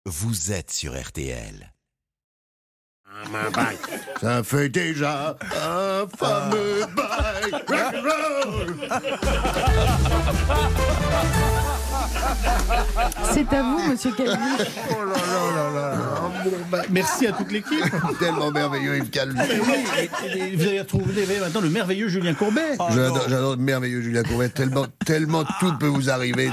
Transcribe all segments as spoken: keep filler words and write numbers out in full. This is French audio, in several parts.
vous êtes sur R T L. Ça fait déjà un fameux bail. C'est à vous, monsieur Calvi. Oh là là là là. Bon, bah, merci à toute l'équipe. Tellement merveilleux, Yves Calvi. Oui, vous avez retrouvé maintenant le merveilleux Julien Courbet. Oh, j'adore, j'adore le merveilleux Julien Courbet. Tellement, tellement tout peut vous arriver.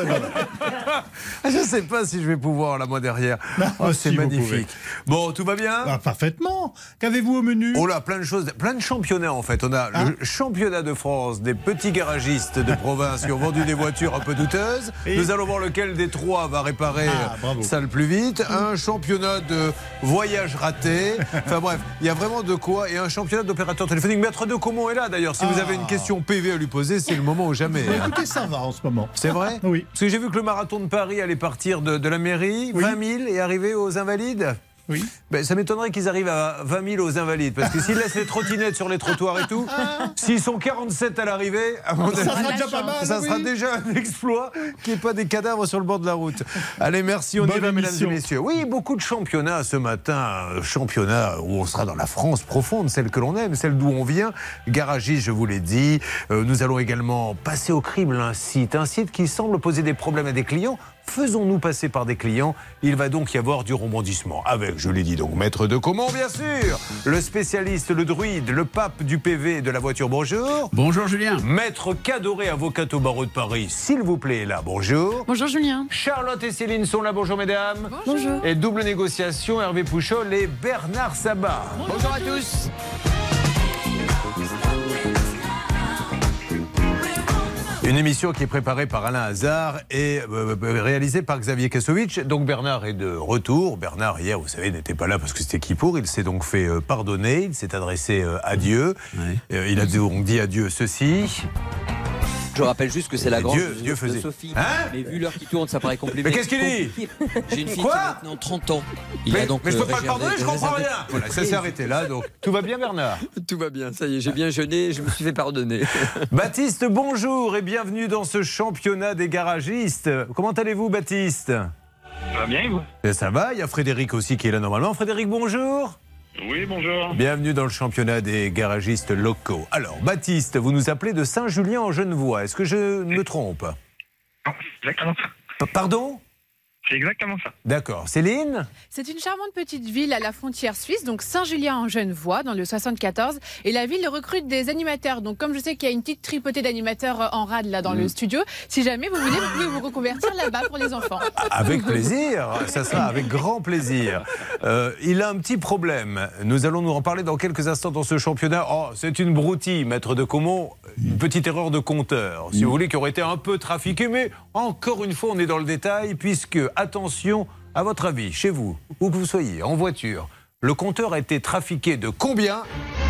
Je ne sais pas si je vais pouvoir là, moi derrière. Oh, c'est si, magnifique. Bon, tout va bien? Ah, parfaitement. Qu'avez-vous au menu? Oh là, plein de choses, plein de championnats en fait. On a ah. le championnat de France des petits garagistes de province qui ont vendu des voitures un peu douteuses. Et nous allons voir lequel des trois va réparer ah, ça le plus vite. Un championnat de voyage raté. Enfin bref, il y a vraiment de quoi. Et un championnat d'opérateur téléphonique. Maître de Comont est là d'ailleurs. Si ah. vous avez une question P V à lui poser, c'est le moment ou jamais. Bah, écoutez, ça va en ce moment. C'est vrai? Oui. Parce que j'ai vu que le marathon de Paris allait partir de, de la mairie, oui. vingt mille, et arriver aux Invalides. Oui. Ben, ça m'étonnerait qu'ils arrivent à vingt mille aux Invalides. Parce que s'ils laissent les trottinettes sur les trottoirs et tout, s'ils sont quarante-sept à l'arrivée, à mon ça avis, sera déjà pas mal. Ça oui. sera déjà un exploit qu'il n'y ait pas des cadavres sur le bord de la route. Allez, merci, on Bonne y va, mesdames et émission. messieurs. Oui, beaucoup de championnats ce matin. Championnat où on sera dans la France profonde, celle que l'on aime, celle d'où on vient. Garagiste, je vous l'ai dit. Euh, nous allons également passer au crible un site. Un site qui semble poser des problèmes à des clients. Faisons-nous passer par des clients. Il va donc y avoir du rebondissement. Avec, je l'ai dit donc, Maître de Comont, bien sûr. Le spécialiste, le druide, le pape du P V et de la voiture, bonjour. Bonjour Julien. Maître Cadoré, avocate au barreau de Paris, s'il vous plaît, est là, bonjour. Bonjour Julien. Charlotte et Céline sont là, bonjour mesdames. Bonjour. Et double négociation, Hervé Pouchol et Bernard Sabat. Bonjour, bonjour à tous. Une émission qui est préparée par Alain Hazard et euh, réalisée par Xavier Kassovitch. Donc Bernard est de retour. Bernard, hier, vous savez, n'était pas là parce que c'était qui pour. Il s'est donc fait euh, pardonner. Il s'est adressé euh, à Dieu. Ouais. Euh, il a donc dit à Dieu ceci. Je rappelle juste que c'est la grande Dieu, Dieu de faisait. Sophie. Hein? Mais vu l'heure qui tourne, ça paraît compliqué. Mais qu'est-ce qu'il dit? J'ai une fille Quoi? qui a maintenant trente ans. Il mais, a donc mais je peux euh, pas le pardonner, je comprends rien. Voilà, ça s'est arrêté là. Donc tout va bien, Bernard? Tout va bien, ça y est, j'ai bien jeûné, je me suis fait pardonner. Baptiste, bonjour et bienvenue dans ce championnat des garagistes. Comment allez-vous, Baptiste? Ça va bien, vous? Et ça va, il y a Frédéric aussi qui est là normalement. Frédéric, bonjour. Oui, bonjour. Bienvenue dans le championnat des garagistes locaux. Alors, Baptiste, vous nous appelez de Saint-Julien-en-Genevois. Est-ce que je me trompe? Non, c'est exactement ça. P- Pardon? C'est exactement ça. D'accord. Céline? C'est une charmante petite ville à la frontière suisse, donc Saint-Julien-en-Genevois, dans le soixante-quatorze. Et la ville recrute des animateurs. Donc, comme je sais qu'il y a une petite tripotée d'animateurs en rade là dans mmh. le studio, si jamais vous voulez, vous pouvez vous reconvertir là-bas pour les enfants. Avec plaisir. Ça sera avec grand plaisir. Euh, il a un petit problème. Nous allons nous en parler dans quelques instants dans ce championnat. Oh, c'est une broutille, Maître de Comont. Une petite erreur de compteur, si mmh. vous voulez, qui aurait été un peu trafiquée. Mais encore une fois, on est dans le détail, puisque, attention, à votre avis, chez vous, où que vous soyez, en voiture, le compteur a été trafiqué de combien?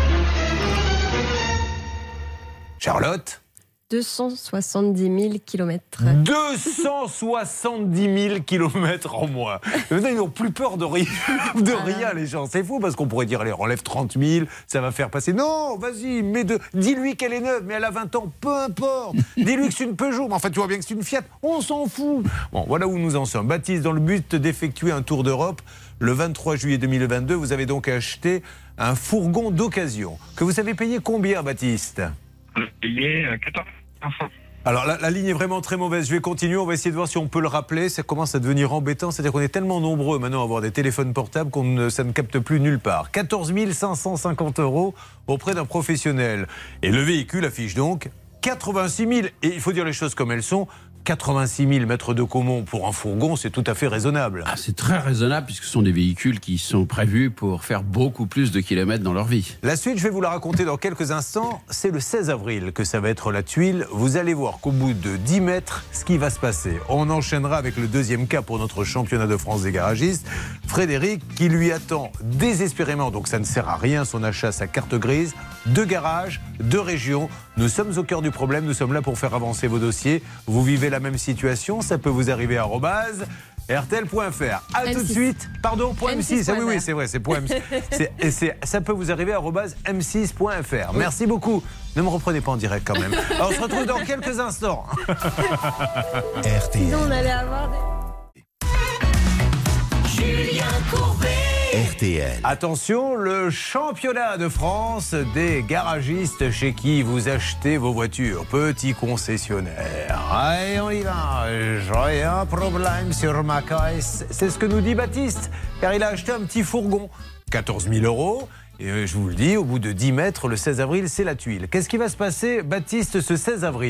Charlotte? deux cent soixante-dix mille kilomètres. deux cent soixante-dix mille kilomètres en moins. Ils n'ont plus peur de rien, de rien les gens. C'est fou parce qu'on pourrait dire, allez, enlève trente mille, ça va faire passer. Non, vas-y, mets de... dis-lui qu'elle est neuve, mais elle a vingt ans, peu importe. Dis-lui que c'est une Peugeot, mais en fait, tu vois bien que c'est une Fiat, on s'en fout. Bon, voilà où nous en sommes. Baptiste, dans le but d'effectuer un tour d'Europe, le vingt-trois juillet deux mille vingt-deux, vous avez donc acheté un fourgon d'occasion. Que vous savez payer combien, Baptiste? Payé quatorze. Alors la, la ligne est vraiment très mauvaise. Je vais continuer. On va essayer de voir si on peut le rappeler. Ça commence à devenir embêtant. C'est-à-dire qu'on est tellement nombreux maintenant à avoir des téléphones portables qu'on ne, ça ne capte plus nulle part. quatorze mille cinq cent cinquante euros auprès d'un professionnel. Et le véhicule affiche donc quatre-vingt-six mille. Et il faut dire les choses comme elles sont. quatre-vingt-six mille mètres de Comont pour un fourgon, c'est tout à fait raisonnable. Ah, c'est très raisonnable puisque ce sont des véhicules qui sont prévus pour faire beaucoup plus de kilomètres dans leur vie. La suite, je vais vous la raconter dans quelques instants. C'est le seize avril que ça va être la tuile. Vous allez voir qu'au bout de dix mètres, ce qui va se passer. On enchaînera avec le deuxième cas pour notre championnat de France des garagistes. Frédéric qui lui attend désespérément, donc ça ne sert à rien son achat, sa carte grise, de garage, de région. Nous sommes au cœur du problème, nous sommes là pour faire avancer vos dossiers. Vous vivez la même situation, ça peut vous arriver à arobase R T L point F R. A tout de suite. Pardon, point M six. Ah oui, oui, c'est vrai, c'est point M six. C'est, et c'est, ça peut vous arriver à arobase M six point F R. Merci beaucoup. Ne me reprenez pas en direct quand même. Alors, on se retrouve dans quelques instants. R T L. Sinon, on allait avoir des... T L. Attention, le championnat de France des garagistes chez qui vous achetez vos voitures. Petit concessionnaire. Allez, on y va. J'ai un problème sur ma caisse. C'est ce que nous dit Baptiste, car il a acheté un petit fourgon. quatorze mille euros. Et je vous le dis, au bout de dix mètres, le seize avril, c'est la tuile. Qu'est-ce qui va se passer, Baptiste, ce seize avril ?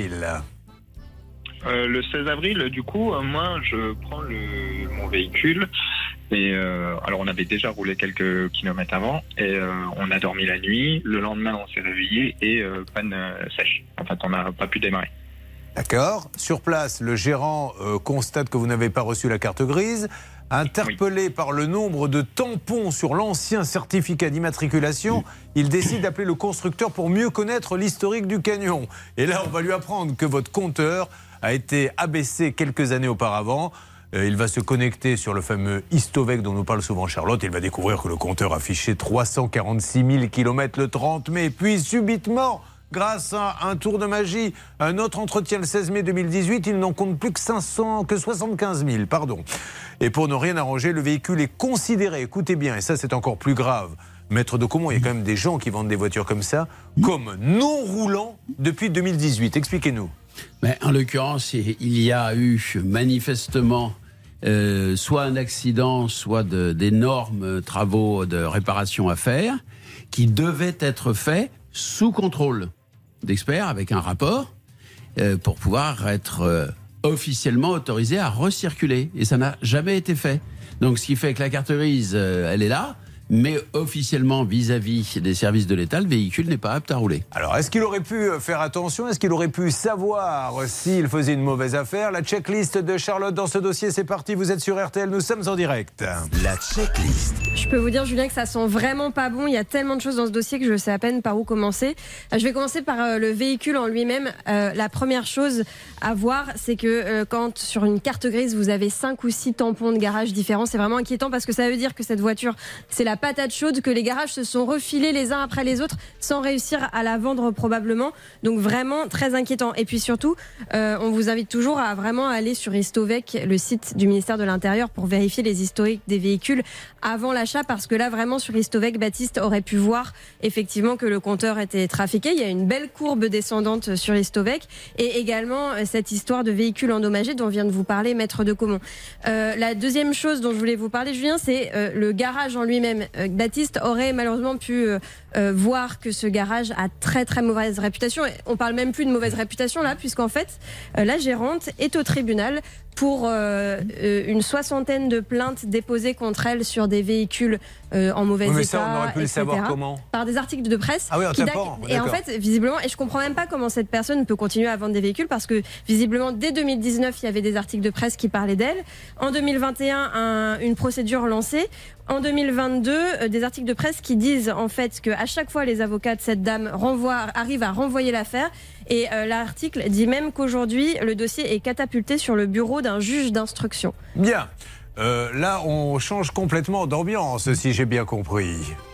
Euh, le seize avril, du coup, euh, moi, je prends le, mon véhicule. Et euh, alors, on avait déjà roulé quelques kilomètres avant. Et euh, on a dormi la nuit. Le lendemain, on s'est réveillé et euh, panne euh, sèche. En fait, on n'a pas pu démarrer. D'accord. Sur place, le gérant euh, constate que vous n'avez pas reçu la carte grise. Interpellé oui. par le nombre de tampons sur l'ancien certificat d'immatriculation, il décide d'appeler le constructeur pour mieux connaître l'historique du camion. Et là, on va lui apprendre que votre compteur a été abaissé quelques années auparavant. Euh, il va se connecter sur le fameux Histovec dont nous parle souvent Charlotte. Il va découvrir que le compteur affichait trois cent quarante-six mille kilomètres le trente mai. Puis subitement, grâce à un tour de magie, un autre entretien le seize mai deux mille dix-huit, il n'en compte plus que cinq cents, que soixante-quinze mille, pardon. Et pour ne rien arranger, le véhicule est considéré, écoutez bien, et ça c'est encore plus grave, maître de Comont, il y a quand même des gens qui vendent des voitures comme ça, comme non roulant depuis deux mille dix-huit. Expliquez-nous. Mais en l'occurrence, il y a eu manifestement euh, soit un accident, soit de, d'énormes travaux de réparation à faire, qui devaient être faits sous contrôle d'experts avec un rapport euh, pour pouvoir être euh, officiellement autorisé à recirculer. Et ça n'a jamais été fait. Donc ce qui fait que la carte grise, euh, elle est là, mais officiellement vis-à-vis des services de l'État, le véhicule n'est pas apte à rouler. Alors, est-ce qu'il aurait pu faire attention ? Est-ce qu'il aurait pu savoir s'il faisait une mauvaise affaire ? La checklist de Charlotte dans ce dossier, c'est parti. Vous êtes sur R T L, nous sommes en direct. La checklist. Je peux vous dire, Julien, que ça sent vraiment pas bon. Il y a tellement de choses dans ce dossier que je sais à peine par où commencer. Je vais commencer par le véhicule en lui-même. Euh, la première chose à voir, c'est que euh, quand sur une carte grise, vous avez cinq ou six tampons de garage différents, c'est vraiment inquiétant parce que ça veut dire que cette voiture, c'est la patate chaude, que les garages se sont refilés les uns après les autres sans réussir à la vendre probablement. Donc vraiment très inquiétant. Et puis surtout, euh, on vous invite toujours à vraiment aller sur Histovec, le site du ministère de l'Intérieur, pour vérifier les historiques des véhicules avant l'achat, parce que là vraiment sur Histovec, Baptiste aurait pu voir effectivement que le compteur était trafiqué. Il y a une belle courbe descendante sur Histovec et également cette histoire de véhicules endommagés dont vient de vous parler Maître de Comont. Euh, la deuxième chose dont je voulais vous parler, Julien, c'est euh, le garage en lui-même. Euh, Baptiste aurait malheureusement pu euh, euh, voir que ce garage a très très mauvaise réputation. On parle même plus de mauvaise réputation là, puisqu'en fait euh, la gérante est au tribunal pour euh, euh, une soixantaine de plaintes déposées contre elle sur des véhicules euh, en mauvais oui, mais état, ça, on aurait pu et cetera. Le savoir comment ? Par des articles de presse. Ah oui, en qui tapant. Et en fait, visiblement, et je comprends même pas comment cette personne peut continuer à vendre des véhicules, parce que visiblement, dès deux mille dix-neuf, il y avait des articles de presse qui parlaient d'elle. En deux mille vingt et un, un, une procédure lancée. En deux mille vingt-deux, euh, des articles de presse qui disent en fait qu'à chaque fois, les avocats de cette dame renvoient, arrivent à renvoyer l'affaire. Et euh, l'article dit même qu'aujourd'hui, le dossier est catapulté sur le bureau d'un juge d'instruction. Bien. Euh, là, on change complètement d'ambiance, si j'ai bien compris.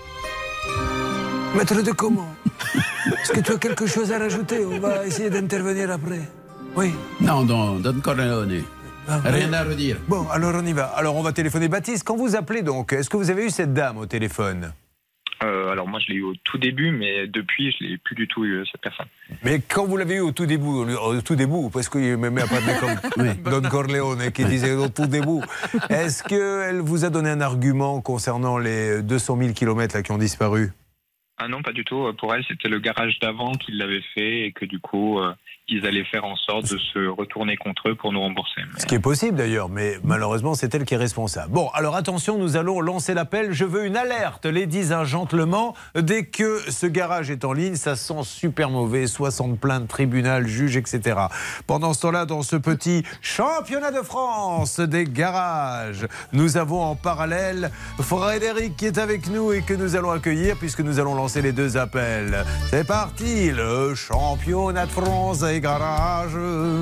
Maître de Comont, est-ce que tu as quelque chose à rajouter ? On va essayer d'intervenir après. Oui. Non, non, Don Corleone. Ah, Rien oui. à redire. Bon, alors on y va. Alors on va téléphoner Baptiste. Quand vous appelez donc, est-ce que vous avez eu cette dame au téléphone ? Euh, alors moi je l'ai eu au tout début, mais depuis je l'ai plus du tout eu cette personne. Mais quand vous l'avez eu au tout début, au tout début, parce qu'il me met à parler comme Don Corleone qui disait au tout début, est-ce qu'elle vous a donné un argument concernant les deux cent mille kilomètres là, qui ont disparu ? Ah non, pas du tout. Pour elle, c'était le garage d'avant qui l'avait fait et que du coup, euh, ils allaient faire en sorte de se retourner contre eux pour nous rembourser. Mais... Ce qui est possible d'ailleurs, mais malheureusement, c'est elle qui est responsable. Bon, alors attention, nous allons lancer l'appel. Je veux une alerte, ladies and gentlemen. Dès que ce garage est en ligne, ça sent super mauvais. soixante plaintes, tribunal, juge, et cetera. Pendant ce temps-là, dans ce petit championnat de France des garages, nous avons en parallèle Frédéric qui est avec nous et que nous allons accueillir puisque nous allons lancer les deux appels. C'est parti, le championnat de France des garages.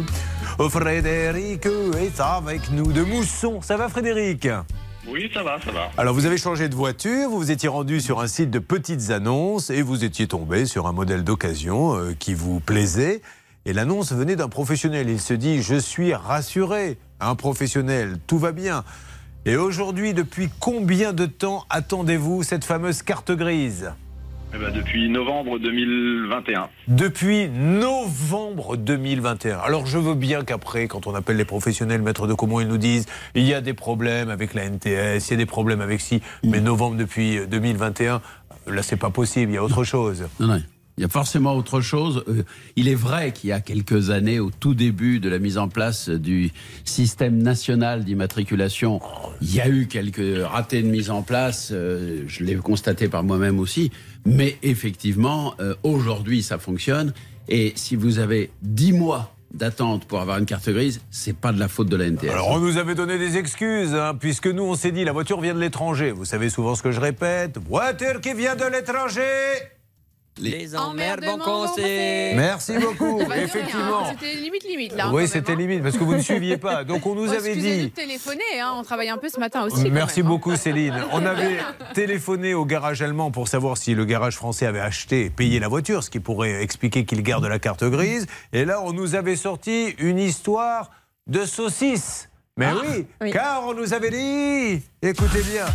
Frédéric est avec nous de Mousson. Ça va, Frédéric ? Oui, ça va, ça va. Alors, vous avez changé de voiture, vous vous étiez rendu sur un site de petites annonces et vous étiez tombé sur un modèle d'occasion euh, qui vous plaisait. Et l'annonce venait d'un professionnel. Il se dit, je suis rassuré, un professionnel, tout va bien. Et aujourd'hui, depuis combien de temps attendez-vous cette fameuse carte grise ? Eh ben, depuis novembre deux mille vingt et un. Depuis novembre deux mille vingt et un. Alors je veux bien qu'après, quand on appelle les professionnels, maîtres de Comont, ils nous disent il y a des problèmes avec la N T S, il y a des problèmes avec ci, mais novembre depuis deux mille vingt et un, là c'est pas possible, il y a autre chose. Non, non. Il y a forcément autre chose. Euh, il est vrai qu'il y a quelques années, au tout début de la mise en place du système national d'immatriculation, il y a eu quelques ratés de mise en place. Euh, je l'ai constaté par moi-même aussi. Mais effectivement, euh, aujourd'hui, ça fonctionne. Et si vous avez dix mois d'attente pour avoir une carte grise, c'est pas de la faute de la N T S. Alors on nous avait donné des excuses, hein, puisque nous on s'est dit la voiture vient de l'étranger. Vous savez souvent ce que je répète, voiture qui vient de l'étranger. Les emmerdes vont commencer. Merci beaucoup. Bah, Effectivement. rien, hein. C'était limite limite là. Oui, hein, c'était même, hein. limite parce que vous ne suiviez pas. Donc on nous Oh, avait excusez-nous dit. de téléphoner, hein. On travaille un peu ce matin aussi. Merci quand même, beaucoup Céline. On avait téléphoné au garage allemand pour savoir si le garage français avait acheté et payé la voiture, ce qui pourrait expliquer qu'il garde la carte grise. Et là, on nous avait sorti une histoire de saucisse. Mais Ah, oui, oui. car on nous avait dit, écoutez bien.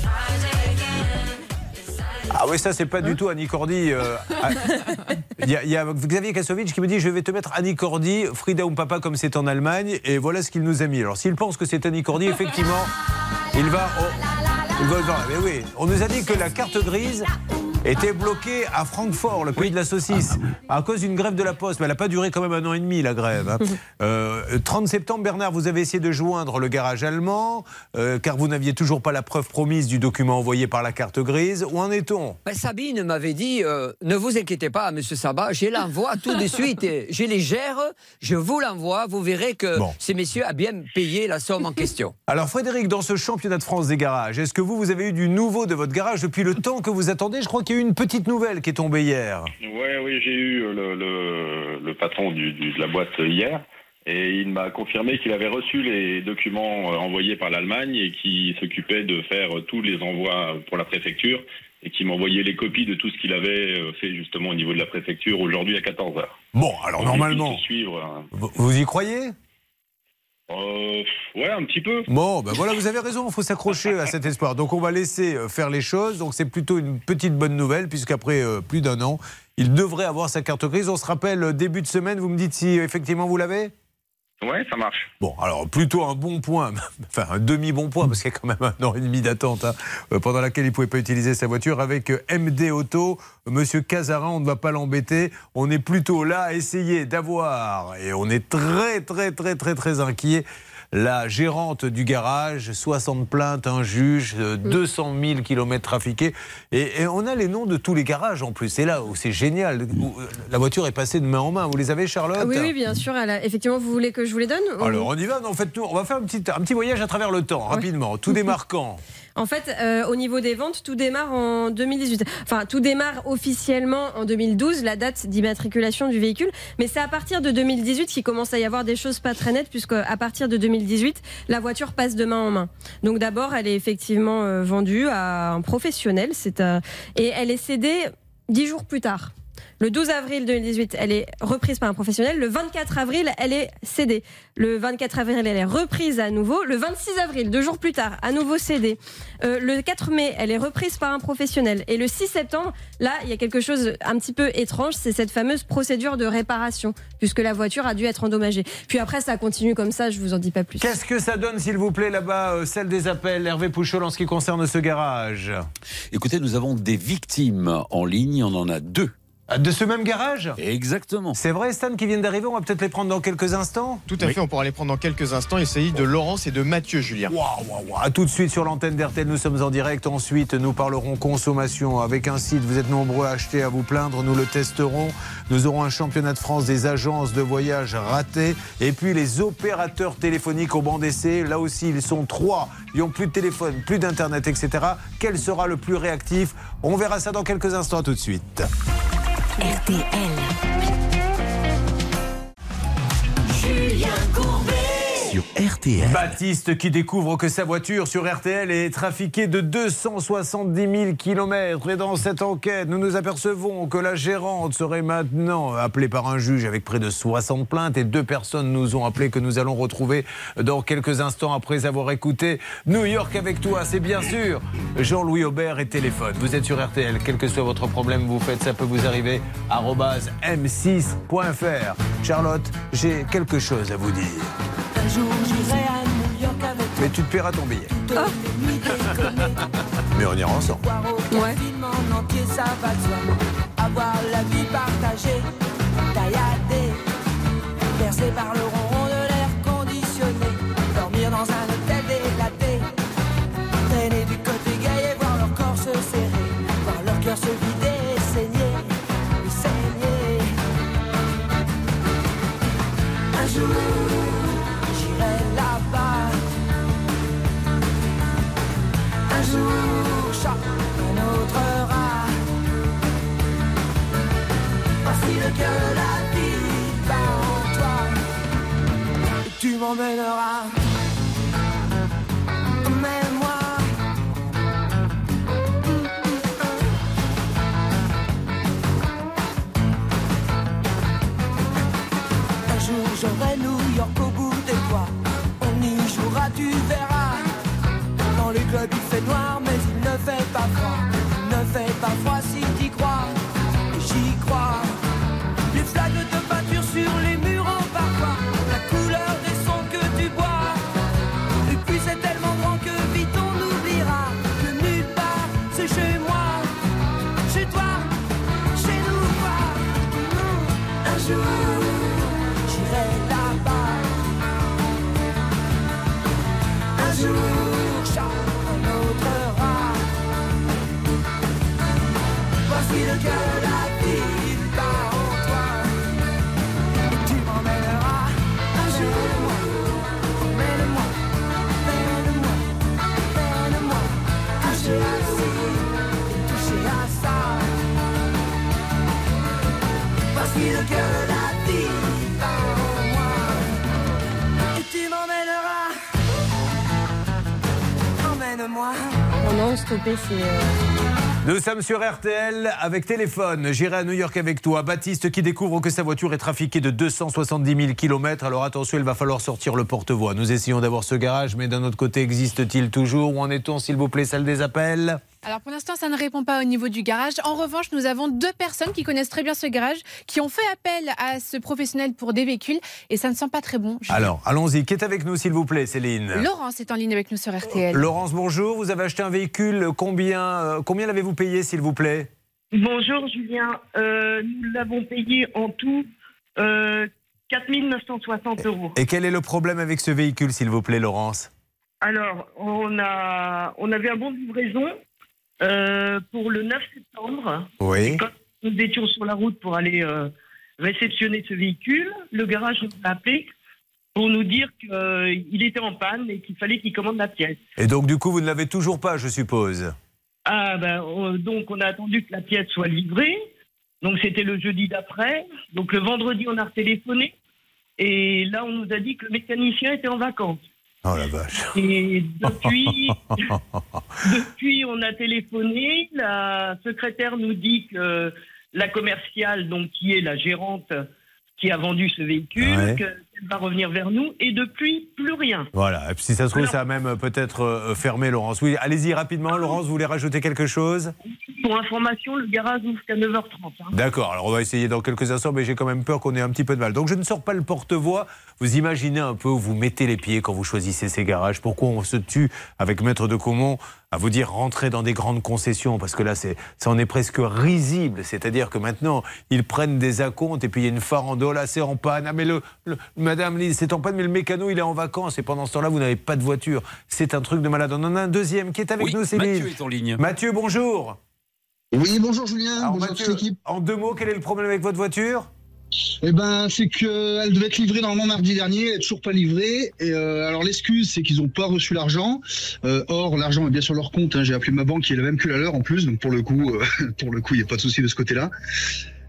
Ah oui, ça c'est pas du tout Annie Cordy. euh, ah, Il y, a- il y a Xavier Kasovic qui me dit je vais te mettre Annie Cordy, Frida Umpapa comme c'est en Allemagne, et voilà ce qu'il nous a mis. Alors s'il pense que c'est Annie Cordy, effectivement, il va... au- il va le voir. Mais oui, on nous a dit que la carte grise était bloquée à Francfort, le pays de la saucisse, à cause d'une grève de la Poste. Mais elle n'a pas duré quand même un an et demi, la grève. hein. Euh, trente septembre, Bernard, vous avez essayé de joindre le garage allemand, euh, car vous n'aviez toujours pas la preuve promise du document envoyé par la carte grise. Où en est-on ? Ben, Sabine m'avait dit euh, ne vous inquiétez pas, monsieur Sabat, je l'envoie tout de suite. Et je les gère, je vous l'envoie. Vous verrez que Bon. ces messieurs ont bien payé la somme en question. Alors Frédéric, dans ce championnat de France des garages, est-ce que vous, vous avez eu du nouveau de votre garage depuis le temps que vous attendez ? Je crois qu'il y a eu une petite nouvelle qui est tombée hier. Ouais, oui, j'ai eu le, le, le patron du, du- de la boîte hier et il m'a confirmé qu'il avait reçu les documents euh, envoyés par l'Allemagne et qu'il s'occupait de faire tous les envois pour la préfecture et qu'il m'envoyait les copies de tout ce qu'il avait euh, fait justement au niveau de la préfecture aujourd'hui à quatorze heures. Bon, alors normalement, Suivre, hein. vous, vous y croyez ? Euh, ouais, un petit peu. Bon, ben voilà, vous avez raison, il faut s'accrocher à cet espoir. Donc on va laisser euh, faire les choses. Donc c'est plutôt une petite bonne nouvelle, puisqu'après euh, plus d'un an, il devrait avoir sa carte grise. On se rappelle, euh, début de semaine, vous me dites si euh, effectivement vous l'avez ? Ouais, ça marche. Bon, alors plutôt un bon point, enfin un demi-bon point, parce qu'il y a quand même un an et demi d'attente, hein, euh, pendant laquelle il ne pouvait pas utiliser sa voiture. Avec euh, M D Auto, Monsieur Cazarin, on ne va pas l'embêter. On est plutôt là à essayer d'avoir, et on est très très très très très inquiet, la gérante du garage, soixante plaintes, un juge, euh, deux cent mille kilomètres trafiqués. Et, et on a les noms de tous les garages en plus. C'est là où c'est génial. Où, euh, la voiture est passée de main en main. Vous les avez, Charlotte ? Oui, oui, bien sûr. Elle a- Effectivement, vous voulez que je vous les donne ou- Alors on y va, non, en fait, nous, on va faire un petit, un petit voyage à travers le temps, rapidement. Tout démarre quand ? En fait, euh, au niveau des ventes, tout démarre en deux mille dix-huit. Enfin, tout démarre officiellement en deux mille douze, la date d'immatriculation du véhicule. Mais c'est à partir de deux mille dix-huit qu'il commence à y avoir des choses pas très nettes, puisque à partir de deux mille dix-huit, la voiture passe de main en main. Donc d'abord, elle est effectivement euh, vendue à un professionnel, c'est euh, et elle est cédée dix jours plus tard. Le douze avril deux mille dix-huit, elle est reprise par un professionnel. Le vingt-quatre avril, elle est cédée. Le vingt-quatre avril, elle est reprise à nouveau. Le vingt-six avril, deux jours plus tard, à nouveau cédée. Euh, le quatre mai, elle est reprise par un professionnel. Et le six septembre, là, il y a quelque chose un petit peu étrange, c'est cette fameuse procédure de réparation, puisque la voiture a dû être endommagée. Puis après, ça continue comme ça, je vous en dis pas plus. Qu'est-ce que ça donne, s'il vous plaît, là-bas, euh, celle des appels, Hervé Pouchol, en ce qui concerne ce garage ? Écoutez, nous avons des victimes en ligne, on en a deux. De ce même garage ? Exactement. C'est vrai, Stan, qui viennent d'arriver, on va peut-être les prendre dans quelques instants ? Tout à fait, on pourra les prendre dans quelques instants. Il s'agit de Laurence et de Mathieu, Julien. Waouh, waouh, waouh. A tout de suite sur l'antenne d'R T L, nous sommes en direct. Ensuite, nous parlerons consommation avec un site. Vous êtes nombreux à acheter, à vous plaindre. Nous le testerons. Nous aurons un championnat de France des agences de voyage raté. Et puis les opérateurs téléphoniques au banc d'essai. Là aussi, ils sont trois. Ils n'ont plus de téléphone, plus d'internet, et cetera. Quel sera le plus réactif ? On verra ça dans quelques instants. À tout de suite. R T L. Julien Courbet. sur R T L. Baptiste qui découvre que sa voiture sur R T L est trafiquée de deux cent soixante-dix mille kilomètres. Et dans cette enquête, nous nous apercevons que la gérante serait maintenant appelée par un juge avec près de soixante plaintes. Et deux personnes nous ont appelé que nous allons retrouver dans quelques instants après avoir écouté New York avec toi. C'est bien sûr Jean-Louis Aubert et téléphone. Vous êtes sur R T L, quel que soit votre problème, vous faites, ça peut vous arriver. arobase m six point f r. Charlotte, j'ai quelque chose à vous dire. Un jour j'irai à New York avec Mais tu te paieras ton billet. oh. Mais on ira ensemble. Ouais. En entier, ça va de soi. Avoir la vie partagée, tailladée, bercée par le ronron de l'air conditionné, dormir dans un hôtel délaté, traîner du côté gay et voir leur corps se serrer, voir leur cœur se vider et saigner, et saigner. Un jour j'irai là-bas, un jour chat, un autre rat. Voici le cœur de la vie bat en toi, et tu m'emmèneras. Emmène-moi. Un jour j'aurai New York au bout des doigts. On y jouera, tu verras. Dans les clubs il fait noir mais il ne fait pas froid. Il ne fait pas froid si t'y crois. Et j'y crois. Les flaques de peinture sur les murs en parfois. La couleur des sons que tu bois. Et puis c'est tellement grand que vite on oubliera que nulle part c'est chez moi. Chez toi, chez nous quoi. Un jour j'irai là-bas. Un jour chat, un autre rat. Voici le cœur de la ville bat en toi. Et tu m'emmèneras un jour. Emmène-moi, emmène-moi, emmène-moi. Toucher à ci, toucher à ça. Voici le cœur de la ville bat en moi. Et tu m'emmèneras. Emmène-moi. Oh non, stopper, c'est... euh, Nous sommes sur R T L avec téléphone. J'irai à New York avec toi. Baptiste qui découvre que sa voiture est trafiquée de deux cent soixante-dix mille kilomètres. Alors attention, il va falloir sortir le porte-voix. Nous essayons d'avoir ce garage, mais d'un autre côté, existe-t-il toujours? Où en est-on, s'il vous plaît, salle des appels? Alors pour l'instant, ça ne répond pas au niveau du garage. En revanche, nous avons deux personnes qui connaissent très bien ce garage, qui ont fait appel à ce professionnel pour des véhicules, et ça ne sent pas très bon. Je... Alors, allons-y. Qui est avec nous, s'il vous plaît, Céline? Laurence est en ligne avec nous sur R T L. Laurence, bonjour. Vous avez acheté un véhicule. Combien, euh, combien l'avez-vous payé, s'il vous plaît? Bonjour Julien. Euh, nous l'avons payé en tout euh, quatre mille neuf cent soixante euros. Et quel est le problème avec ce véhicule, s'il vous plaît, Laurence? Alors, on, a, on avait un bon de livraison euh, pour le neuf septembre. Oui. Et quand nous étions sur la route pour aller euh, réceptionner ce véhicule, le garage nous a appelé pour nous dire qu'il euh, était en panne et qu'il fallait qu'il commande la pièce. Et donc, du coup, vous ne l'avez toujours pas, je suppose? Ah ben, euh, donc on a attendu que la pièce soit livrée. Donc c'était le jeudi d'après. Donc le vendredi, on a retéléphoné. Et là, on nous a dit que le mécanicien était en vacances. Oh la vache. Et depuis, depuis, on a téléphoné. La secrétaire nous dit que la commerciale, donc qui est la gérante qui a vendu ce véhicule, Ouais. qu'elle va revenir vers nous. Et depuis, plus rien. Voilà. Et puis si ça se trouve, ça a même peut-être euh, fermé, Laurence. Oui, allez-y rapidement, Laurence. Vous voulez rajouter quelque chose? Pour information, le garage ouvre jusqu'à neuf heures trente. Hein. D'accord, alors on va essayer dans quelques instants, mais j'ai quand même peur qu'on ait un petit peu de mal. Donc je ne sors pas le porte-voix. Vous imaginez un peu où vous mettez les pieds quand vous choisissez ces garages. Pourquoi on se tue avec Maître de Caumont à vous dire rentrer dans des grandes concessions? Parce que là, c'est, ça en est presque risible. C'est-à-dire que maintenant, ils prennent des acomptes et puis il y a une farandole, ah, c'est en panne. Ah mais le, le Madame Lise, c'est en panne, mais le mécano, il est en vacances. Et pendant ce temps-là, vous n'avez pas de voiture. C'est un truc de malade. On en a un deuxième qui est avec Oui, nous, Céline. Mathieu est en ligne. Mathieu, bonjour. Oui, bonjour Julien, Alors, bonjour Mathieu, toute l'équipe. en deux mots, quel est le problème avec votre voiture? Eh ben, c'est qu'elle devait être livrée normalement mardi dernier, elle n'est toujours pas livrée. Et euh, alors l'excuse, c'est qu'ils n'ont pas reçu l'argent. Euh, or, l'argent est bien sur leur compte. Hein. J'ai appelé ma banque qui est la même que la leur en plus, donc pour le coup, euh, pour le coup, il n'y a pas de souci de ce côté-là.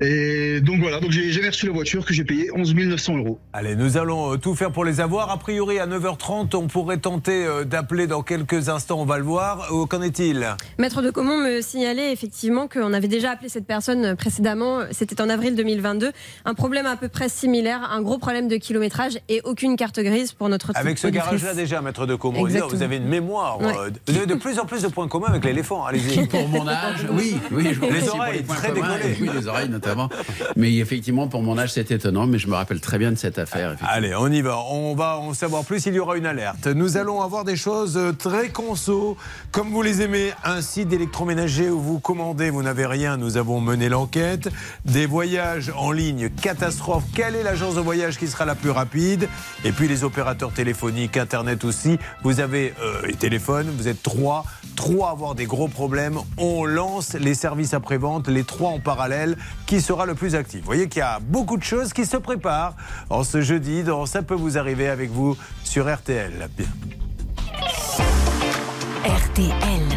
Et donc voilà, donc j'ai jamais reçu la voiture que j'ai payée onze mille neuf cents euros. Allez, nous allons tout faire pour les avoir. A priori, à neuf heures trente, on pourrait tenter d'appeler dans quelques instants, on va le voir. Qu'en est-il ? Maître de Caumont me signalait effectivement qu'on avait déjà appelé cette personne précédemment, c'était en avril deux mille vingt-deux. Un problème à peu près similaire, un gros problème de kilométrage et aucune carte grise pour notre Avec ce garage-là déjà, Maître de Caumont, vous avez une mémoire. Ouais. Vous avez de plus en plus de points communs avec l'éléphant, allez-y. Pour mon âge, oui, oui. Je les oreilles, très décollées. Oui, les oreilles notamment. Mais effectivement, pour mon âge, c'est étonnant, mais je me rappelle très bien de cette affaire. Allez, on y va. On va en savoir plus. Il y aura une alerte. Nous allons avoir des choses très conso, comme vous les aimez. Un site d'électroménager où vous commandez, vous n'avez rien. Nous avons mené l'enquête. Des voyages en ligne, catastrophe. Quelle est l'agence de voyage qui sera la plus rapide? Et puis les opérateurs téléphoniques, Internet aussi. Vous avez euh, les téléphones, vous êtes trois. Trois à avoir des gros problèmes. On lance les services après-vente, les trois en parallèle. Qui sera le plus actif? Vous voyez qu'il y a beaucoup de choses qui se préparent en ce jeudi. Donc ça peut vous arriver avec vous sur R T L. Bien. R T L.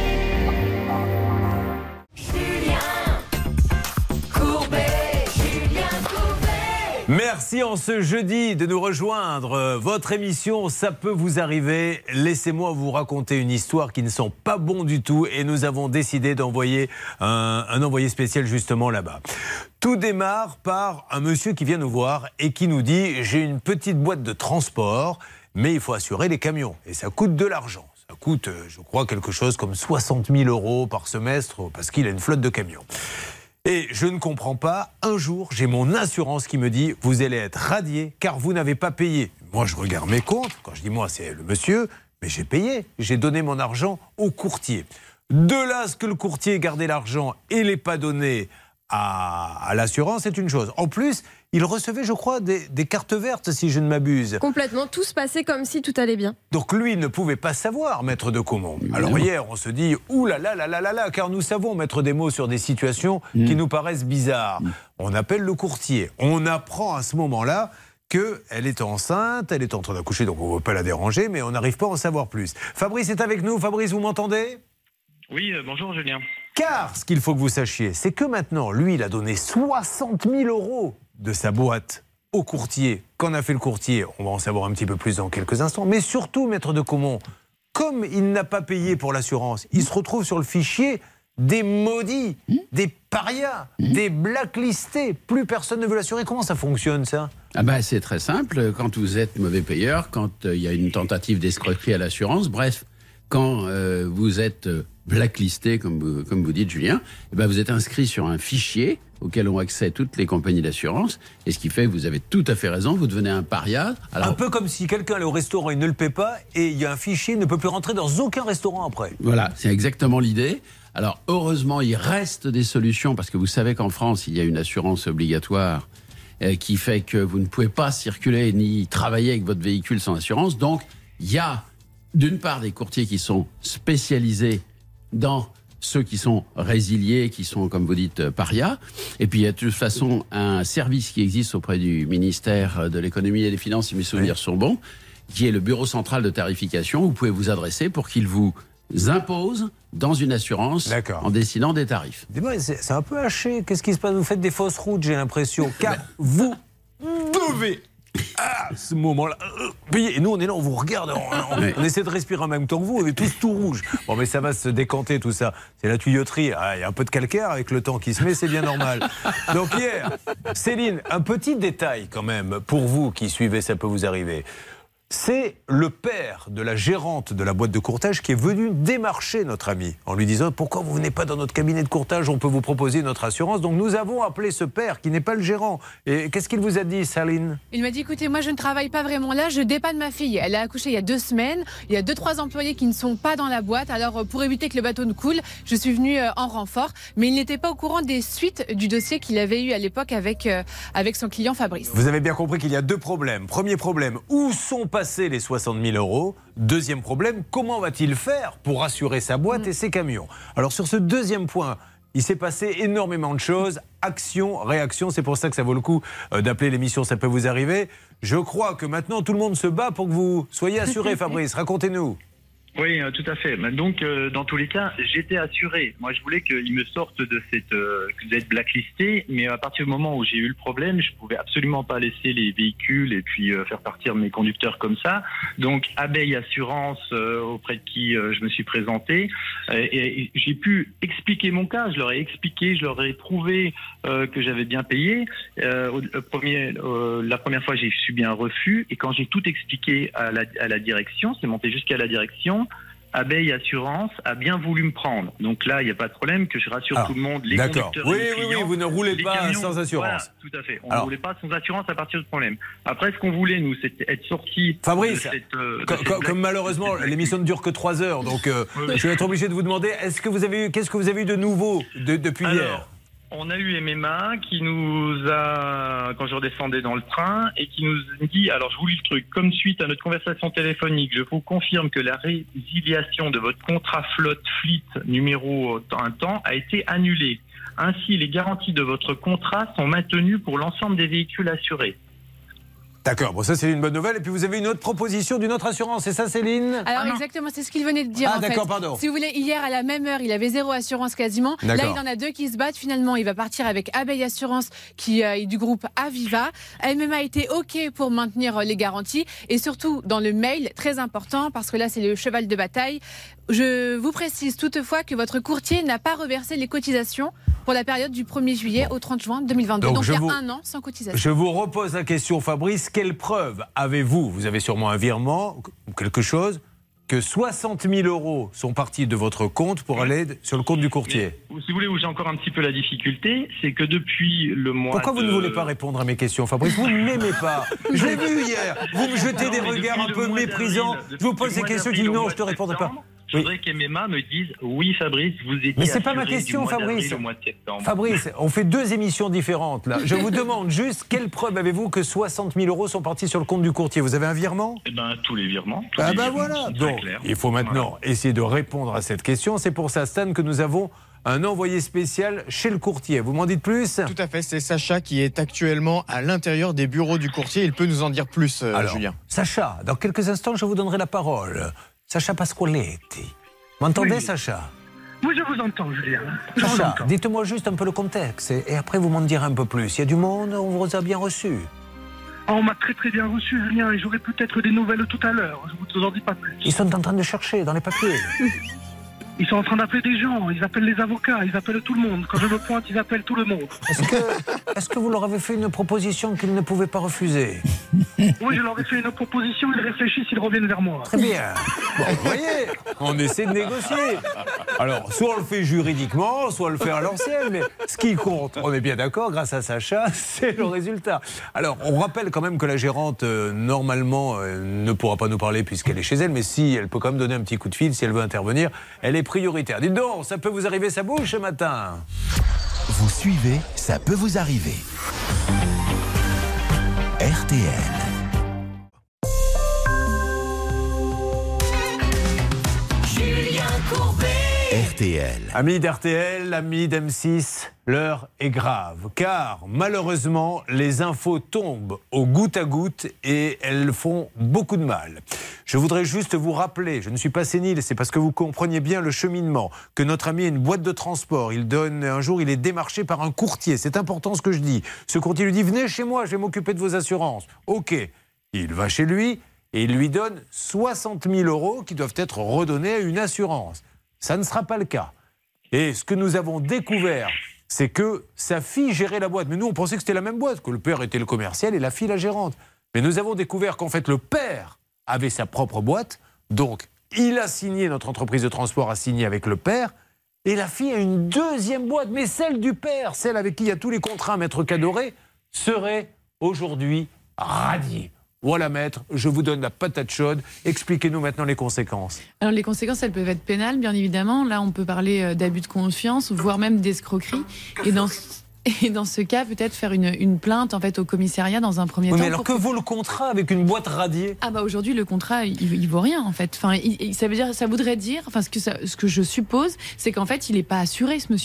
Merci en ce jeudi de nous rejoindre. Votre émission, ça peut vous arriver. Laissez-moi vous raconter une histoire qui ne sent pas bon du tout et nous avons décidé d'envoyer un, un envoyé spécial justement là-bas. Tout démarre par un monsieur qui vient nous voir et qui nous dit « J'ai une petite boîte de transport, mais il faut assurer les camions et ça coûte de l'argent. » Ça coûte, je crois, quelque chose comme soixante mille euros par semestre parce qu'il a une flotte de camions. Et je ne comprends pas, un jour, j'ai mon assurance qui me dit « Vous allez être radié car vous n'avez pas payé. » Moi, je regarde mes comptes. Quand je dis « Moi, c'est le monsieur », mais j'ai payé. J'ai donné mon argent au courtier. De là, ce que le courtier ait gardé l'argent et ne l'ait pas donné à, à l'assurance, c'est une chose. En plus, il recevait, je crois, des, des cartes vertes, si je ne m'abuse. Complètement. Tout se passait comme si tout allait bien. Donc lui ne pouvait pas savoir, Maître de Caumont. Alors hier, on se dit, ouh là là là là là là, car nous savons mettre des mots sur des situations mmh. qui nous paraissent bizarres. Mmh. On appelle le courtier. On apprend à ce moment-là qu'elle est enceinte, elle est en train d'accoucher, donc on ne veut pas la déranger, mais on n'arrive pas à en savoir plus. Fabrice est avec nous. Fabrice, vous m'entendez ? Oui, euh, bonjour Julien. Car ce qu'il faut que vous sachiez, c'est que maintenant, lui, il a donné soixante mille euros de sa boîte au courtier. Qu'en a fait le courtier? On va en savoir un petit peu plus dans quelques instants. Mais surtout, Maître de Caumont, comme il n'a pas payé pour l'assurance, il se retrouve sur le fichier des maudits, des parias, des blacklistés. Plus personne ne veut l'assurer. Comment ça fonctionne, ça? Ah bah, c'est très simple. Quand vous êtes mauvais payeur, quand il euh, y a une tentative d'escroquerie à l'assurance, bref, quand euh, vous êtes blacklisté, comme vous, comme vous dites, Julien, eh ben vous êtes inscrit sur un fichier auquel ont accès toutes les compagnies d'assurance. Et ce qui fait que vous avez tout à fait raison, vous devenez un paria. Alors, un peu comme si quelqu'un allait au restaurant, il ne le paie pas, et il y a un fichier, il ne peut plus rentrer dans aucun restaurant après. Voilà, c'est exactement l'idée. Alors, heureusement, il reste des solutions, parce que vous savez qu'en France, il y a une assurance obligatoire euh, qui fait que vous ne pouvez pas circuler ni travailler avec votre véhicule sans assurance. Donc, il y a d'une part des courtiers qui sont spécialisés dans ceux qui sont résiliés, qui sont, comme vous dites, parias. Et puis, il y a de toute façon un service qui existe auprès du ministère de l'économie et des finances, si mes souvenirs oui. sont bons, qui est le bureau central de tarification. Vous pouvez vous adresser pour qu'il vous impose dans une assurance en décidant des tarifs. Dis-moi, c'est un peu haché. Qu'est-ce qui se passe? Vous faites des fausses routes, j'ai l'impression. Car vous devez... à ce moment-là, et nous on est là, on vous regarde, on, on, oui. on essaie de respirer en même temps que vous, on est tous tout rouges. Bon, mais ça va se décanter tout ça. C'est la tuyauterie. Ah, il y a un peu de calcaire avec le temps qui se met, c'est bien normal. Donc hier, Céline, un petit détail quand même pour vous qui suivez, ça peut vous arriver. C'est le père de la gérante de la boîte de courtage qui est venu démarcher notre ami en lui disant « Pourquoi vous venez pas dans notre cabinet de courtage? On peut vous proposer notre assurance. » Donc nous avons appelé ce père qui n'est pas le gérant. Et qu'est-ce qu'il vous a dit, Saline? Il m'a dit « Écoutez, moi je ne travaille pas vraiment là, je dépanne ma fille. Elle a accouché il y a deux semaines. Il y a deux, trois employés qui ne sont pas dans la boîte. Alors pour éviter que le bateau ne coule, je suis venue en renfort. » Mais il n'était pas au courant des suites du dossier qu'il avait eu à l'époque avec, euh, avec son client Fabrice. Vous avez bien compris qu'il y a deux problèmes. Premier problème, où sont passés les soixante mille euros. Deuxième problème, comment va-t-il faire pour assurer sa boîte mmh. et ses camions? Alors sur ce deuxième point, il s'est passé énormément de choses. Action, réaction, c'est pour ça que ça vaut le coup d'appeler l'émission Ça peut vous arriver. Je crois que maintenant tout le monde se bat pour que vous soyez assuré, Fabrice. Racontez-nous. Oui, euh, tout à fait. Donc, euh, dans tous les cas, j'étais assuré. Moi, je voulais qu'ils me sortent de cette... Euh, que vous êtes blacklisté, mais à partir du moment où j'ai eu le problème, je pouvais absolument pas laisser les véhicules et puis euh, faire partir mes conducteurs comme ça. Donc, Abeille Assurance, euh, auprès de qui euh, je me suis présenté, euh, et, et j'ai pu expliquer mon cas. Je leur ai expliqué, je leur ai prouvé euh, que j'avais bien payé. Euh, au, le premier, euh, la première fois, j'ai subi un refus, et quand j'ai tout expliqué à la, à la direction, c'est monté jusqu'à la direction, Abeille Assurance a bien voulu me prendre. Donc là, il n'y a pas de problème, que je rassure ah, tout le monde. Les d'accord. conducteurs Oui, et les oui, clients, oui, vous ne roulez pas camions, sans assurance. Voilà, tout à fait. On Alors, ne roulait pas sans assurance à partir du problème. Après, ce qu'on voulait, nous, c'était être sortis. Fabrice, de cette, euh, de comme, cette comme, blague, comme malheureusement l'émission ne dure que trois heures, donc euh, oui, oui. je vais être obligé de vous demander, est-ce que vous avez eu, qu'est-ce que vous avez eu de nouveau de, depuis Alors, hier? On a eu M M A qui nous a, quand je redescendais dans le train, et qui nous dit, alors je vous lis le truc, comme suite à notre conversation téléphonique, je vous confirme que la résiliation de votre contrat flotte fleet numéro un temps a été annulée. Ainsi, les garanties de votre contrat sont maintenues pour l'ensemble des véhicules assurés. D'accord, bon ça c'est une bonne nouvelle. Et puis vous avez une autre proposition d'une autre assurance, c'est ça Céline? Alors ah exactement, c'est ce qu'il venait de dire. Ah en d'accord, fait. pardon. Si vous voulez, hier à la même heure, il avait zéro assurance quasiment. Là, il en a deux qui se battent. Finalement, il va partir avec Abeille Assurance qui euh, est du groupe Aviva. M M A a été OK pour maintenir les garanties. Et surtout, dans le mail, très important, parce que là c'est le cheval de bataille, je vous précise toutefois que votre courtier n'a pas reversé les cotisations pour la période du premier juillet au trente juin deux mille vingt-deux. Donc, Donc il y a vous, un an sans cotisation. Je vous repose la question, Fabrice. Quelle preuve avez-vous? Vous avez sûrement un virement ou quelque chose, que soixante mille euros sont partis de votre compte pour aller sur le compte du courtier. Mais, si vous voulez, où j'ai encore un petit peu la difficulté, c'est que depuis le mois Pourquoi de... vous ne voulez pas répondre à mes questions, Fabrice? Vous ne m'aimez pas. Je l'ai vu hier. Vous me jetez non, des regards un peu méprisants. Je vous pose des questions qui disent non, je ne te répondrai pas. Je voudrais qu'M M A me dise oui, Fabrice, vous étiez. Mais c'est pas ma question, Fabrice. Fabrice, on fait deux émissions différentes là. Je vous demande juste quelle preuve avez-vous que soixante mille euros sont partis sur le compte du courtier? Vous avez un virement? Eh ben tous les virements. Tous ah les ben virements voilà. Donc il faut maintenant voilà. essayer de répondre à cette question. C'est pour ça, Stan, que nous avons un envoyé spécial chez le courtier. Vous m'en dites plus? Tout à fait, c'est Sacha qui est actuellement à l'intérieur des bureaux du courtier. Il peut nous en dire plus, euh, Alors, Julien. Sacha, dans quelques instants, je vous donnerai la parole. Sacha Pasqualetti. M'entendez, oui. Sacha? Oui, je vous entends, Julien. Je Sacha, dites-moi juste un peu le contexte et, et après vous m'en direz un peu plus. Il y a du monde, on vous a bien reçu. On m'a très très bien reçu, Julien, et j'aurai peut-être des nouvelles tout à l'heure. Je vous en dis pas plus. Ils sont en train de chercher dans les papiers. Ils sont en train d'appeler des gens, ils appellent les avocats, ils appellent tout le monde. Quand je me pointe, ils appellent tout le monde. Est-ce que, est-ce que vous leur avez fait une proposition qu'ils ne pouvaient pas refuser? Oui, je leur ai fait une proposition, ils réfléchissent, ils reviennent vers moi. Très bien. Bon, vous voyez, on essaie de négocier. Alors, soit on le fait juridiquement, soit on le fait à l'ancienne, mais ce qui compte, on est bien d'accord, grâce à Sacha, c'est le résultat. Alors, on rappelle quand même que la gérante, euh, normalement, euh, ne pourra pas nous parler puisqu'elle est chez elle, mais si, elle peut quand même donner un petit coup de fil si elle veut intervenir. Elle est prioritaire. Dites donc, ça peut vous arriver, ça bouge ce matin. Vous suivez, ça peut vous arriver. R T L. Julien Courbet. R T L. Amis d'R T L, amis d'M six, l'heure est grave. Car malheureusement, les infos tombent au goutte à goutte et elles font beaucoup de mal. Je voudrais juste vous rappeler, je ne suis pas sénile, c'est parce que vous compreniez bien le cheminement, que notre ami a une boîte de transport. Il donne, un jour, il est démarché par un courtier. C'est important ce que je dis. Ce courtier lui dit, venez chez moi, je vais m'occuper de vos assurances. Ok. Il va chez lui et il lui donne soixante mille euros qui doivent être redonnés à une assurance. Ça ne sera pas le cas. Et ce que nous avons découvert, c'est que sa fille gérait la boîte. Mais nous, on pensait que c'était la même boîte, que le père était le commercial et la fille la gérante. Mais nous avons découvert qu'en fait, le père avait sa propre boîte. Donc, il a signé, notre entreprise de transport a signé avec le père. Et la fille a une deuxième boîte, mais celle du père, celle avec qui il y a tous les contrats, maître Cadoré, serait aujourd'hui radiée. Voilà, maître, je vous donne la patate chaude. Expliquez-nous maintenant les conséquences. Alors, les conséquences, elles peuvent être pénales, bien évidemment. Là, on peut parler d'abus de confiance, voire même d'escroquerie. Et dans, et dans ce cas, peut-être faire une, une plainte en fait, au commissariat dans un premier oui, temps. Mais alors, que vaut le contrat avec une boîte radiée? Ah bah aujourd'hui, le contrat, il, il vaut rien, en fait. Enfin, il, ça, veut dire, ça voudrait dire, enfin, ce que, ça, ce que je suppose, c'est qu'en fait, il n'est pas assuré, ce monsieur.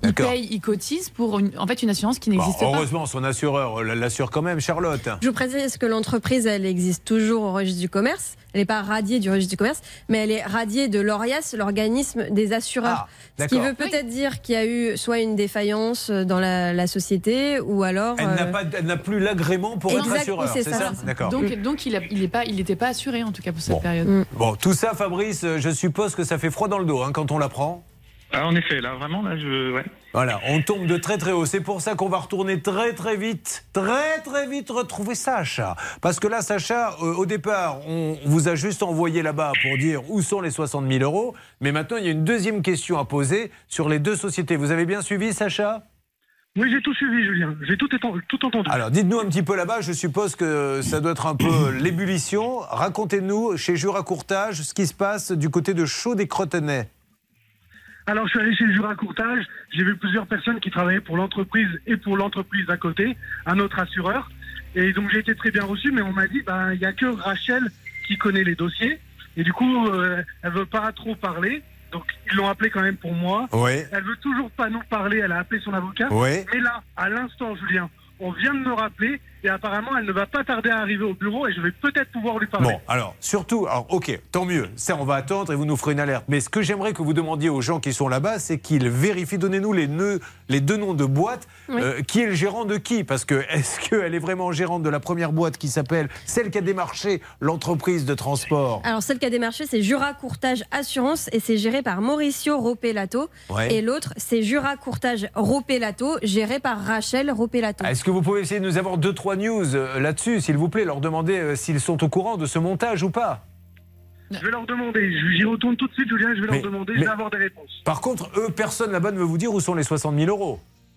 il D'accord. paye, il cotise pour une, en fait une assurance qui Bon, n'existe pas. heureusement, son assureur l'assure quand même, Charlotte. Je vous précise que l'entreprise, elle existe toujours au registre du commerce. Elle n'est pas radiée du registre du commerce, mais elle est radiée de l'ORIAS, l'organisme des assureurs. Ah, Ce qui d'accord. veut peut-être dire qu'il y a eu soit une défaillance dans la, la société, ou alors... Elle n'a euh, pas- elle n'a plus l'agrément pour être Exact, assureur, c'est c'est ça. ça, D'accord. Donc, donc il n'était pas, il était pas assuré en tout cas pour cette Bon. période. Bon, tout ça, Fabrice, je suppose que ça fait froid dans le dos hein, quand on l'apprend. Ah, en effet, là, vraiment, là, je. Ouais. Voilà, on tombe de très très haut. C'est pour ça qu'on va retourner très très vite, très très vite retrouver Sacha. Parce que là, Sacha, euh, au départ, on vous a juste envoyé là-bas pour dire où sont les soixante mille euros. Mais maintenant, il y a une deuxième question à poser sur les deux sociétés. Vous avez bien suivi, Sacha ? Oui, j'ai tout suivi, Julien. J'ai tout, éten- tout entendu. Alors, dites-nous un petit peu là-bas. Je suppose que ça doit être un peu l'ébullition. Racontez-nous, chez Jura Courtage, ce qui se passe du côté de Chaudes-et-Crotenay. Alors, je suis allé chez le Jura Courtage. J'ai vu plusieurs personnes qui travaillaient pour l'entreprise et pour l'entreprise à côté, un autre assureur. Et donc, j'ai été très bien reçu, mais on m'a dit, ben, il n'y a que Rachel qui connaît les dossiers. Et du coup, euh, elle veut pas trop parler. Donc, ils l'ont appelé quand même pour moi. Oui. Elle veut toujours pas nous parler. Elle a appelé son avocat. Oui. Mais là, à l'instant, Julien, on vient de me rappeler. Et apparemment, elle ne va pas tarder à arriver au bureau. Et je vais peut-être pouvoir lui parler. Bon, alors, surtout, alors, ok, tant mieux. Ça, on va attendre et vous nous ferez une alerte. Mais ce que j'aimerais que vous demandiez aux gens qui sont là-bas, c'est qu'ils vérifient, donnez-nous les, nœuds, les deux noms de boîtes. Oui. Euh, qui est le gérant de qui ? Parce que, est-ce qu'elle est vraiment gérante de la première boîte qui s'appelle celle qui a démarché l'entreprise de transport ? Alors, celle qui a démarché, c'est Jura Courtage Assurance et c'est géré par Mauricio Ropelato. Ouais. Et l'autre, c'est Jura Courtage Ropelato, géré par Rachel Ropelato. Est-ce que vous pouvez essayer de nous avoir deux, trois news euh, là-dessus, s'il vous plaît, leur demander euh, s'ils sont au courant de ce montage ou pas ? Je vais leur demander. J'y retourne tout de suite, Julien. Je vais Mais- leur demander. mais- Je vais avoir des réponses. Par contre, eux, personne là-bas ne veut vous dire où sont les soixante mille euros.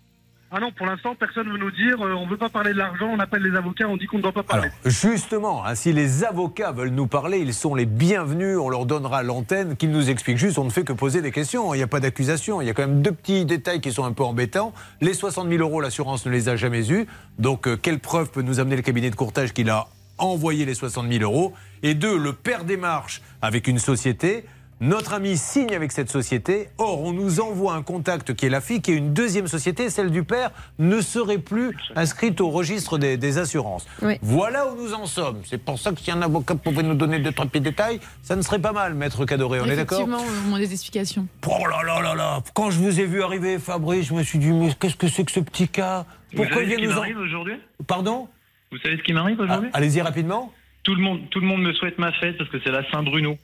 Ah non, pour l'instant, personne ne veut nous dire. euh, on ne veut pas parler de l'argent. On appelle les avocats. On dit qu'on ne doit pas parler. Justement, hein, si les avocats veulent nous parler, ils sont les bienvenus, on leur donnera l'antenne, qu'ils nous expliquent juste, on ne fait que poser des questions, il n'y a pas d'accusation, il y a quand même deux petits détails qui sont un peu embêtants. Les soixante mille euros, l'assurance ne les a jamais eus, donc euh, quelle preuve peut nous amener le cabinet de courtage qu'il a envoyé les soixante mille euros ? Et deux, le père démarche avec une société. Notre ami signe avec cette société. Or, on nous envoie un contact qui est la fille, qui est une deuxième société. Celle du père ne serait plus inscrite au registre des, des assurances. Oui. Voilà où nous en sommes. C'est pour ça que si un avocat pouvait nous donner deux, trois petits détails, ça ne serait pas mal, maître Cadoré. On est d'accord ? Effectivement, on demande des explications. Oh là là là là ! Quand je vous ai vu arriver, Fabrice, je me suis dit, mais qu'est-ce que c'est que ce petit cas ? Vous Pourquoi savez il ce vient qui nous en... m'arrive aujourd'hui ? Pardon ? Vous savez ce qui m'arrive aujourd'hui ? Ah, allez-y rapidement. Tout le monde, tout le monde me souhaite ma fête parce que c'est la Saint-Bruno.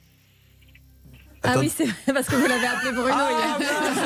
Ah oui, c'est parce que vous l'avez appelé Bruno Ah,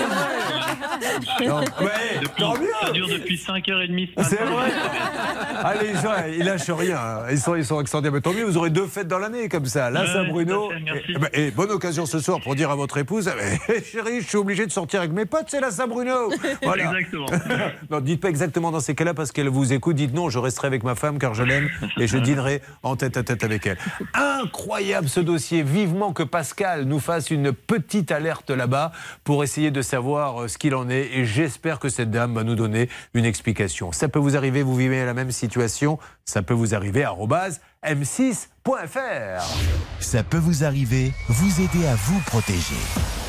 hier. Non, ouais, Depuis- tant mieux. ça dure depuis cinq heures trente ce matin. C'est vrai. Allez, les gens, ils lâchent rien. Ils sont, ils sont extraordinaires. Mais tant mieux, vous aurez deux fêtes dans l'année comme ça. Là, Ouais, Saint-Bruno. tout à fait, merci. Et, ben, et bonne occasion ce soir pour dire à votre épouse eh, chérie, je suis obligé de sortir avec mes potes, c'est la Saint-Bruno. Voilà. Exactement. Non, dites pas exactement dans ces cas-là parce qu'elle vous écoute. Dites non, je resterai avec ma femme car je l'aime et je dînerai en tête à tête avec elle. Incroyable ce dossier. Vivement que Pascal nous fasse une petite alerte là-bas pour essayer de savoir euh, ce qu'il en est. Et j'espère que cette dame va nous donner une explication. Ça peut vous arriver, vous vivez la même situation. Ça peut vous arriver, arobase m six point f r. Ça peut vous arriver, vous aider à vous protéger.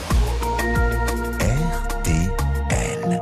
R T L.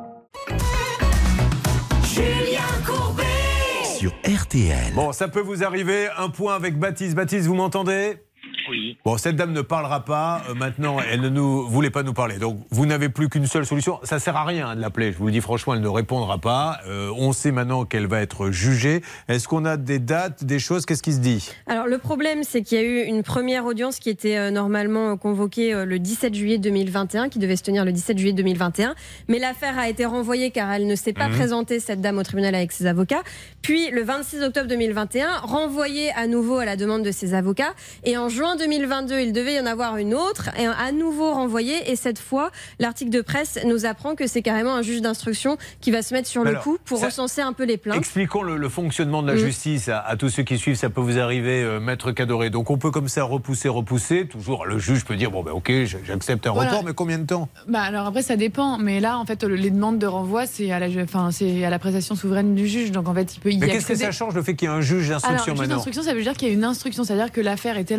Julien Courbet. Sur R T L. Bon, ça peut vous arriver. Un point avec Baptiste. Baptiste, vous m'entendez ? Oui. Bon, cette dame ne parlera pas. Euh, maintenant, elle ne nous voulait pas nous parler. Donc, vous n'avez plus qu'une seule solution. Ça sert à rien de l'appeler. Je vous le dis franchement, elle ne répondra pas. Euh, on sait maintenant qu'elle va être jugée. Est-ce qu'on a des dates, des choses ? Qu'est-ce qui se dit ? Alors le problème, c'est qu'il y a eu une première audience qui était euh, normalement euh, convoquée euh, le dix-sept juillet deux mille vingt et un, qui devait se tenir le dix-sept juillet deux mille vingt et un. Mais l'affaire a été renvoyée car elle ne s'est pas Mhm. présentée, cette dame, au tribunal avec ses avocats. Puis le vingt-six octobre deux mille vingt et un, renvoyée à nouveau à la demande de ses avocats. Et en juin deux mille vingt-deux, il devait y en avoir une autre, et à nouveau renvoyée. Et cette fois, l'article de presse nous apprend que c'est carrément un juge d'instruction qui va se mettre sur le Alors, coup pour ça- recenser un peu les plaintes. Expliquons le, le fonctionnement de la Mm. justice à, à tous ceux qui suivent. Ça peut vous arriver, euh, maître Cadoré. Donc, on peut comme ça repousser, repousser. Toujours, le juge peut dire bon, ben ok, j'accepte un Voilà. report, mais combien de temps ? Bah alors après ça dépend, mais là en fait le- les demandes de renvoi c'est à la, enfin c'est à l'appréciation souveraine du juge, donc en fait il peut y Mais qu'est-ce que accéder. ça change le fait qu'il y ait un juge Alors, d'instruction juge maintenant ? d'instruction, ça veut dire qu'il y a une instruction, c'est-à-dire que l'affaire est tellement conséquente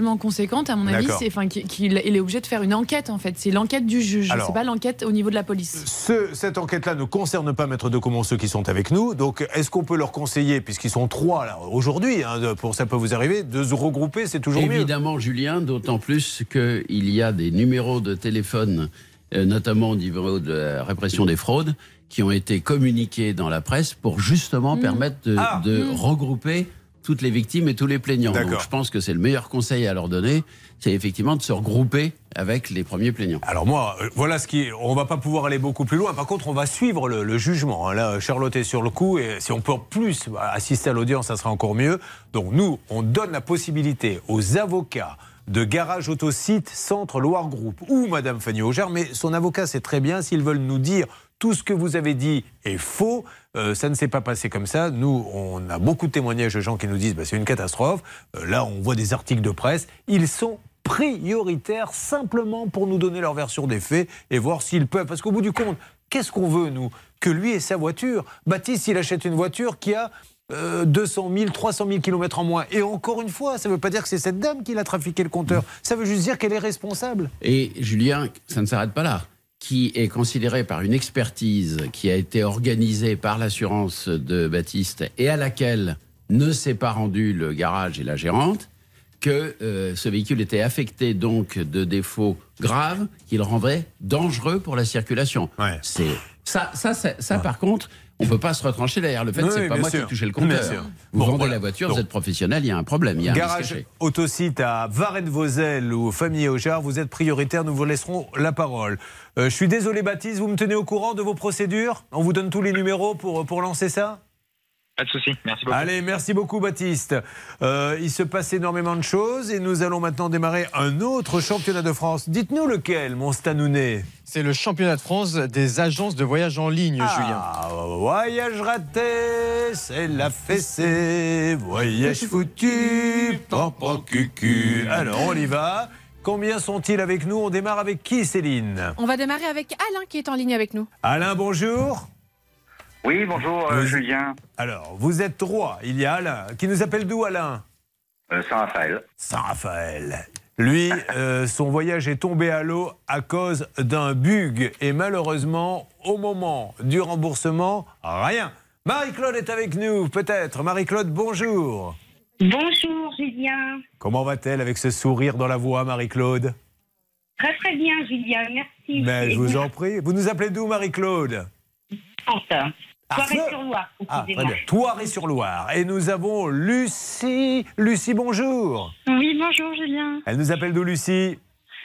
conséquente, à mon avis, c'est, enfin, qu'il, qu'il est obligé de faire une enquête, en fait. C'est l'enquête du juge, c'est pas l'enquête au niveau de la police. Ce, cette enquête-là ne concerne pas Maître Decomont, ceux qui sont avec nous. Donc, est-ce qu'on peut leur conseiller, puisqu'ils sont trois là, aujourd'hui, hein, pour ça peut vous arriver, de se regrouper, c'est toujours Évidemment, mieux. Évidemment, Julien, d'autant plus qu'il y a des numéros de téléphone, euh, notamment au niveau de la répression des fraudes, qui ont été communiqués dans la presse pour justement mmh. permettre de, ah. de mmh. regrouper toutes les victimes et tous les plaignants. D'accord. Donc je pense que c'est le meilleur conseil à leur donner, c'est effectivement de se regrouper avec les premiers plaignants. Alors moi, euh, voilà ce qui... On ne va pas pouvoir aller beaucoup plus loin. Par contre, on va suivre le, le jugement. Là, Charlotte est sur le coup et si on peut en plus assister à l'audience, ça sera encore mieux. Donc nous, on donne la possibilité aux avocats de Garage Autosite Centre Loire Group ou Madame Fanny Auger, mais son avocat sait très bien s'ils veulent nous dire tout ce que vous avez dit est faux, euh, ça ne s'est pas passé comme ça. Nous, on a beaucoup de témoignages de gens qui nous disent bah, c'est une catastrophe. Euh, là, on voit des articles de presse. Ils sont prioritaires simplement pour nous donner leur version des faits et voir s'ils peuvent. Parce qu'au bout du compte, qu'est-ce qu'on veut, nous ? Que lui ait sa voiture. Baptiste, il achète une voiture qui a euh, deux cent mille, trois cent mille kilomètres en moins. Et encore une fois, ça ne veut pas dire que c'est cette dame qui l'a trafiqué le compteur. Ça veut juste dire qu'elle est responsable. Et Julien, ça ne s'arrête pas là. Qui est considéré par une expertise qui a été organisée par l'assurance de Baptiste et à laquelle ne s'est pas rendu le garage et la gérante, que euh, ce véhicule était affecté donc de défauts graves qui le rendraient dangereux pour la circulation. Ouais. C'est, ça, ça, ça, ça ouais. par contre, on ne peut pas se retrancher derrière le fait que ce n'est pas moi sûr. qui ai touché le compteur. Vous bon, vendez voilà. la voiture, donc, vous êtes professionnel, il y a un problème. Il y a Garage un Autosite à Varennes-Vauzelles ou Famille Auger, vous êtes prioritaire, nous vous laisserons la parole. Euh, je suis désolé Baptiste, vous me tenez au courant de vos procédures ? On vous donne tous les numéros pour, pour lancer ça ? Pas de souci, merci beaucoup. Allez, merci beaucoup Baptiste. Euh, il se passe énormément de choses et nous allons maintenant démarrer un autre championnat de France. Dites-nous lequel, mon Stanounet ? C'est le championnat de France des agences de voyage en ligne, ah, Julien. Voyage raté, c'est la fessée. Voyage foutu, pampan cucu. Alors, on y va. Combien sont-ils avec nous ? On démarre avec qui, Céline ? On va démarrer avec Alain qui est en ligne avec nous. Alain, bonjour. Oui, bonjour euh, Julien. Alors, vous êtes roi, il y a Alain. Qui nous appelle d'où, Alain ? euh, Saint-Raphaël. Saint-Raphaël. Lui, euh, son voyage est tombé à l'eau à cause d'un bug. Et malheureusement, au moment du remboursement, rien. Marie-Claude est avec nous, peut-être. Marie-Claude, bonjour. Bonjour Julien. Comment va-t-elle avec ce sourire dans la voix, Marie-Claude ? Très très bien Julien, merci. Mais je vous en prie. Vous nous appelez d'où, Marie-Claude ? Enfin. Thoiry-sur-Loire, ah, Thoiry-sur-Loire. Et nous avons Lucie. Lucie, bonjour. Oui, bonjour Julien. Elle nous appelle d'où, Lucie ?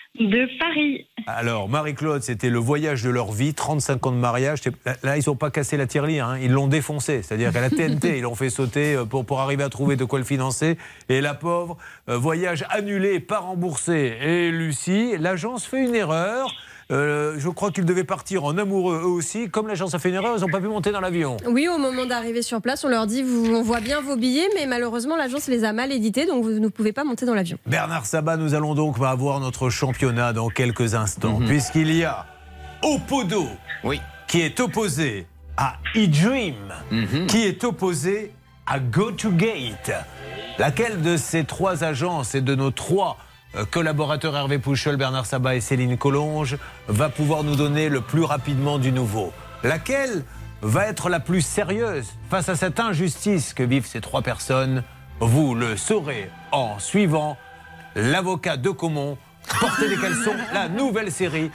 De Paris. Alors, Marie-Claude, c'était le voyage de leur vie, trente-cinq ans de mariage. Là, ils n'ont pas cassé la tirelire, hein. Ils l'ont défoncé. C'est-à-dire qu'à la T N T, ils l'ont fait sauter pour, pour arriver à trouver de quoi le financer. Et la pauvre, euh, voyage annulé, pas remboursé. Et Lucie, l'agence fait une erreur. Euh, je crois qu'ils devaient partir en amoureux eux aussi. Comme l'agence a fait une erreur, ils n'ont pas pu monter dans l'avion. Oui, au moment d'arriver sur place, on leur dit vous, on voit bien vos billets, mais malheureusement l'agence les a mal édités, donc vous ne pouvez pas monter dans l'avion. Bernard Sabat, nous allons donc avoir notre championnat dans quelques instants, mmh. puisqu'il y a Opodo, oui. qui est opposé à eDream, mmh. qui est opposé à GoToGate. Laquelle de ces trois agences et de nos trois collaborateurs Hervé Pouchol, Bernard Sabat et Céline Collonges va pouvoir nous donner le plus rapidement du nouveau? Laquelle va être la plus sérieuse face à cette injustice que vivent ces trois personnes? Vous le saurez en suivant l'avocat Decomont, Porter des caleçons, la nouvelle série.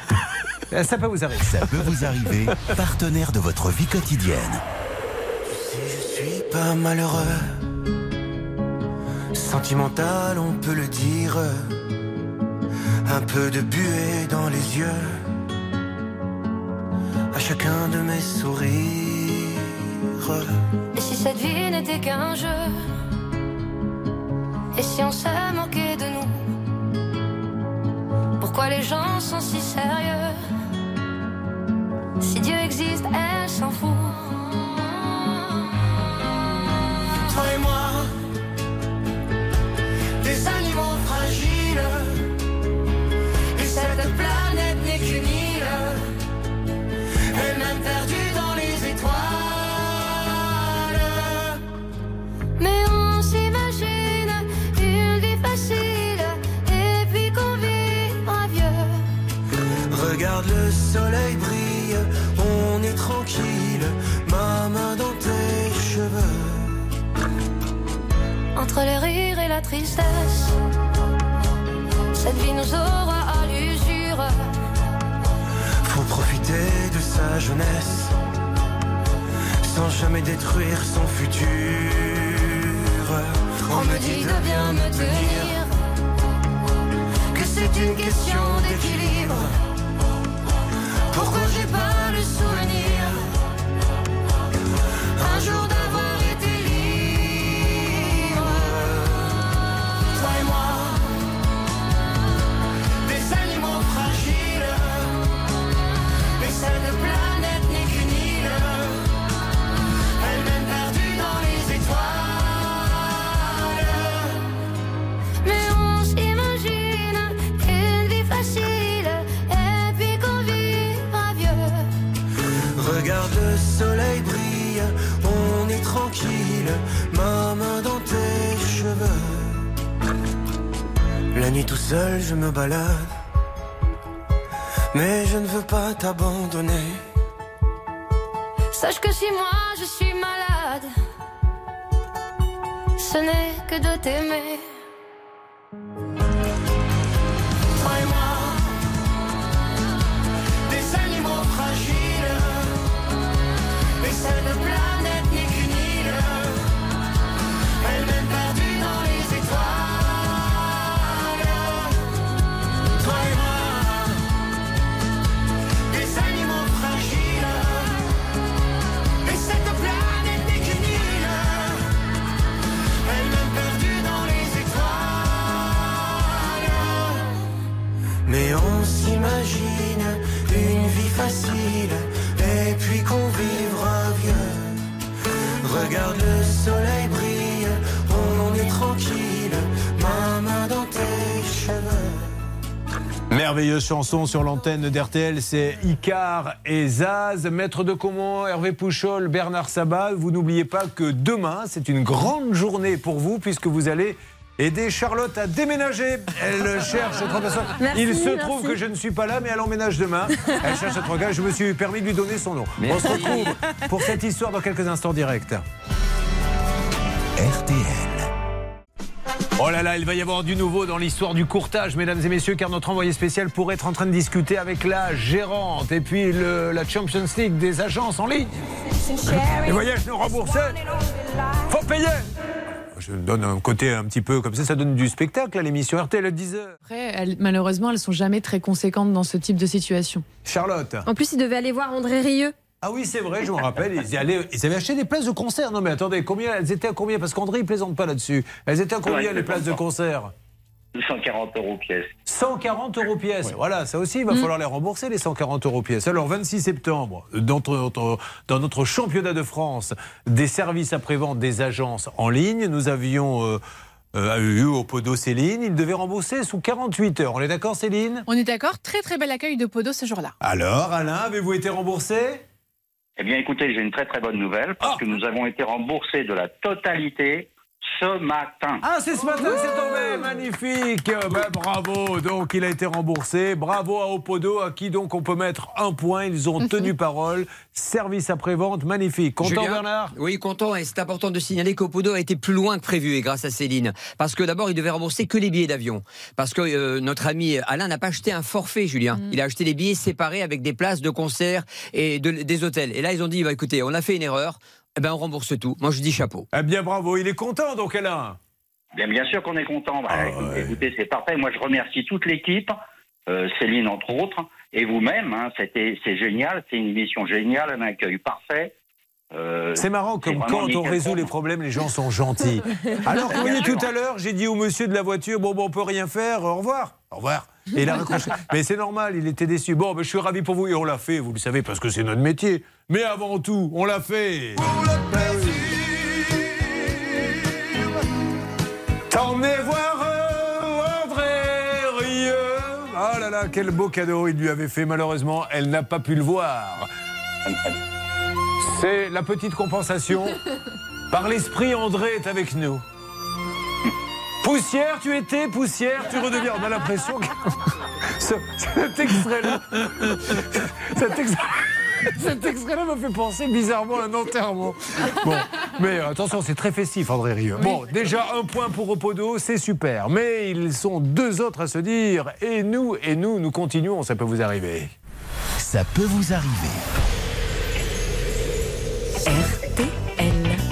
Ça peut vous arriver. Ça peut vous arriver, partenaire de votre vie quotidienne. Si je suis pas malheureux, sentimental on peut le dire, un peu de buée dans les yeux, à chacun de mes sourires. Et si cette vie n'était qu'un jeu, et si on se moquait de nous, pourquoi les gens sont si sérieux? Si Dieu existe, elle s'en fout. Toi et moi, des animaux fragiles, et cette planète n'est qu'une île, elle-même perdue dans les étoiles. Mais on s'imagine une vie facile, Regarde le soleil brille, on est tranquille, ma main dans tes cheveux. Entre les rires et la tristesse, cette vie nous aura à l'usure. Faut profiter de sa jeunesse, sans jamais détruire son futur. On me dit de bien me tenir, que c'est une question d'équilibre. Pourquoi j'ai pas le souvenir un jour d'avoir été libre? Toi et moi, des animaux fragiles, et cette planète n'est qu'une île, elle-même perdue dans les étoiles. Mais on s'imagine une vie facile, et puis qu'on vivra vieux. Regarde le soleil brille, on est tranquille, ma main dans tes cheveux. La nuit tout seul je me balade, mais je ne veux pas t'abandonner. Sache que si moi je suis malade, ce n'est que de t'aimer. Toi et moi, des animaux fragiles, et cette planète n'est qu'une île, elle-même perdue dans les étoiles. Toi et moi, des animaux fragiles, et cette planète n'est qu'une île, elle-même perdue dans les étoiles. Mais on s'imagine une vie facile, et puis qu'on vivra vieux. Regarde le soleil brille, on est tranquille, ma main dans tes cheveux. Merveilleuse chanson sur l'antenne d'R T L, c'est Icare et Zaz. Maître de Comont, Hervé Pouchol, Bernard Sabat, vous n'oubliez pas que demain, c'est une grande journée pour vous puisque vous allez aider Charlotte à déménager. Elle cherche cette personne. Merci, Il se merci. trouve que je ne suis pas là, mais elle emménage demain. Elle cherche cette gars. Je me suis permis de lui donner son nom. On se retrouve pour cette histoire dans quelques instants direct. R T L. Oh là là, il va y avoir du nouveau dans l'histoire du courtage, mesdames et messieurs, car notre envoyé spécial pourrait être en train de discuter avec la gérante et puis le, la Champions League des agences en ligne. Les voyages non remboursés, faut payer. Je donne un côté un petit peu comme ça, ça donne du spectacle à l'émission R T L à dix heures. Après, elles- malheureusement, elles sont jamais très conséquentes dans ce type de situation. Charlotte. En plus, il devait aller voir André Rieu. Ah oui, c'est vrai, je me rappelle, ils, y allaient- ils avaient acheté des places de concert. Non mais attendez, combien elles étaient à combien? Parce qu'André, il plaisante pas là-dessus. Elles étaient à combien Ouais, les places de concert? cent quarante euros pièce. cent quarante euros pièce. Voilà, ça aussi, il va Mm. falloir les rembourser, les cent quarante euros pièce. Alors, vingt-six septembre, dans notre, dans notre championnat de France des services après-vente des agences en ligne, nous avions euh, euh, eu au Podo Céline. Il devait rembourser sous quarante-huit heures. On est d'accord, Céline? On est d'accord, très très bel accueil de Podo ce jour-là. Alors, Alain, avez-vous été remboursé? Eh bien, écoutez, j'ai une très très bonne nouvelle parce que nous avons été remboursés de la totalité ce matin. Ah, c'est ce matin que c'est tombé, magnifique. Ben, bravo, donc il a été remboursé. Bravo à Opodo, à qui donc on peut mettre un point. Ils ont tenu parole. Service après-vente, magnifique. Content, Julien Bernard? Oui, content. Et c'est important de signaler qu'Opodo a été plus loin que prévu, et grâce à Céline. Parce que d'abord, il devait rembourser que les billets d'avion. Parce que euh, notre ami Alain n'a pas acheté un forfait, Julien. Il a acheté des billets séparés avec des places de concert et de- des hôtels. Et là, ils ont dit, bah, écoutez, on a fait une erreur. Eh ben, on rembourse tout. Moi, je dis chapeau. Eh bien, bravo. Il est content, donc, Alain. Bien, bien sûr qu'on est content. Bah, Ah, écoutez, ouais. écoutez, c'est parfait. Moi, je remercie toute l'équipe, euh, Céline entre autres, et vous-même. Hein, c'était, c'est génial. C'est une émission géniale, un accueil parfait. Euh, C'est marrant, comme vraiment quand on nickel résout pour les moi. problèmes, les gens sont gentils. Alors, vous voyez, Bien sûr. tout à l'heure, j'ai dit au monsieur de la voiture, bon, bon on peut rien faire, au revoir. Au revoir. Et il a raccroché. Mais c'est normal, il était déçu. Bon, ben, je suis ravi pour vous et on l'a fait, vous le savez, parce que c'est notre métier. Mais avant tout, on l'a fait. T'emmener voir euh, André Rieu. Oh là là, quel beau cadeau il lui avait fait. Malheureusement, elle n'a pas pu le voir. C'est la petite compensation. Par l'esprit, André est avec nous. Poussière, tu étais, poussière, tu redeviens. On a l'impression que Ce, cet extrait-là, cet extrait, cet extrait-là me fait penser bizarrement à un enterrement. Bon, mais euh, attention, c'est très festif, André Rieu. Bon, déjà un point pour Opodo, c'est super. Mais ils sont deux autres à se dire, et nous, et nous, nous continuons, ça peut vous arriver. Ça peut vous arriver. R T L.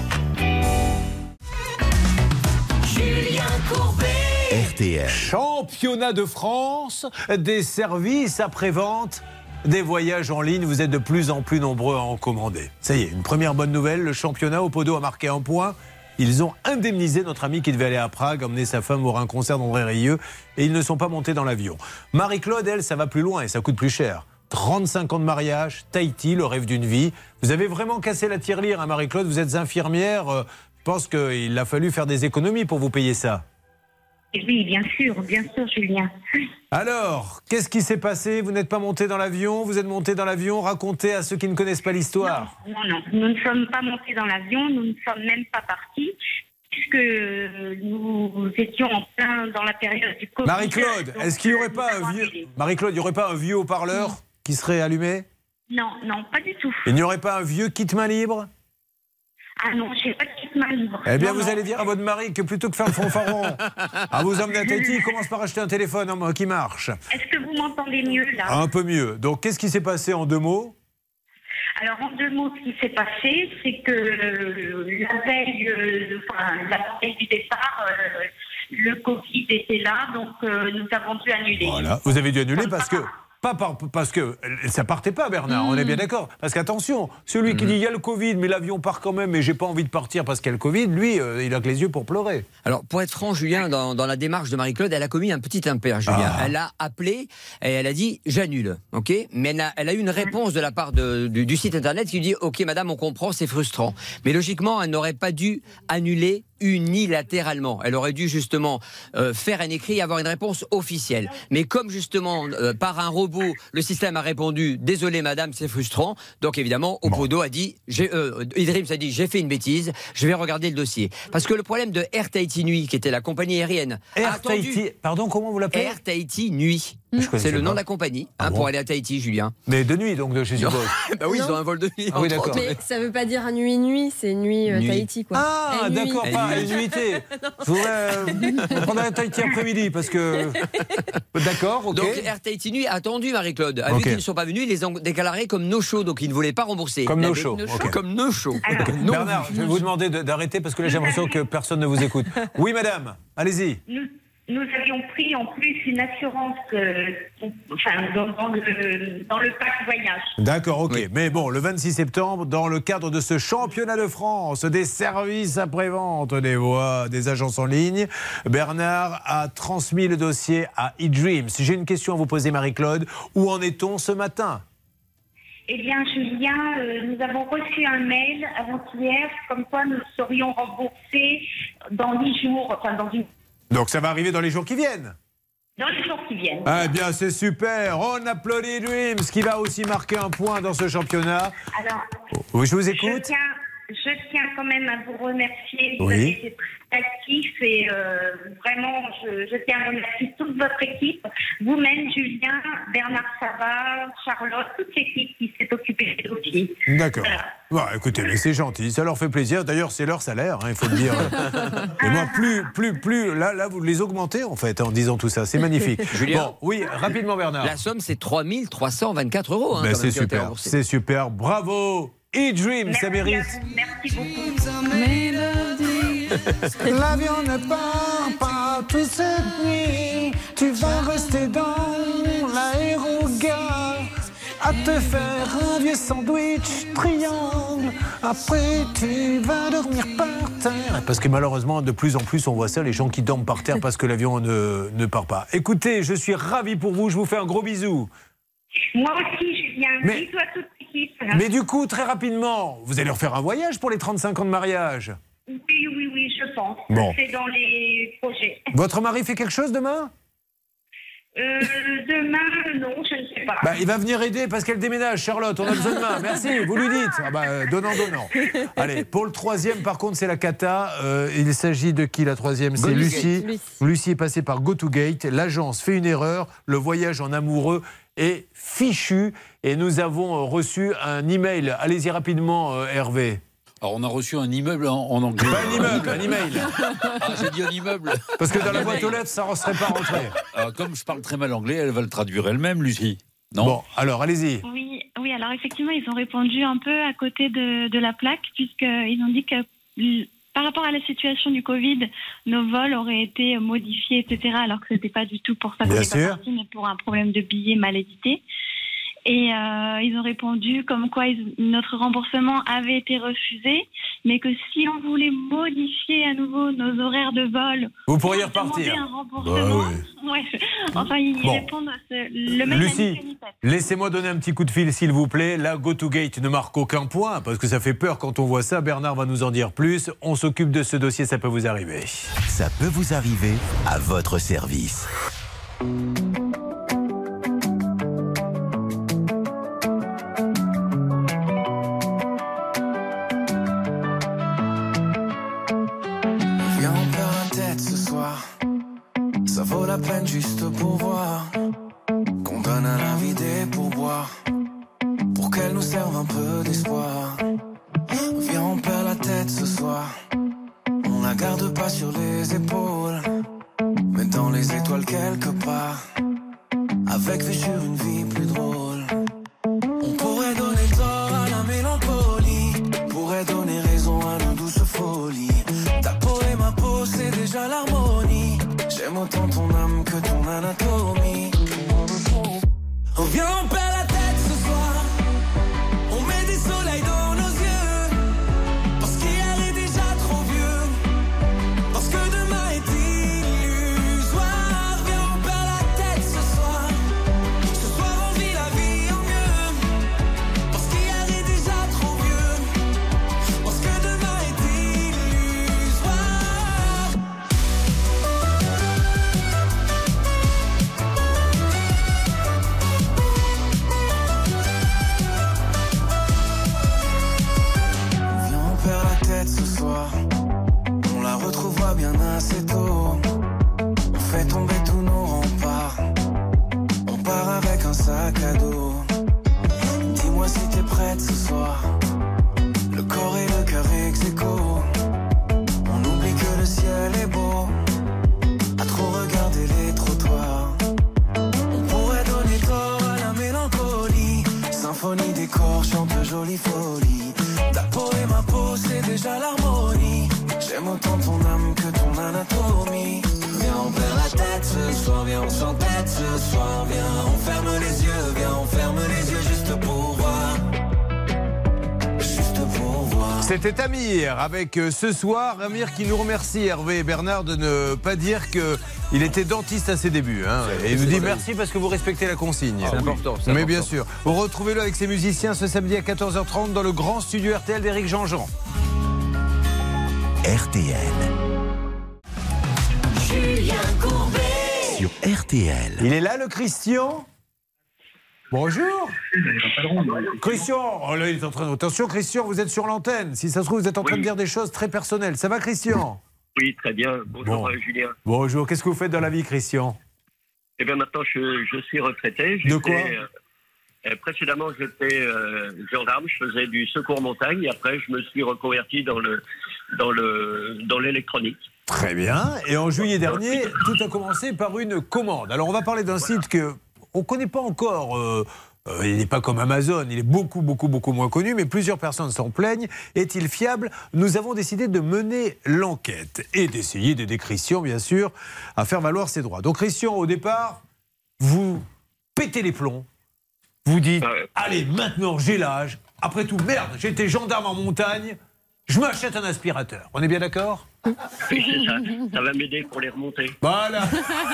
Julien Courbet. R T L. Championnat de France des services après-vente des voyages en ligne. Vous êtes de plus en plus nombreux à en commander. Ça y est, une première bonne nouvelle. Le championnat Opodo a marqué un point. Ils ont indemnisé notre ami qui devait aller à Prague, emmener sa femme voir un concert d'André Rieu, et ils ne sont pas montés dans l'avion. Marie-Claude, elle, ça va plus loin et ça coûte plus cher. trente-cinq ans de mariage, Tahiti, le rêve d'une vie. Vous avez vraiment cassé la tirelire, hein, Marie-Claude. Vous êtes infirmière. Euh, je pense qu'il a fallu faire des économies pour vous payer ça. Oui, bien sûr, bien sûr, Julien. Alors, qu'est-ce qui s'est passé? Vous n'êtes pas monté dans l'avion? Vous êtes monté dans l'avion? Racontez à ceux qui ne connaissent pas l'histoire. Non, non, non, nous ne sommes pas montés dans l'avion, nous ne sommes même pas partis, puisque nous étions en plein dans la période du Covid. Marie-Claude, est-ce qu'il n'y aurait pas un vieux... Marie-Claude, il n'y aurait pas un vieux haut-parleur non. qui serait allumé? Non, non, pas du tout. Il n'y aurait pas un vieux kit-main libre? Ah non, je n'ai pas de kit-main libre. Eh bien, non, vous non. allez dire à votre mari que plutôt que faire le fanfaron à vous emmener à Tahiti, il commence par acheter un téléphone hein, qui marche. Est-ce que vous m'entendez mieux là? Un peu mieux. Donc, qu'est-ce qui s'est passé en deux mots? Alors, en deux mots, ce qui s'est passé, c'est que euh, la veille, euh, enfin, la veille du départ, euh, le Covid était là, donc euh, nous avons dû annuler. Voilà, vous avez dû annuler parce que... Pas par, parce que ça partait pas, Bernard, mmh. on est bien d'accord. Parce qu'attention, celui mmh. qui dit il y a le Covid, mais l'avion part quand même, mais j'ai pas envie de partir parce qu'il y a le Covid, lui, euh, il a que les yeux pour pleurer. Alors, pour être franc, Julien, dans, dans la démarche de Marie-Claude, elle a commis un petit impair, Julien. Ah. Elle a appelé et elle a dit j'annule, ok. Mais elle a, elle a eu une réponse de la part de, du, du site internet qui dit ok, madame, on comprend, c'est frustrant. Mais logiquement, elle n'aurait pas dû annuler unilatéralement. Elle aurait dû justement euh, faire un écrit et avoir une réponse officielle. Mais comme justement, euh, par un robot, le système a répondu « Désolé madame, c'est frustrant », donc évidemment, Opodo a dit, euh, Idrims a dit « J'ai fait une bêtise, je vais regarder le dossier ». Parce que le problème de Air Tahiti Nuit, qui était la compagnie aérienne... Air Tahiti, pardon, comment vous l'appelez? Air Tahiti Nuit. C'est le nom pas. de la compagnie hein, ah bon pour aller à Tahiti, Julien. Mais de nuit, donc, je suppose. Bah oui, non. Ils ont un vol de nuit. Ah oui, d'accord. Mais ça veut pas dire nuit nuit, c'est nuit, euh, nuit. Tahiti, quoi. Ah, d'accord, pas nuitée. Je voudrais euh, prendre un Tahiti après-midi, parce que... D'accord, ok. Donc, Air Tahiti Nuit a attendu Marie-Claude. A vu okay. qu'ils ne sont pas venus, ils les ont déclarés comme no-show, donc ils ne voulaient pas rembourser. Comme no-show. No okay. Comme no-show. Okay. No Bernard, je vais vous demander d'arrêter, parce que là, j'ai l'impression que personne ne vous écoute. Oui, madame, allez-y. Nous avions pris en plus une assurance euh, enfin, dans, dans, le, dans le pack voyage. D'accord, ok. Oui. Mais bon, le vingt-six septembre, dans le cadre de ce championnat de France des services après-vente des voies, des agences en ligne, Bernard a transmis le dossier à eDreams. J'ai une question à vous poser, Marie-Claude. Où en est-on ce matin ? Eh bien, Julien, euh, nous avons reçu un mail avant-hier comme quoi nous serions remboursés dans dix jours, enfin dans une... Donc ça va arriver dans les jours qui viennent? Dans les jours qui viennent. Eh bien, c'est super. On applaudit Dreams, qui va aussi marquer un point dans ce championnat. Alors, oui, je vous écoute. Je tiens, je tiens quand même à vous remercier. Vous oui. avez été très actif et euh, vraiment, je, je tiens à remercier toute votre équipe. Vous-même, Julien, Bernard Sabat, Charlotte, toute l'équipe qui s'est occupée des dossiers. D'accord. Voilà. Bon, écoutez, mais c'est gentil, ça leur fait plaisir. D'ailleurs, c'est leur salaire, hein, il faut le dire. Et moi, plus, plus, plus, là, là, vous les augmentez en fait en disant tout ça. C'est magnifique. Julien, bon, oui, rapidement, Bernard. La somme, c'est trois mille trois cent vingt-quatre euros. Hein, ben, c'est super, c'est super. Bravo, eDreams, ça mérite. Merci beaucoup. L'avion ne part pas toute cette nuit. Tu vas rester dans l'aérogare à te faire un vieux sandwich triangle. Après, tu vas dormir par terre. Parce que malheureusement, de plus en plus, on voit ça, les gens qui dorment par terre parce que l'avion ne, ne part pas. Écoutez, je suis ravi pour vous. Je vous fais un gros bisou. Moi aussi, Julien. Mais, bisous à toute l'équipe. Mais du coup, très rapidement, vous allez refaire un voyage pour les trente-cinq ans de mariage? Oui, oui, oui, je pense. Bon. C'est dans les projets. Votre mari fait quelque chose demain? Euh, demain, non, je ne sais pas. Bah, il va venir aider parce qu'elle déménage, Charlotte. On a besoin de main. Merci, vous lui dites. Ah bah, euh, donnant, donnant. Allez, pour le troisième, par contre, c'est la cata. Euh, il s'agit de qui, la troisième? C'est Lucie. Lucie. Lucie est passée par GoToGate. L'agence fait une erreur. Le voyage en amoureux est fichu. Et nous avons reçu un email. Allez-y rapidement, euh, Hervé. Alors, on a reçu un immeuble en, en anglais. Pas un immeuble, un email. Ah, j'ai dit un immeuble. Parce que dans la boîte aux lettres, ça ne serait pas rentré. Alors, comme je parle très mal anglais, elle va le traduire elle-même, Lucie. Non. Bon, alors, allez-y. Oui, oui, alors effectivement, ils ont répondu un peu à côté de, de la plaque, puisqu'ils ont dit que l- par rapport à la situation du Covid, nos vols auraient été modifiés, et cetera, alors que ce n'était pas du tout pour ça qu'on Bien est sûr. pas parti, mais pour un problème de billets mal édité. Et euh, ils ont répondu comme quoi ils- notre remboursement avait été refusé, mais que si on voulait modifier à nouveau nos horaires de vol, Vous pourriez pour demander repartir. un remboursement. Bah oui. Ouais. Enfin, ils Bon. répondent à ce, le mail n'a ni Lucie, queue ni tête. laissez-moi donner un petit coup de fil, s'il vous plaît. Là, GoToGate ne marque aucun point, parce que ça fait peur quand on voit ça. Bernard va nous en dire plus. On s'occupe de ce dossier, ça peut vous arriver. Ça peut vous arriver à votre service. Viens, on perd la tête ce soir. Ça vaut la peine juste pour voir qu'on donne à la vie des pourboires pour qu'elle nous serve un peu d'espoir. Viens, on perd la tête ce soir. On la garde pas sur les épaules, mais dans les étoiles quelque part, avec vue sur une vie plus drôle. On pourrait donner tort à la mélancolie, pourrait donner raison à nos douces folies. Ta peau et ma peau, c'est déjà l'harmonie. J'aime autant ton âme que ton anatomie. Oh, viens, on perd la tête ce soir. On met des soleils dans nos yeux, parce qu'hier est déjà trop vieux, parce que demain est illusoire. Viens, on perd la tête ce soir. Ce soir on vit la vie en mieux, parce qu'hier est déjà trop vieux, parce que demain est illusoire. Viens, on perd la tête ce soir. On la retrouvera bien assez tôt. On fait tomber tous nos remparts. On part avec un sac à dos. Dis-moi si t'es prête ce soir. Le corps et le cœur ex aequo. On oublie que le ciel est beau. À trop regarder les trottoirs. On pourrait donner tort à la mélancolie. Symphonie des corps chante jolie folie. Ta peau et ma peau, c'est déjà l'harmonie. J'aime autant ton âme que ton anatomie. Viens, on perd la tête ce soir. Viens, on s'entête ce soir. Viens, on ferme les yeux. Viens, on ferme les yeux juste pour voir. Juste pour voir. C'était Amir avec euh, ce soir. Amir qui nous remercie, Hervé et Bernard, de ne pas dire qu'il était dentiste à ses débuts. Hein. Et il nous dit merci parce que vous respectez la consigne. C'est important, c'est Mais important. bien sûr. Vous retrouvez-le avec ses musiciens ce samedi à quatorze heures trente dans le grand studio R T L d'Éric Jean-Jean. R T L. Julien Courbet. Sur R T L. Il est là, le Christian? Bonjour. Christian, oh là, il est en train de... Attention, Christian, vous êtes sur l'antenne. Si ça se trouve, vous êtes en train Oui. de dire des choses très personnelles. Ça va, Christian? Oui, très bien. Bonjour, Bon. euh, Julien. Bonjour. Qu'est-ce que vous faites dans la vie, Christian? Eh bien, maintenant, je, je suis retraité. De quoi J'étais, euh, euh, Précédemment, j'étais euh, gendarme. Je faisais du secours montagne. Et après, je me suis reconverti dans le dans le dans l'électronique. Très bien. Et en juillet dernier, tout a commencé par une commande. Alors, on va parler d'un site que on ne connaît pas encore. Euh, euh, il n'est pas comme Amazon, il est beaucoup, beaucoup, beaucoup moins connu, mais plusieurs personnes s'en plaignent. Est-il fiable? Nous avons décidé de mener l'enquête et d'essayer d'aider Christian, bien sûr, à faire valoir ses droits. Donc, Christian, au départ, vous pétez les plombs. Vous dites, allez, maintenant, j'ai l'âge. Après tout, merde, j'étais gendarme en montagne. Je m'achète un aspirateur. On est bien d'accord? Oui, c'est ça. Ça va m'aider pour les remonter. Voilà.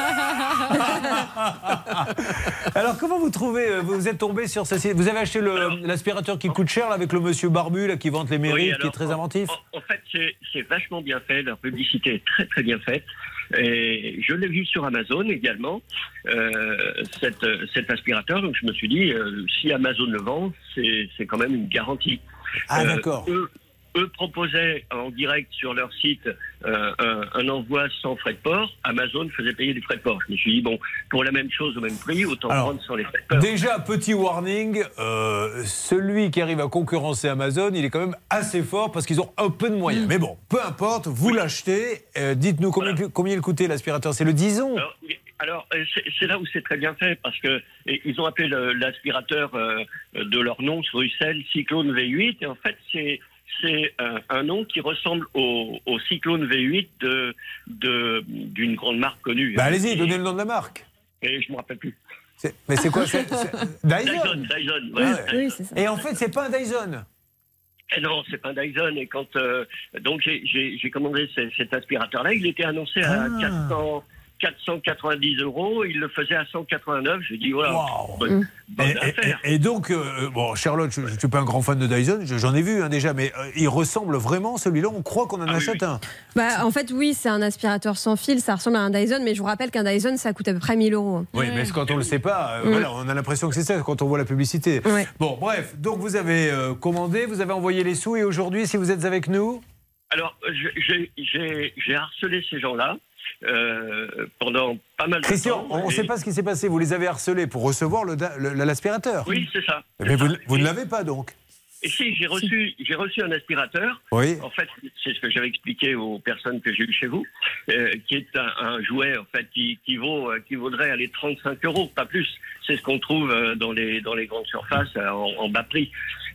Alors, comment vous trouvez, vous êtes tombé sur ce site? Vous avez acheté le- l'aspirateur qui coûte cher là, avec le monsieur barbu là, qui vante les mérites, Oui, qui alors, est très en- inventif? En, en fait, c'est c'est vachement bien fait. La publicité est très, très bien faite. Et je l'ai vu sur Amazon également, euh, cet, cet aspirateur. Donc je me suis dit, euh, si Amazon le vend, c'est, c'est quand même une garantie. Ah, Euh, d'accord. eux, eux proposaient en direct sur leur site euh, un, un envoi sans frais de port. Amazon faisait payer des frais de port. Je me suis dit, bon, pour la même chose au même prix, autant Alors, prendre sans les frais de port. Déjà, petit warning, euh, celui qui arrive à concurrencer Amazon, il est quand même assez fort parce qu'ils ont un peu de moyens. Mais bon, peu importe, vous l'achetez. Euh, dites-nous combien, combien il coûtait l'aspirateur. C'est le Dison. Alors, alors, euh, c'est, c'est là où c'est très bien fait parce que et, ils ont appelé le- l'aspirateur euh, de leur nom, Russell Cyclone V huit. Et en fait, c'est c'est un, un nom qui ressemble au, au Cyclone V huit de, de, d'une grande marque connue. Bah, allez-y, donnez le nom de la marque. Et je ne me rappelle plus. C'est- mais c'est quoi c'est, c'est- Dyson. Dyson, Dyson, ouais, Ah ouais. Dyson. Et en fait, c'est pas un Dyson. Eh non, c'est pas un Dyson. Et quand euh, donc j'ai, j'ai, j'ai commandé ce- cet aspirateur-là, il était annoncé à Ah. quatre cents, quatre cent quatre-vingt-dix euros. Il le faisait à cent quatre-vingt-neuf. J'ai dit voilà, Wow. bonne, bonne Et, affaire. et- et donc, euh, bon, Charlotte, je ne suis pas un grand fan de Dyson, je- j'en ai vu hein, déjà, mais euh, il ressemble vraiment, celui-là, on croit qu'on en Ah achète un. Bah, en fait, oui, c'est un aspirateur sans fil, ça ressemble à un Dyson, mais je vous rappelle qu'un Dyson, ça coûte à peu près mille euros. Oui, mais quand on ne le sait pas, euh, Mm. voilà, on a l'impression que c'est ça quand on voit la publicité. Ouais. Bon, bref, donc vous avez euh, commandé, vous avez envoyé les sous, et aujourd'hui, si vous êtes avec nous. Alors, je- j'ai, j'ai, j'ai harcelé ces gens-là euh, pendant pas mal de Christian, temps. on ne Et- sait pas ce qui s'est passé, vous les avez harcelés pour recevoir le da- le- l'aspirateur. Oui, c'est ça. Mais vous, vous ne l'avez pas donc. Et si, j'ai reçu, j'ai reçu un aspirateur. Oui. En fait, c'est ce que j'avais expliqué aux personnes que j'ai eues chez vous, euh, qui est un, un jouet en fait qui, qui vaut, euh, qui vaudrait aller trente-cinq euros, pas plus. C'est ce qu'on trouve euh, dans les dans les grandes surfaces euh, en, en bas prix.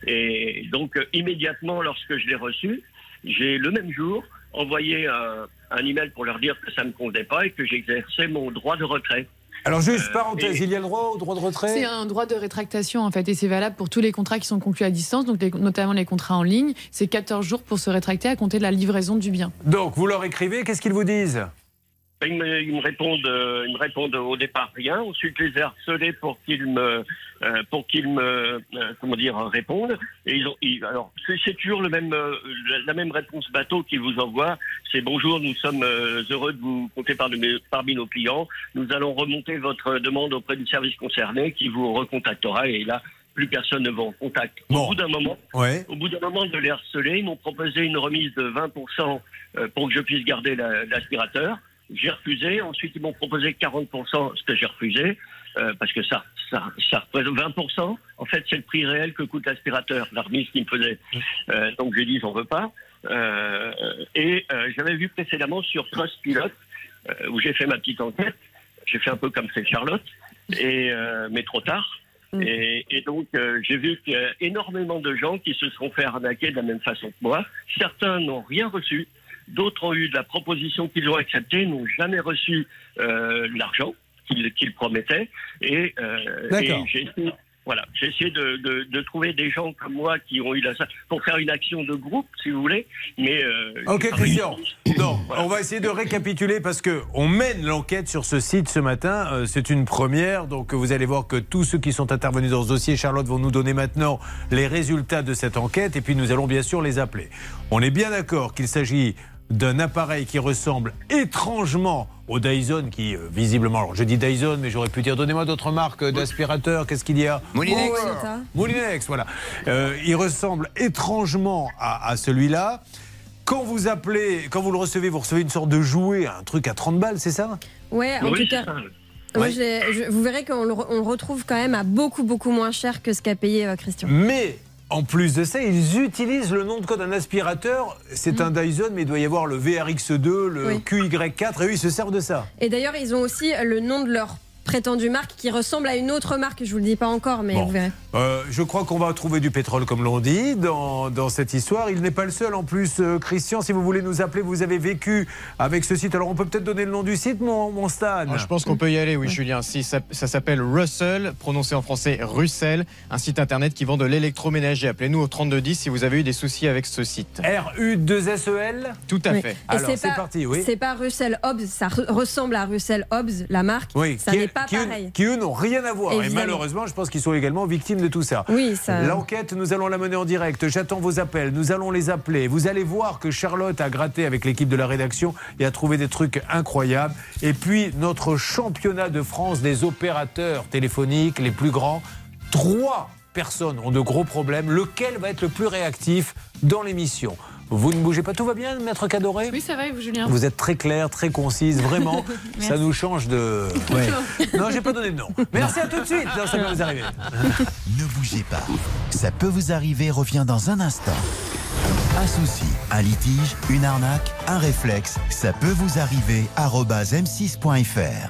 Et donc euh, immédiatement, lorsque je l'ai reçu, j'ai le même jour envoyé un, un email pour leur dire que ça me convenait pas et que j'exerçais mon droit de retrait. Alors juste Euh, parenthèse, et- il y a le droit au droit de retrait. C'est un droit de rétractation en fait et c'est valable pour tous les contrats qui sont conclus à distance, donc les- notamment les contrats en ligne. C'est quatorze jours pour se rétracter à compter de la livraison du bien. Donc vous leur écrivez, qu'est-ce qu'ils vous disent? Ben, Ils me, ils me répondent, euh, ils me répondent au départ rien. Ensuite, je les ai harcelés pour qu'ils me, euh, pour qu'ils me, euh, comment dire, répondent. Et ils ont, ils- alors, c'est, c'est toujours le même, euh, la, la même réponse bateau qu'ils vous envoient. C'est bonjour, nous sommes euh, heureux de vous compter par de- parmi nos clients. Nous allons remonter votre demande auprès du service concerné qui vous recontactera. Et là, plus personne ne va en contact. Au bout d'un moment, Ouais. au bout d'un moment de les harceler, ils m'ont proposé une remise de vingt pour cent euh, pour que je puisse garder la- l'aspirateur. J'ai refusé. Ensuite, ils m'ont proposé quarante pour cent, ce que j'ai refusé, euh, parce que ça, ça, ça représente vingt pour cent. En fait, c'est le prix réel que coûte l'aspirateur, la remise qu'ils me faisaient. Euh, donc, j'ai dit, j'en veux pas. Euh, et euh, j'avais vu précédemment sur Trustpilot, euh, où j'ai fait ma petite enquête. J'ai fait un peu comme fait Charlotte, et, euh, mais trop tard. Et, et donc, euh, j'ai vu qu'il y a énormément de gens qui se sont fait arnaquer de la même façon que moi. Certains n'ont rien reçu. D'autres ont eu de la proposition qu'ils ont acceptée, n'ont jamais reçu euh, l'argent qu'ils qu'ils promettaient. Et, euh, D'accord. et j'ai essayé, voilà, j'ai essayé de, de, de trouver des gens comme moi qui ont eu la pour faire une action de groupe, si vous voulez. Mais euh, Ok j'ai pas Christian, réussi. non, on va essayer de récapituler parce que on mène l'enquête sur ce site ce matin, euh, c'est une première, donc vous allez voir que tous ceux qui sont intervenus dans ce dossier, Charlotte, vont nous donner maintenant les résultats de cette enquête et puis nous allons bien sûr les appeler. On est bien d'accord qu'il s'agit d'un appareil qui ressemble étrangement au Dyson qui euh, visiblement, alors je dis Dyson mais j'aurais pu dire donnez-moi d'autres marques euh, d'aspirateurs, qu'est-ce qu'il y a? Moulinex. Mower. Moulinex, voilà. Euh, il ressemble étrangement à, à celui-là. Quand vous appelez, quand vous le recevez, vous recevez une sorte de jouet, un truc à trente balles, c'est ça? Ouais, en tout cas. Moi, je l'ai- je- vous verrez qu'on le, re- on le retrouve quand même à beaucoup, beaucoup moins cher que ce qu'a payé euh, Christian. Mais en plus de ça, ils utilisent le nom de code d'un aspirateur. C'est un Dyson, mais il doit y avoir le V R X deux, le Oui. Q Y quatre, et eux, ils se servent de ça. Et d'ailleurs, ils ont aussi le nom de leur prétendue marque qui ressemble à une autre marque. Je vous le dis pas encore, mais Bon. vous verrez. Euh, je crois qu'on va trouver du pétrole, comme l'on dit, dans, dans cette histoire. Il n'est pas le seul. En plus, euh, Christian, si vous voulez nous appeler, vous avez vécu avec ce site. Alors, on peut peut-être donner le nom du site, mon, mon Stan. Ah, je pense qu'on peut y aller, oui, Julien. Si, ça ça s'appelle Russell, prononcé en français Russell, un site internet qui vend de l'électroménager. Appelez-nous au trente-deux dix si vous avez eu des soucis avec ce site. R U deux S E L Tout à Oui. fait. Et Alors, c'est pas- parti, oui. C'est pas Russell Hobbs, ça re- ressemble à Russell Hobbs, la marque. Oui, ça qui n'est est- pas qui, pareil. qui eux n'ont rien à voir. Évidemment. Et malheureusement, je pense qu'ils sont également victimes de tout ça. Oui, ça... L'enquête, nous allons la mener en direct. J'attends vos appels. Nous allons les appeler. Vous allez voir que Charlotte a gratté avec l'équipe de la rédaction et a trouvé des trucs incroyables. Et puis, notre championnat de France des opérateurs téléphoniques les plus grands. Trois personnes ont de gros problèmes. Lequel va être le plus réactif dans l'émission ? Vous ne bougez pas, tout va bien, Maître Cadoré ? Oui, ça va, et vous, Julien ? Vous êtes très claire, très concise, vraiment. Ça nous change de... Ouais. Non, j'ai pas donné de nom. Merci, à tout de suite. Non, ça peut vous arriver. Ne bougez pas. Ça peut vous arriver revient dans un instant. Un souci, un litige, une arnaque, un réflexe, ça peut vous arriver. arobase m six point f r.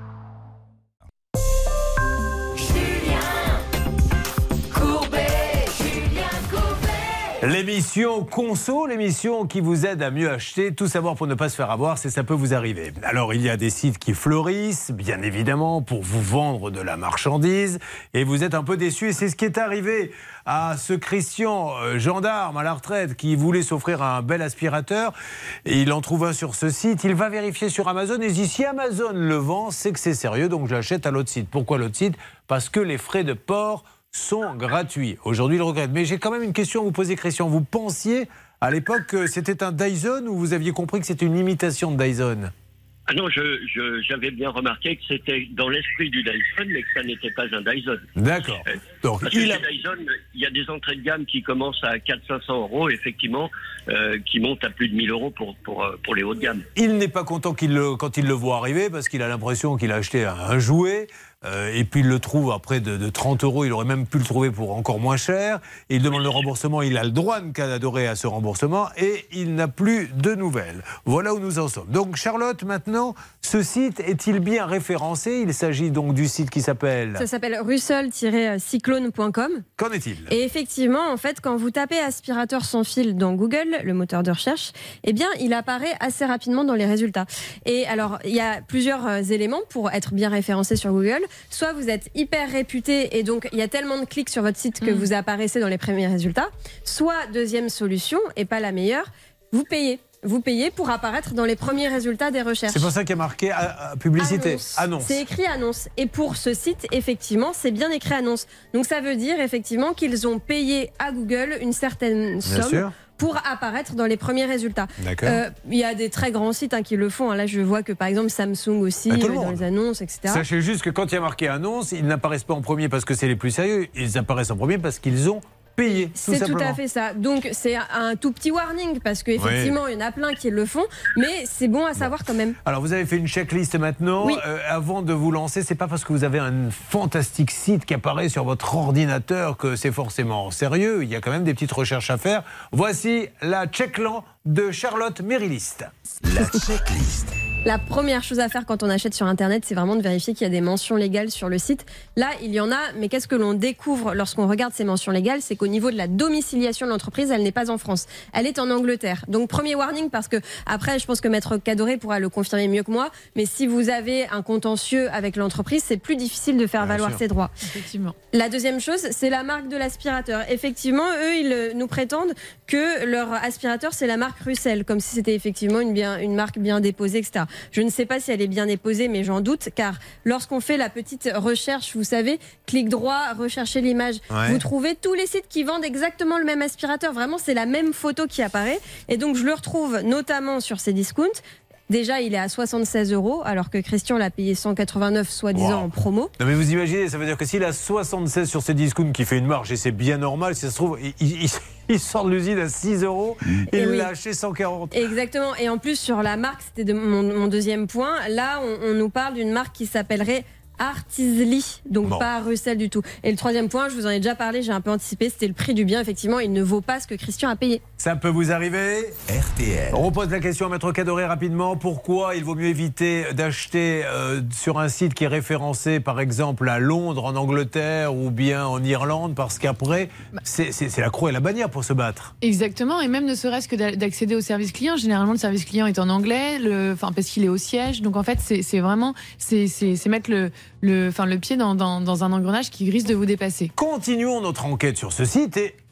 L'émission Conso, l'émission qui vous aide à mieux acheter, tout savoir pour ne pas se faire avoir, c'est ça peut vous arriver. Alors il y a des sites qui fleurissent, bien évidemment, pour vous vendre de la marchandise, et vous êtes un peu déçus, et c'est ce qui est arrivé à ce Christian, euh, gendarme à la retraite, qui voulait s'offrir un bel aspirateur, et il en trouve un sur ce site, il va vérifier sur Amazon, et il dit si Amazon le vend, c'est que c'est sérieux, donc je l'achète à l'autre site. Pourquoi l'autre site ? Parce que les frais de port sont gratuits. Aujourd'hui, il regrette. Mais j'ai quand même une question à vous poser, Christian. Vous pensiez à l'époque que c'était un Dyson ou vous aviez compris que c'était une imitation de Dyson ? Ah non, je, je, j'avais bien remarqué que c'était dans l'esprit du Dyson, mais que ça n'était pas un Dyson. D'accord. Donc, Parce il que a... chez Dyson, il y a des entrées de gamme qui commencent à quatre cents à cinq cents euros, effectivement, euh, qui montent à plus de mille euros pour, pour, pour les hauts de gamme. Il n'est pas content qu'il le, quand il le voit arriver, parce qu'il a l'impression qu'il a acheté un, un jouet. Euh, et puis il le trouve à près de, de trente euros, il aurait même pu le trouver pour encore moins cher. Et il demande le remboursement, il a le droit de cadorer à ce remboursement et il n'a plus de nouvelles. Voilà où nous en sommes. Donc Charlotte, maintenant, ce site est-il bien référencé ? Il s'agit donc du site qui s'appelle... Ça s'appelle russell tiret cyclone point com. Qu'en est-il ? Et effectivement, en fait, quand vous tapez aspirateur sans fil dans Google, le moteur de recherche, eh bien, il apparaît assez rapidement dans les résultats. Et alors, il y a plusieurs euh, éléments pour être bien référencé sur Google. Soit vous êtes hyper réputé et donc il y a tellement de clics sur votre site que mmh. vous apparaissez dans les premiers résultats. Soit, deuxième solution, et pas la meilleure, vous payez. Vous payez pour apparaître dans les premiers résultats des recherches. C'est pour ça qu'il y a marqué euh, publicité, annonce. annonce. C'est écrit annonce. Et pour ce site, effectivement, c'est bien écrit annonce. Donc ça veut dire effectivement qu'ils ont payé à Google une certaine somme. Bien sûr. Pour apparaître dans les premiers résultats. Il euh, y a des très grands sites hein, qui le font. Là, je vois que par exemple Samsung aussi, euh, dans les annonces, et cetera. Sachez juste que quand il y a marqué annonce, ils n'apparaissent pas en premier parce que c'est les plus sérieux. Ils apparaissent en premier parce qu'ils ont payé. C'est tout, tout à fait ça. Donc c'est un tout petit warning parce qu'effectivement, oui. il y en a plein qui le font, mais c'est bon à savoir bon. quand même. Alors vous avez fait une checklist maintenant. Oui. Euh, avant de vous lancer, c'est pas parce que vous avez un fantastique site qui apparaît sur votre ordinateur que c'est forcément sérieux. Il y a quand même des petites recherches à faire. Voici la checklist de Charlotte Mériliste. La checklist. La première chose à faire quand on achète sur Internet, c'est vraiment de vérifier qu'il y a des mentions légales sur le site. Là, il y en a, mais qu'est-ce que l'on découvre lorsqu'on regarde ces mentions légales ? C'est qu'au niveau de la domiciliation de l'entreprise, elle n'est pas en France. Elle est en Angleterre. Donc, premier warning, parce que après, je pense que Maître Cadoré pourra le confirmer mieux que moi, mais si vous avez un contentieux avec l'entreprise, c'est plus difficile de faire Bien valoir sûr. ses droits. Effectivement. La deuxième chose, c'est la marque de l'aspirateur. Effectivement, eux, ils nous prétendent que leur aspirateur, c'est la marque Russell, comme si c'était effectivement une, bien, une marque bien déposée, et cetera. Je ne sais pas si elle est bien déposée, mais j'en doute, car lorsqu'on fait la petite recherche, vous savez, clic droit, rechercher l'image, ouais. vous trouvez tous les sites qui vendent exactement le même aspirateur. Vraiment, c'est la même photo qui apparaît. Et donc, je le retrouve notamment sur ces discounts. Déjà, il est à soixante-seize euros, alors que Christian l'a payé cent quatre-vingt-neuf, soi-disant wow. en promo. Non, mais vous imaginez, ça veut dire que s'il a soixante-seize sur ses discounts, qui fait une marge, et c'est bien normal, si ça se trouve, il, il, il sort de l'usine à six euros, et il oui. l'a acheté cent quarante. Exactement. Et en plus, sur la marque, c'était de mon, mon deuxième point. Là, on, on nous parle d'une marque qui s'appellerait Artisli, donc bon. pas Russell du tout. Et le troisième point, je vous en ai déjà parlé, j'ai un peu anticipé, c'était le prix du bien. Effectivement, il ne vaut pas ce que Christian a payé. Ça peut vous arriver. R T L. On repose la question à Maître Cadoré rapidement. Pourquoi il vaut mieux éviter d'acheter euh, sur un site qui est référencé, par exemple, à Londres, en Angleterre ou bien en Irlande, parce qu'après, bah. c'est, c'est, c'est la croix et la bannière pour se battre. Exactement, et même ne serait-ce que d'accéder au service client. Généralement, le service client est en anglais, le, parce qu'il est au siège. Donc en fait, c'est, c'est vraiment c'est, c'est, c'est mettre le Le, enfin, le pied dans, dans, dans un engrenage qui risque de vous dépasser. Continuons notre enquête sur ce site et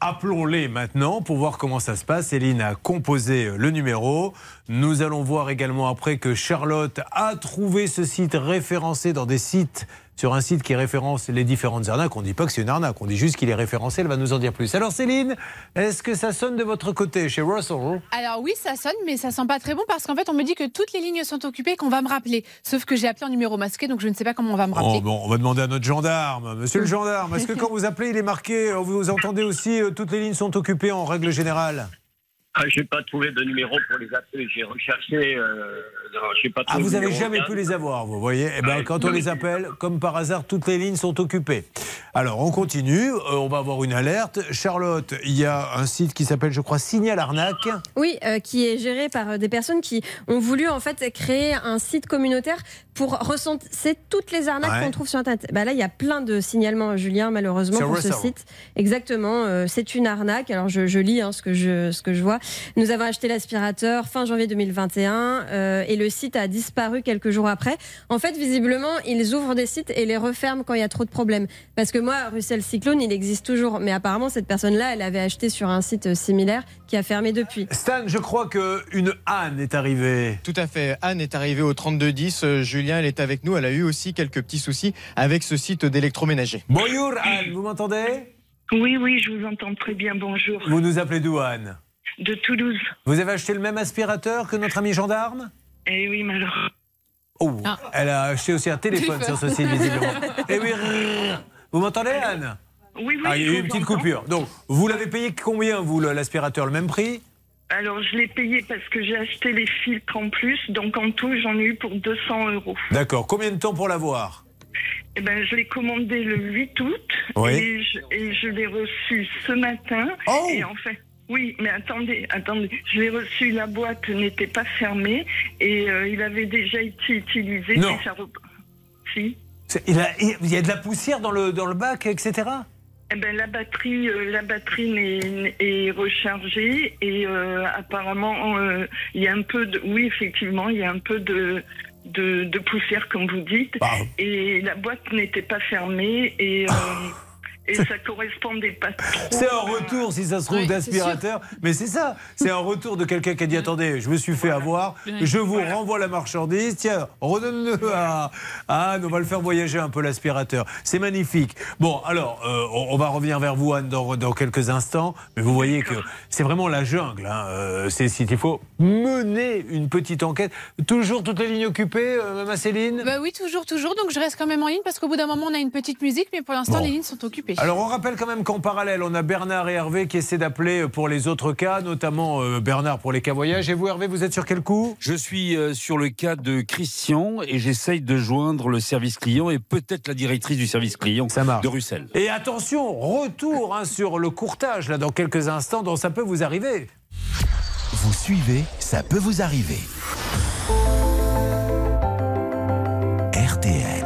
appelons-les maintenant pour voir comment ça se passe. Céline a composé le numéro. Nous allons voir également après que Charlotte a trouvé ce site référencé dans des sites, sur un site qui référence les différentes arnaques. On ne dit pas que c'est une arnaque, on dit juste qu'il est référencé. Elle va nous en dire plus. Alors Céline, est-ce que ça sonne de votre côté chez Russell? Alors oui, ça sonne, mais ça sent pas très bon parce qu'en fait, on me dit que toutes les lignes sont occupées, qu'on va me rappeler. Sauf que j'ai appelé en numéro masqué, donc je ne sais pas comment on va me rappeler. Oh, bon, on va demander à notre gendarme. Monsieur le gendarme, est-ce que quand vous appelez, il est marqué, vous entendez aussi, euh, toutes les lignes sont occupées en règle générale? Ah, j'ai pas trouvé de numéro pour les appeler. J'ai recherché. Euh, non, j'ai pas Ah, trouvé vous de n'avez numéro. jamais pu les avoir, vous voyez. Eh ben, Ouais. quand on les appelle, comme par hasard, toutes les lignes sont occupées. Alors, on continue. Euh, on va avoir une alerte. Charlotte, il y a un site qui s'appelle, je crois, Signal Arnaque. Oui, euh, qui est géré par euh, des personnes qui ont voulu en fait créer un site communautaire pour recenser toutes les arnaques Ouais. qu'on trouve sur Internet. Bah là, il y a plein de signalements, Julien, malheureusement, Sur pour ce Russell. site. Exactement, euh, c'est une arnaque. Alors, je, je lis hein, ce, que je, ce que je vois. Nous avons acheté l'aspirateur fin janvier deux mille vingt et un euh, et le site a disparu quelques jours après. En fait, visiblement, ils ouvrent des sites et les referment quand il y a trop de problèmes. Parce que moi, Russell Cyclone, il existe toujours. Mais apparemment, cette personne-là, elle avait acheté sur un site similaire qui a fermé depuis. Stan, je crois qu'une Anne est arrivée. Tout à fait. Anne est arrivée au trente-deux dix. Euh, Julien, elle est avec nous. Elle a eu aussi quelques petits soucis avec ce site d'électroménager. Bonjour Anne, vous m'entendez? Oui, oui, je vous entends très bien. Bonjour. Vous nous appelez d'où, Anne? De Toulouse. Vous avez acheté le même aspirateur que notre ami gendarme? Eh oui, malheureusement. Oh, elle a acheté aussi un téléphone sur ce site, visiblement. Eh oui, rrr. Vous m'entendez, Anne? Oui, oui. Ah, il y a je eu une vous petite entends. coupure. Donc, vous l'avez payé combien, vous, le- l'aspirateur? Le même prix? Alors, je l'ai payé parce que j'ai acheté les filtres en plus. Donc, en tout, j'en ai eu pour deux cents euros. D'accord. Combien de temps pour l'avoir? Eh ben, je l'ai commandé le huit août. Oui. Et je, et je l'ai reçu ce matin. Oh. Et en fait. Oui, mais attendez, attendez. Je l'ai reçu, la boîte n'était pas fermée et euh, il avait déjà été utilisé. Non. Et ça rep- Si. C'est- Il, a- il y a de la poussière dans le, dans le bac, et cetera. Eh ben, la batterie, euh, la batterie n'est- est rechargée et euh, apparemment euh, il y a un peu de, oui effectivement il y a un peu de de, de poussière comme vous dites et la boîte n'était pas fermée et euh, et ça correspondait pas trop. C'est un retour, si ça se trouve, Oui, d'aspirateur. Mais c'est ça, c'est un retour de quelqu'un qui a dit attendez, je me suis fait avoir, je vous renvoie la marchandise, tiens, redonne-le à à Anne, on va le faire voyager un peu l'aspirateur. C'est magnifique. Bon, alors, euh, on on va revenir vers vous, Anne, dans, dans quelques instants, mais vous voyez que c'est vraiment la jungle. Hein. Euh, c'est site, il faut mener une petite enquête. Toujours toutes les lignes occupées, euh, ma Céline? Bah oui, toujours, toujours. Donc je reste quand même en ligne parce qu'au bout d'un moment, on a une petite musique, mais pour l'instant, Bon. les lignes sont occupées. Alors on rappelle quand même qu'en parallèle, on a Bernard et Hervé qui essaient d'appeler pour les autres cas, notamment euh, Bernard pour les cas voyages. Et vous, Hervé, vous êtes sur quel coup? Je suis euh, sur le cas de Christian et j'essaye de joindre le service client et peut-être la directrice du service client de Russell. Et attention, retour hein, sur le courtage là dans quelques instants, dont ça peut vous arriver. Vous suivez, ça peut vous arriver. R T L.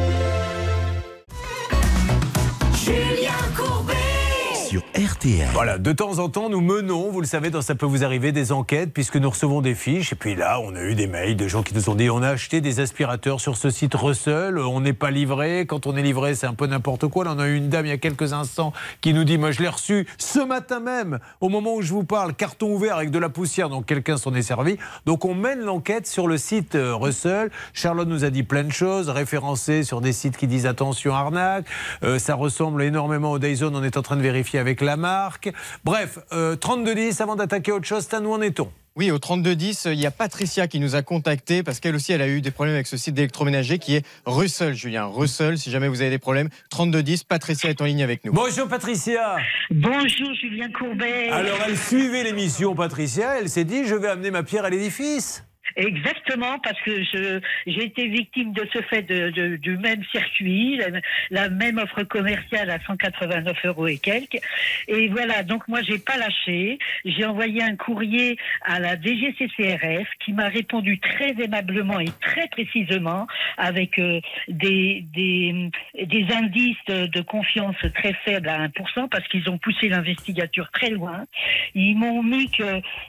Julien Courbet. Sur R T L. Voilà, de temps en temps, nous menons, vous le savez, dans Ça peut vous arriver, des enquêtes, puisque nous recevons des fiches. Et puis là, on a eu des mails de gens qui nous ont dit on a acheté des aspirateurs sur ce site Russell, on n'est pas livré. Quand on est livré, c'est un peu n'importe quoi. Là, on a eu une dame il y a quelques instants qui nous dit moi, je l'ai reçu ce matin même, au moment où je vous parle, carton ouvert avec de la poussière, donc quelqu'un s'en est servi. Donc on mène l'enquête sur le site euh, Russell. Charlotte nous a dit plein de choses, référencées sur des sites qui disent attention arnaque. Euh, ça ressemble énormément au Dyson, on est en train de vérifier avec la marque. Bref, euh, trente-deux dix, avant d'attaquer autre chose, Stan, où en est-on? Oui, au trente-deux dix, il y a Patricia qui nous a contacté parce qu'elle aussi, elle a eu des problèmes avec ce site d'électroménager qui est Russell, Julien. Russell, si jamais vous avez des problèmes, trente-deux dix, Patricia est en ligne avec nous. Bonjour Patricia. Bonjour Julien Courbet. Alors elle suivait l'émission Patricia, elle s'est dit je vais amener ma pierre à l'édifice. Exactement, parce que je j'ai été victime de ce fait de, de- du même circuit, la, la même offre commerciale à cent quatre-vingt-neuf euros et quelques. Et voilà, donc moi j'ai pas lâché. J'ai envoyé un courrier à la D G C C R F qui m'a répondu très aimablement et très précisément avec euh, des, des des indices de, de confiance très faibles à un pour cent parce qu'ils ont poussé l'investigateur très loin. Ils m'ont mis que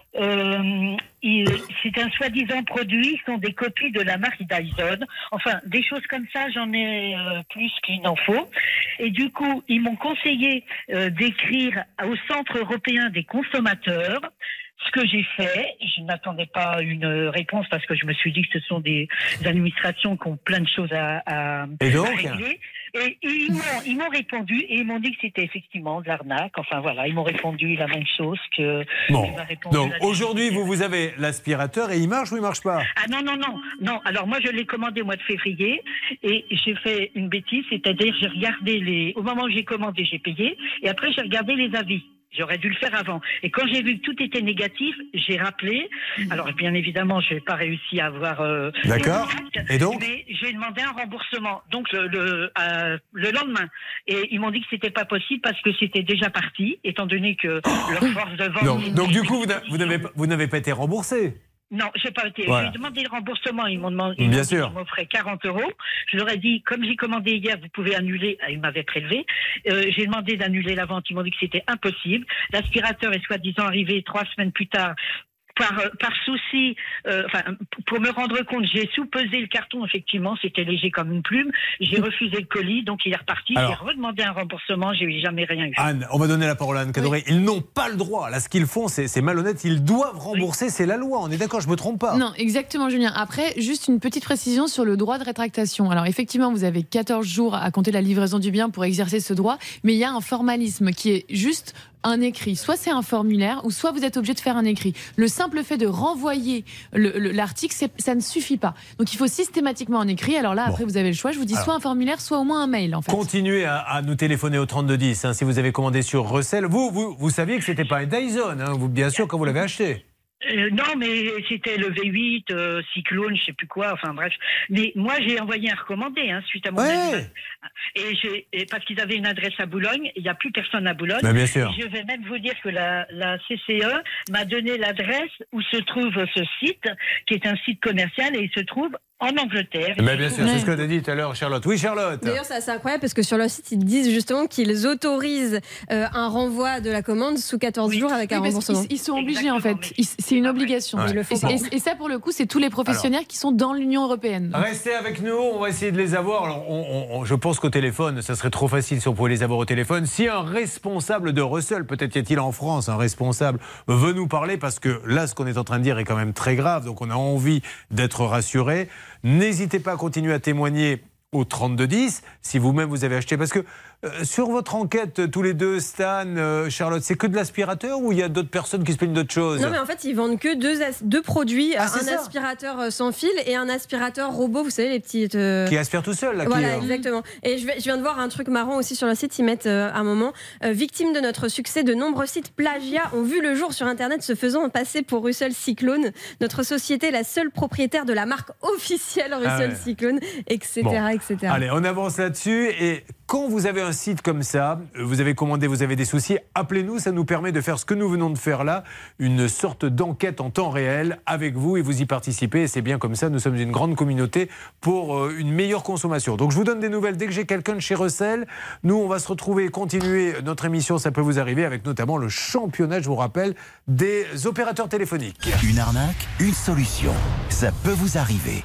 Euh, il- c'est un soi-disant produit, ce sont des copies de la marque Dyson. Enfin, des choses comme ça, j'en ai euh, plus qu'il n'en faut. Et du coup, ils m'ont conseillé euh, d'écrire au Centre européen des consommateurs. Ce que j'ai fait, je n'attendais pas une réponse parce que je me suis dit que ce sont des administrations qui ont plein de choses à, à, Et donc à régler. Et ils m'ont, ils m'ont répondu et ils m'ont dit que c'était effectivement de l'arnaque. Enfin voilà, ils m'ont répondu la même chose que. Bon, que m'a répondu donc la- aujourd'hui, vous, vous avez l'aspirateur et il marche ou il marche pas? Ah non, non, non, non. Alors moi, je l'ai commandé au mois de février et j'ai fait une bêtise, c'est-à-dire j'ai regardé les. Au moment où j'ai commandé, j'ai payé et après j'ai regardé les avis. J'aurais dû le faire avant. Et quand j'ai vu que tout était négatif, j'ai rappelé. Alors, bien évidemment, je n'ai pas réussi à avoir... Euh, D'accord. les Et donc Mais j'ai demandé un remboursement. Donc, le, le, euh, le lendemain. Et ils m'ont dit que c'était pas possible parce que c'était déjà parti, étant donné que leur force de vente... Donc, donc du coup, vous n'a- vous n'avez pas- vous n'avez pas été remboursé. Non, j'ai pas été. Voilà. J'ai demandé le remboursement. Ils m'ont demandé. Bien ils m'ont dit sûr. qu'ils m'offraient quarante euros. Je leur ai dit, comme j'ai commandé hier, vous pouvez annuler. Ah, ils m'avaient prélevé. Euh, j'ai demandé d'annuler la vente. Ils m'ont dit que c'était impossible. L'aspirateur est soi-disant arrivé trois semaines plus tard. Par, par souci, euh, enfin, pour me rendre compte, j'ai sous-pesé le carton, effectivement, c'était léger comme une plume. J'ai refusé le colis, donc il est reparti. Alors- J'ai redemandé un remboursement, j'ai jamais rien eu. Anne, on va donner la parole à Anne Cadoré. Ils n'ont pas le droit. Là, ce qu'ils font, c'est c'est malhonnête. Ils doivent rembourser. C'est la loi. On est d'accord, je me trompe pas. Non, exactement, Julien. Après, juste une petite précision sur le droit de rétractation. Alors, effectivement, vous avez quatorze jours à compter de la livraison du bien pour exercer ce droit, mais il y a un formalisme qui est juste un écrit. Soit c'est un formulaire, ou soit vous êtes obligé de faire un écrit. Le simple fait de renvoyer le- le- l'article, c'est- ça ne suffit pas. Donc, il faut systématiquement un écrit. Alors là, après, vous avez le choix. Je vous dis Alors. soit un formulaire, soit au moins un mail, en fait. Continuez à, à nous téléphoner au trente-deux dix hein, si vous avez commandé sur Russell. Vous, vous, vous saviez que c'était pas un Dyson, hein, vous, bien sûr, quand vous l'avez acheté. Euh, non, mais c'était le V huit, euh, Cyclone, je sais plus quoi, enfin bref. Mais moi, j'ai envoyé un recommandé hein, suite à mon Ouais. anniversaire. Et, j'ai- et parce qu'ils avaient une adresse à Boulogne, il n'y a plus personne à Boulogne. Mais bien sûr. Et je vais même vous dire que la, la C C E m'a donné l'adresse où se trouve ce site, qui est un site commercial, et il se trouve en Angleterre. Mais bien sûr, c'est ce que a dit tout à l'heure Charlotte. Oui, Charlotte. D'ailleurs, c'est assez incroyable parce que sur leur site, ils disent justement qu'ils autorisent euh, un renvoi de la commande sous quatorze jours avec Oui, un parce remboursement. qu'ils- Ils sont obligés, en fait. Ils- C'est une obligation. Ouais. Ils le font Et, pas. et- et ça, pour le coup, c'est tous les professionnels qui sont dans l'Union européenne. Restez avec nous, on va essayer de les avoir. Alors, on- on- on- je pense qu'au téléphone, ça serait trop facile si on pouvait les avoir au téléphone. Si un responsable de Russell, peut-être y a-t-il en France un responsable, veut nous parler, parce que là, ce qu'on est en train de dire est quand même très grave, donc on a envie d'être rassuré. N'hésitez pas à continuer à témoigner au trente-deux dix si vous-même vous avez acheté. Parce que euh, sur votre enquête, tous les deux, Stan, euh, Charlotte, c'est que de l'aspirateur ou il y a d'autres personnes qui se plaignent d'autres choses? Non, mais en fait, ils vendent que deux, as- deux produits, Ah, un c'est ça. aspirateur euh, sans fil et un aspirateur robot, vous savez, les petites... euh, Qui aspire tout seul, là. qui, Voilà, euh, exactement. Et je, vais- je viens de voir un truc marrant aussi sur le site, ils mettent euh, un moment, euh, victime de notre succès, de nombreux sites plagiat ont vu le jour sur Internet se faisant passer pour Russell Cyclone. Notre société est la seule propriétaire de la marque officielle Russell ouais. Cyclone, et cetera, Bon. et cetera. Allez, on avance là-dessus. Et quand vous avez un site comme ça, vous avez commandé, vous avez des soucis, appelez-nous. Ça nous permet de faire ce que nous venons de faire là, une sorte d'enquête en temps réel avec vous et vous y participez. Et c'est bien comme ça. Nous sommes une grande communauté pour euh, une meilleure consommation. Donc je vous donne des nouvelles dès que j'ai quelqu'un de chez Russell. Nous, on va se retrouver et continuer notre émission. Ça peut vous arriver avec notamment le championnat, je vous rappelle, des opérateurs téléphoniques. Une arnaque, une solution. Ça peut vous arriver.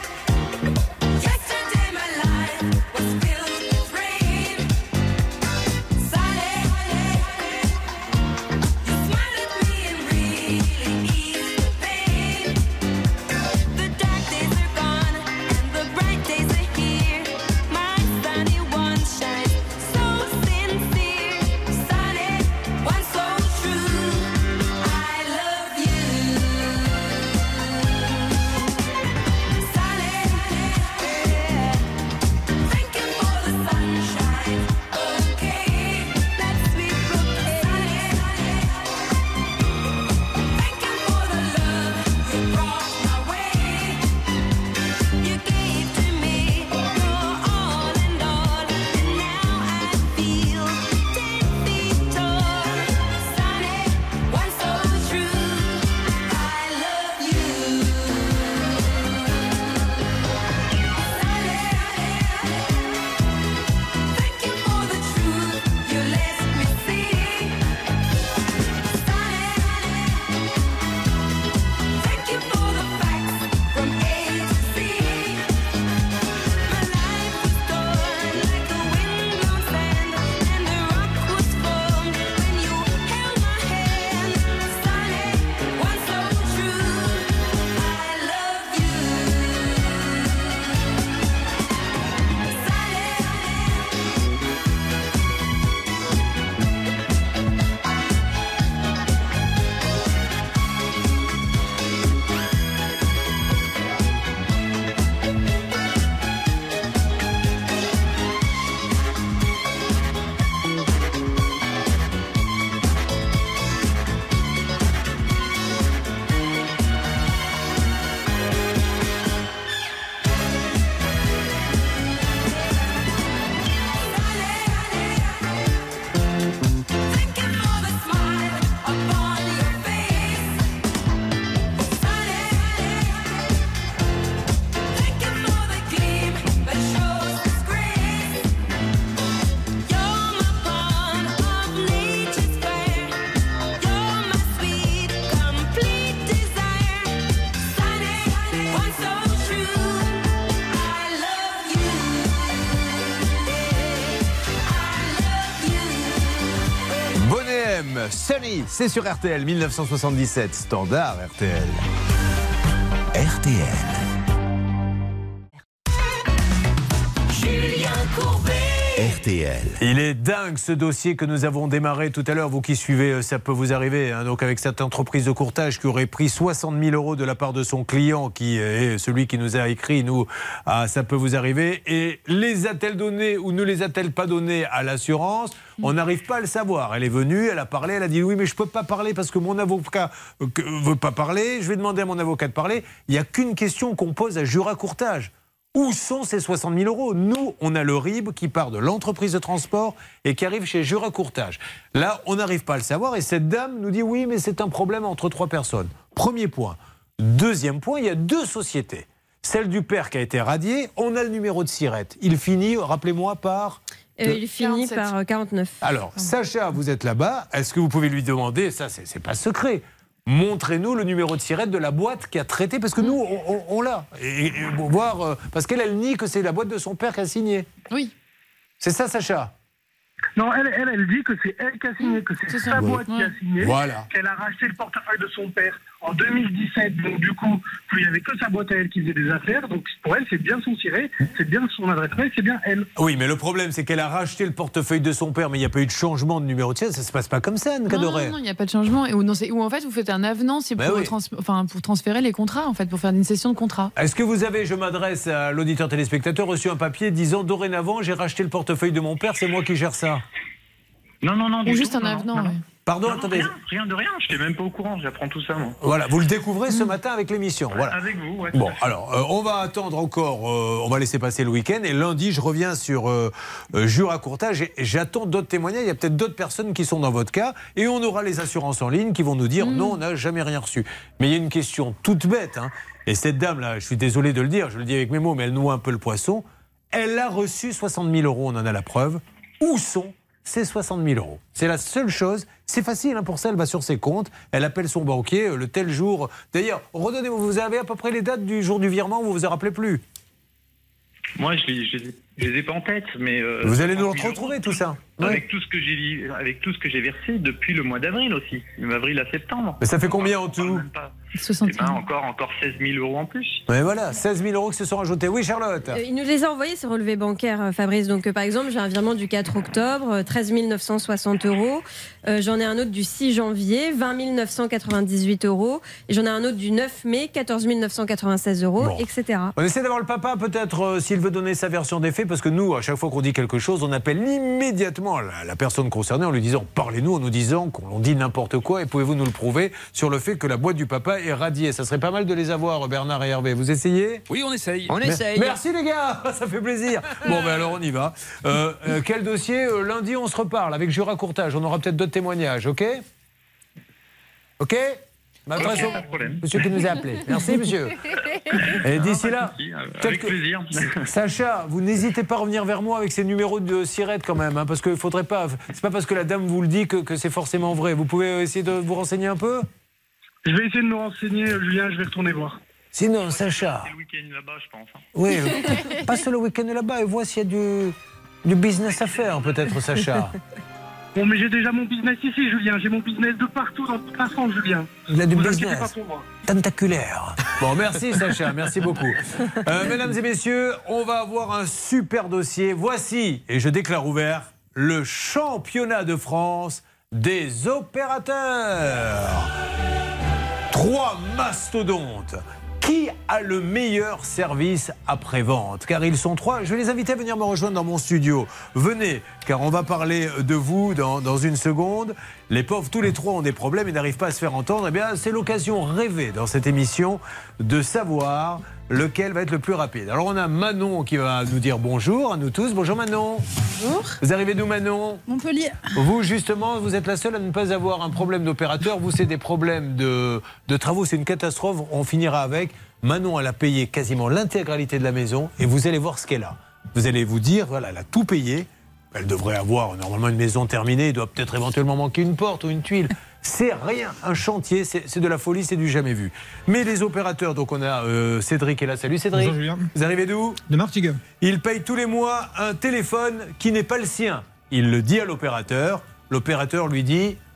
Yesterday my life was filled with rain. film Sunny, c'est sur R T L, mille neuf cent soixante-dix-sept, standard R T L. R T L. Julien Courbet. R T L. Il est dingue ce dossier que nous avons démarré tout à l'heure. Vous qui suivez, ça peut vous arriver. Hein, donc avec cette entreprise de courtage qui aurait pris soixante mille euros de la part de son client, qui est celui qui nous a écrit, nous, ah, ça peut vous arriver. Et les a-t-elle donnés ou ne les a-t-elle pas donnés à l'assurance ? On n'arrive pas à le savoir. Elle est venue, elle a parlé, elle a dit oui, mais je ne peux pas parler parce que mon avocat ne veut pas parler. Je vais demander à mon avocat de parler. Il n'y a qu'une question qu'on pose à Jura Courtage. Où sont ces soixante mille euros ? Nous, on a le R I B qui part de l'entreprise de transport et qui arrive chez Jura Courtage. Là, on n'arrive pas à le savoir et cette dame nous dit oui, mais c'est un problème entre trois personnes. Premier point. Deuxième point, il y a deux sociétés. Celle du père qui a été radiée, on a le numéro de SIRET. Il finit, rappelez-moi, par... Euh, il finit quarante-sept. Par quarante-neuf. Alors, Sacha, vous êtes là-bas. Est-ce que vous pouvez lui demander, ça, c'est, c'est pas secret, montrez-nous le numéro de SIRET de la boîte qui a traité, parce que nous, on, on, on l'a. Et, et voir, euh, parce qu'elle, elle nie que c'est la boîte de son père qui a signé. Oui. C'est ça, Sacha ? Non, elle, elle, elle dit que c'est elle qui a signé, que c'est, c'est sa boîte qui a signé, voilà. Qu'elle a racheté le portefeuille de son père en deux mille dix-sept, donc du coup, il n'y avait que sa boîte à elle qui faisait des affaires, donc pour elle, c'est bien son siret, c'est bien son adresse mail, c'est bien elle. Oui, mais le problème, c'est qu'elle a racheté le portefeuille de son père, mais il n'y a pas eu de changement de numéro de siret, ça ne se passe pas comme ça, Anne Cadoret. Non, non, il n'y a pas de changement, et où, non, c'est, où en fait, vous faites un avenant c'est pour, oui. trans, enfin, pour transférer les contrats, en fait, pour faire une cession de contrat. Est-ce que vous avez, je m'adresse à l'auditeur téléspectateur, reçu un papier disant dorénavant, j'ai racheté le portefeuille de mon père, c'est moi qui gère ça ? Non, non, non. Ou juste tout, un avenant, non, non. Ouais. Pardon, non, attendez. Rien, rien de rien, je n'étais même pas au courant, j'apprends tout ça, moi. Voilà, vous le découvrez ce matin avec l'émission. Voilà. Avec vous, ouais. Bon, alors, euh, on va attendre encore, euh, on va laisser passer le week-end, et lundi, je reviens sur euh, euh, Jura Courtage, et j'attends d'autres témoignages, il y a peut-être d'autres personnes qui sont dans votre cas, et on aura les assurances en ligne qui vont nous dire mmh. non, on n'a jamais rien reçu. Mais il y a une question toute bête, hein, et cette dame-là, je suis désolé de le dire, je le dis avec mes mots, mais elle noie un peu le poisson, elle a reçu soixante mille euros, on en a la preuve. Où sont ces soixante mille euros? C'est la seule chose. C'est facile hein, pour ça, elle va sur ses comptes, elle appelle son banquier, le tel jour. D'ailleurs, redonnez-moi, vous avez à peu près les dates du jour du virement, vous vous en rappelez plus? Moi, je les, je les, je les ai pas en tête, mais... Euh, vous allez nous retrouver tout ça. Avec, ouais. tout ce que j'ai, avec tout ce que j'ai versé depuis le mois d'avril aussi, avril à septembre. Mais ça fait combien en tout? soixante eh ben, encore, encore seize mille euros en plus. Mais voilà, seize mille euros qui se sont rajoutés. Oui, Charlotte. euh, Il nous les a envoyés, ces relevés bancaires, Fabrice. Donc, euh, par exemple, j'ai un virement du quatre octobre, treize mille neuf cent soixante euros. Euh, j'en ai un autre du six janvier, vingt mille neuf cent quatre-vingt-dix-huit euros. Et j'en ai un autre du neuf mai, quatorze mille neuf cent quatre-vingt-seize euros, bon. et cetera. On essaie d'avoir le papa, peut-être, euh, s'il veut donner sa version des faits, parce que nous, à chaque fois qu'on dit quelque chose, on appelle immédiatement la, la personne concernée en lui disant « Parlez-nous », en nous disant qu'on dit n'importe quoi, et pouvez-vous nous le prouver sur le fait que la boîte du papa est radiée. Ça serait pas mal de les avoir, Bernard et Hervé. Vous essayez? Oui, on essaye. On Mer- essaye. Merci les gars, ça fait plaisir. Bon, ben alors on y va. Euh, euh, quel dossier? euh, Lundi, on se reparle avec Jura Courtage. On aura peut-être d'autres témoignages, ok? Ok? M'adresse okay, au monsieur qui nous a appelé. Merci, monsieur. Et d'ici là, avec plaisir. Sacha, vous n'hésitez pas à revenir vers moi avec ces numéros de SIRET quand même, hein, parce qu'il faudrait pas. C'est pas parce que la dame vous le dit que, que c'est forcément vrai. Vous pouvez essayer de vous renseigner un peu? Je vais essayer de me renseigner, Julien, je vais retourner voir. Sinon, Sacha. C'est le week-end là-bas, je pense. Hein. Oui, le... passe le week-end là-bas et vois s'il y a du, du business à faire, peut-être, Sacha. Bon, mais j'ai déjà mon business ici, Julien. J'ai mon business de partout dans toute la France, Julien. Il a du Vous business pas pour moi. tentaculaire. Bon, merci, Sacha, merci beaucoup. Euh, mesdames et messieurs, on va avoir un super dossier. Voici, et je déclare ouvert, le championnat de France des opérateurs. Trois mastodontes. Qui a le meilleur service après-vente? Car ils sont trois. Je vais les inviter à venir me rejoindre dans mon studio. Venez, car on va parler de vous dans, dans une seconde. Les pauvres, tous les trois ont des problèmes et n'arrivent pas à se faire entendre. Eh bien, c'est l'occasion rêvée dans cette émission de savoir lequel va être le plus rapide. Alors, on a Manon qui va nous dire bonjour à nous tous. Bonjour Manon. Bonjour. Vous arrivez d'où, Manon? Montpellier. Vous, justement, vous êtes la seule à ne pas avoir un problème d'opérateur. Vous, c'est des problèmes de, de travaux. C'est une catastrophe. On finira avec. Manon, elle a payé quasiment l'intégralité de la maison et vous allez voir ce qu'elle a. Vous allez vous dire, voilà, elle a tout payé. Elle devrait avoir normalement une maison terminée. Il doit peut-être éventuellement manquer une porte ou une tuile. C'est rien, un chantier, c'est, c'est de la folie, c'est du jamais vu. Mais les opérateurs, donc on a euh, Cédric est là. Salut Cédric. Bonjour Julien. Vous arrivez d'où? De Martigues. Il paye tous les mois un téléphone qui n'est pas le sien. Il le dit à l'opérateur. L'opérateur lui dit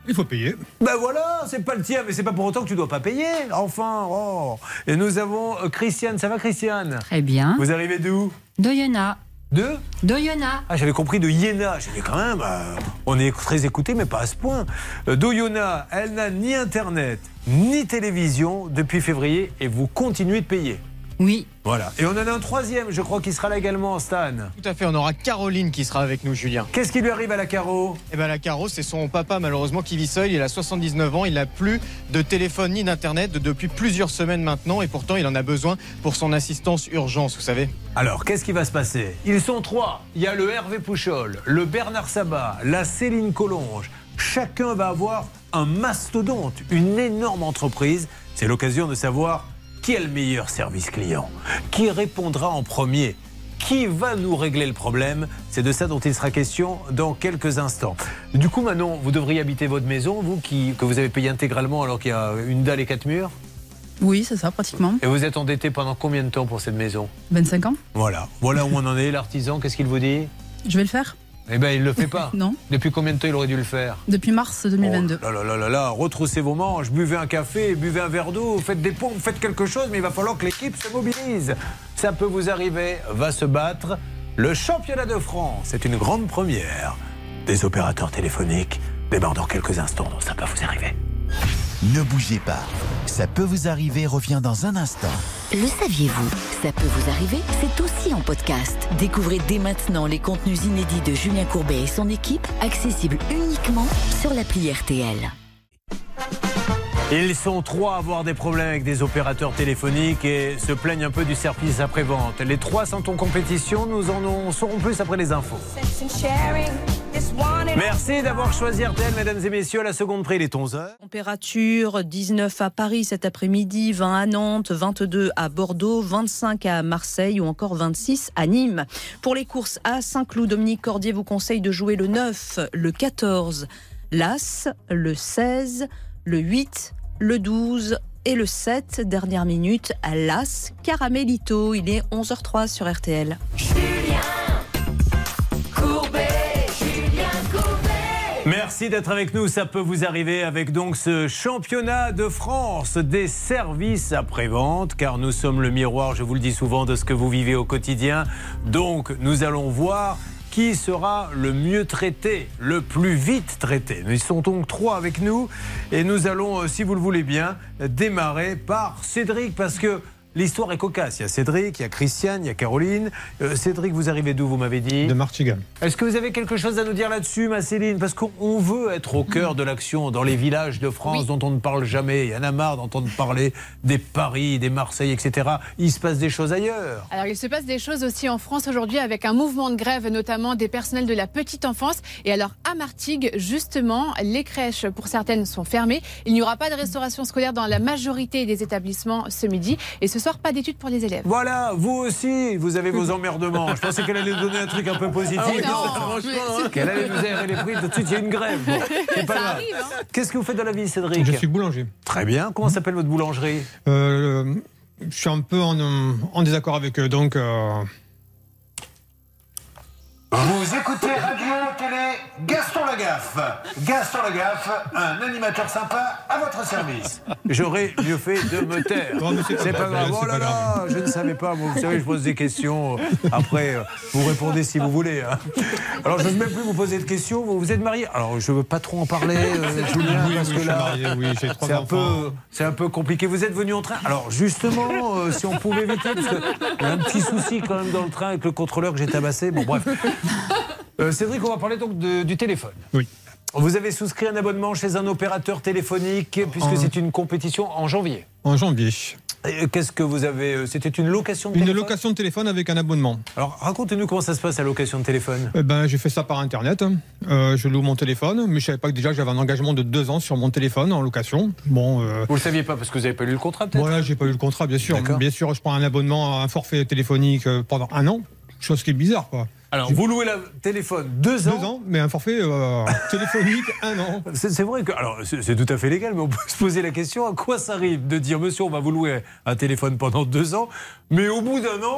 Il faut payer. Ben voilà, c'est pas le tien, mais c'est pas pour autant que tu dois pas payer. Enfin, oh. Et nous avons euh, Christiane. Ça va, Christiane? Très bien. Vous arrivez d'où? D'Oyonnax. De D'Oyonnax. Ah, j'avais compris de Iéna. J'ai dit quand même, euh, on est très écouté, mais pas à ce point. Euh, D'Oyonnax, elle n'a ni Internet, ni télévision depuis février et vous continuez de payer. Oui. Voilà. Et on en a un troisième, je crois, qui sera là également, Stan. Tout à fait, on aura Caroline qui sera avec nous, Julien. Qu'est-ce qui lui arrive à la Caro? Eh bien, la Caro, c'est son papa, malheureusement, qui vit seul. Il a soixante-dix-neuf ans, il n'a plus de téléphone ni d'Internet depuis plusieurs semaines maintenant. Et pourtant, il en a besoin pour son assistance urgence, vous savez. Alors, qu'est-ce qui va se passer? Ils sont trois. Il y a le Hervé Pouchol, le Bernard Sabat, la Céline Collonges. Chacun va avoir un mastodonte, une énorme entreprise. C'est l'occasion de savoir qui a le meilleur service client, qui répondra en premier, qui va nous régler le problème. C'est de ça dont il sera question dans quelques instants. Du coup, Manon, vous devriez habiter votre maison, vous qui, que vous avez payé intégralement alors qu'il y a une dalle et quatre murs? Oui, c'est ça, pratiquement. Et vous êtes endetté pendant combien de temps pour cette maison? vingt-cinq ans. Voilà. Voilà où on en est. L'artisan, qu'est-ce qu'il vous dit? Je vais le faire. Eh bien, il ne le fait pas. Non. Depuis combien de temps il aurait dû le faire? Depuis mars deux mille vingt-deux. Oh là là là là là, retroussez vos manches, buvez un café, buvez un verre d'eau, faites des pompes, faites quelque chose, mais il va falloir que l'équipe se mobilise. Ça peut vous arriver, va se battre. Le championnat de France, c'est une grande première. Des opérateurs téléphoniques démarrent dans quelques instants, donc ça peut vous arriver. Ne bougez pas. Ça peut vous arriver revient dans un instant. Le saviez-vous? Ça peut vous arriver, c'est aussi en podcast. Découvrez dès maintenant les contenus inédits de Julien Courbet et son équipe, accessibles uniquement sur l'appli R T L. Ils sont trois à avoir des problèmes avec des opérateurs téléphoniques et se plaignent un peu du service après-vente. Les trois sont en compétition, nous en saurons plus après les infos. Merci d'avoir choisi R T L, mesdames et messieurs. À la seconde près, il est onze heures. Température dix-neuf à Paris cet après-midi, vingt à Nantes, vingt-deux à Bordeaux, vingt-cinq à Marseille ou encore vingt-six à Nîmes. Pour les courses à Saint-Cloud, Dominique Cordier vous conseille de jouer le neuf, le quatorze, l'As, le seize, le huit, le douze et le sept. Dernière minute à l'As Caramelito. Il est onze heures zéro trois sur R T L. Merci d'être avec nous, ça peut vous arriver avec donc ce championnat de France des services après-vente, car nous sommes le miroir, je vous le dis souvent, de ce que vous vivez au quotidien. Donc nous allons voir qui sera le mieux traité, le plus vite traité. Ils sont donc trois avec nous et nous allons, si vous le voulez bien, démarrer par Cédric, parce que l'histoire est cocasse. Il y a Cédric, il y a Christiane, il y a Caroline. Euh, Cédric, vous arrivez d'où, vous m'avez dit? De Martigam. Est-ce que vous avez quelque chose à nous dire là-dessus, ma Céline? Parce qu'on veut être au cœur de l'action dans les villages de France oui. dont on ne parle jamais. Il y en a marre d'entendre parler des Paris, des Marseille, et cetera. Il se passe des choses ailleurs. Alors, il se passe des choses aussi en France aujourd'hui avec un mouvement de grève, notamment des personnels de la petite enfance. Et alors, à Martigues, justement, les crèches, pour certaines, sont fermées. Il n'y aura pas de restauration scolaire dans la majorité des établissements ce midi. Et ce pas d'études pour les élèves. Voilà, vous aussi, vous avez vos emmerdements. Je pensais qu'elle allait nous donner un truc un peu positif. Ah oui, non, non, qu'elle allait nous aérer les prix. Tout de suite, il y a une grève. Bon, c'est pas ça grave. arrive. Hein. Qu'est-ce que vous faites dans la vie, Cédric? Je suis boulanger. Très bien. Comment s'appelle votre boulangerie? euh, Je suis un peu en, en désaccord avec eux, donc... Euh... Vous écoutez Radio Télé Gaston Lagaffe. Gaston Lagaffe, un animateur sympa à votre service. J'aurais mieux fait de me taire. Oh, c'est, c'est pas, pas grave. Oh là là, je ne savais pas. Moi, vous savez, je pose des questions. Après, vous répondez si vous voulez. Hein. Alors, je ne veux même plus vous poser de questions. Vous, vous êtes marié? Alors, je ne veux pas trop en parler, euh, Julien, oui, parce oui, que je là, suis marié, oui, j'ai trois c'est, un enfants. peu, c'est un peu compliqué. Vous êtes venu en train. Alors, justement, euh, si on pouvait éviter, parce qu'il y a un petit souci quand même dans le train avec le contrôleur que j'ai tabassé. Bon, bref. Euh, Cédric, on va parler donc de, du téléphone. Oui. Vous avez souscrit un abonnement chez un opérateur téléphonique puisque en... c'est une compétition en janvier. En janvier. Et qu'est-ce que vous avez? C'était une location de une téléphone? Une location de téléphone avec un abonnement. Alors racontez-nous comment ça se passe la location de téléphone. Eh ben, j'ai fait ça par internet. Euh, je loue mon téléphone, mais je savais pas que déjà j'avais un engagement de deux ans sur mon téléphone en location. Bon. Euh... Vous le saviez pas parce que vous n'avez pas lu le contrat peut-être? Voilà, j'ai pas lu le contrat, bien sûr. D'accord. Bien sûr, je prends un abonnement, un forfait téléphonique pendant un an. Chose qui est bizarre, quoi. Alors, vous louez le téléphone deux ans. Deux ans, mais un forfait euh, téléphonique, un an. C'est, c'est vrai que, alors, c'est, c'est tout à fait légal, mais on peut se poser la question à quoi ça arrive de dire, monsieur, on va vous louer un téléphone pendant deux ans, mais au bout d'un an,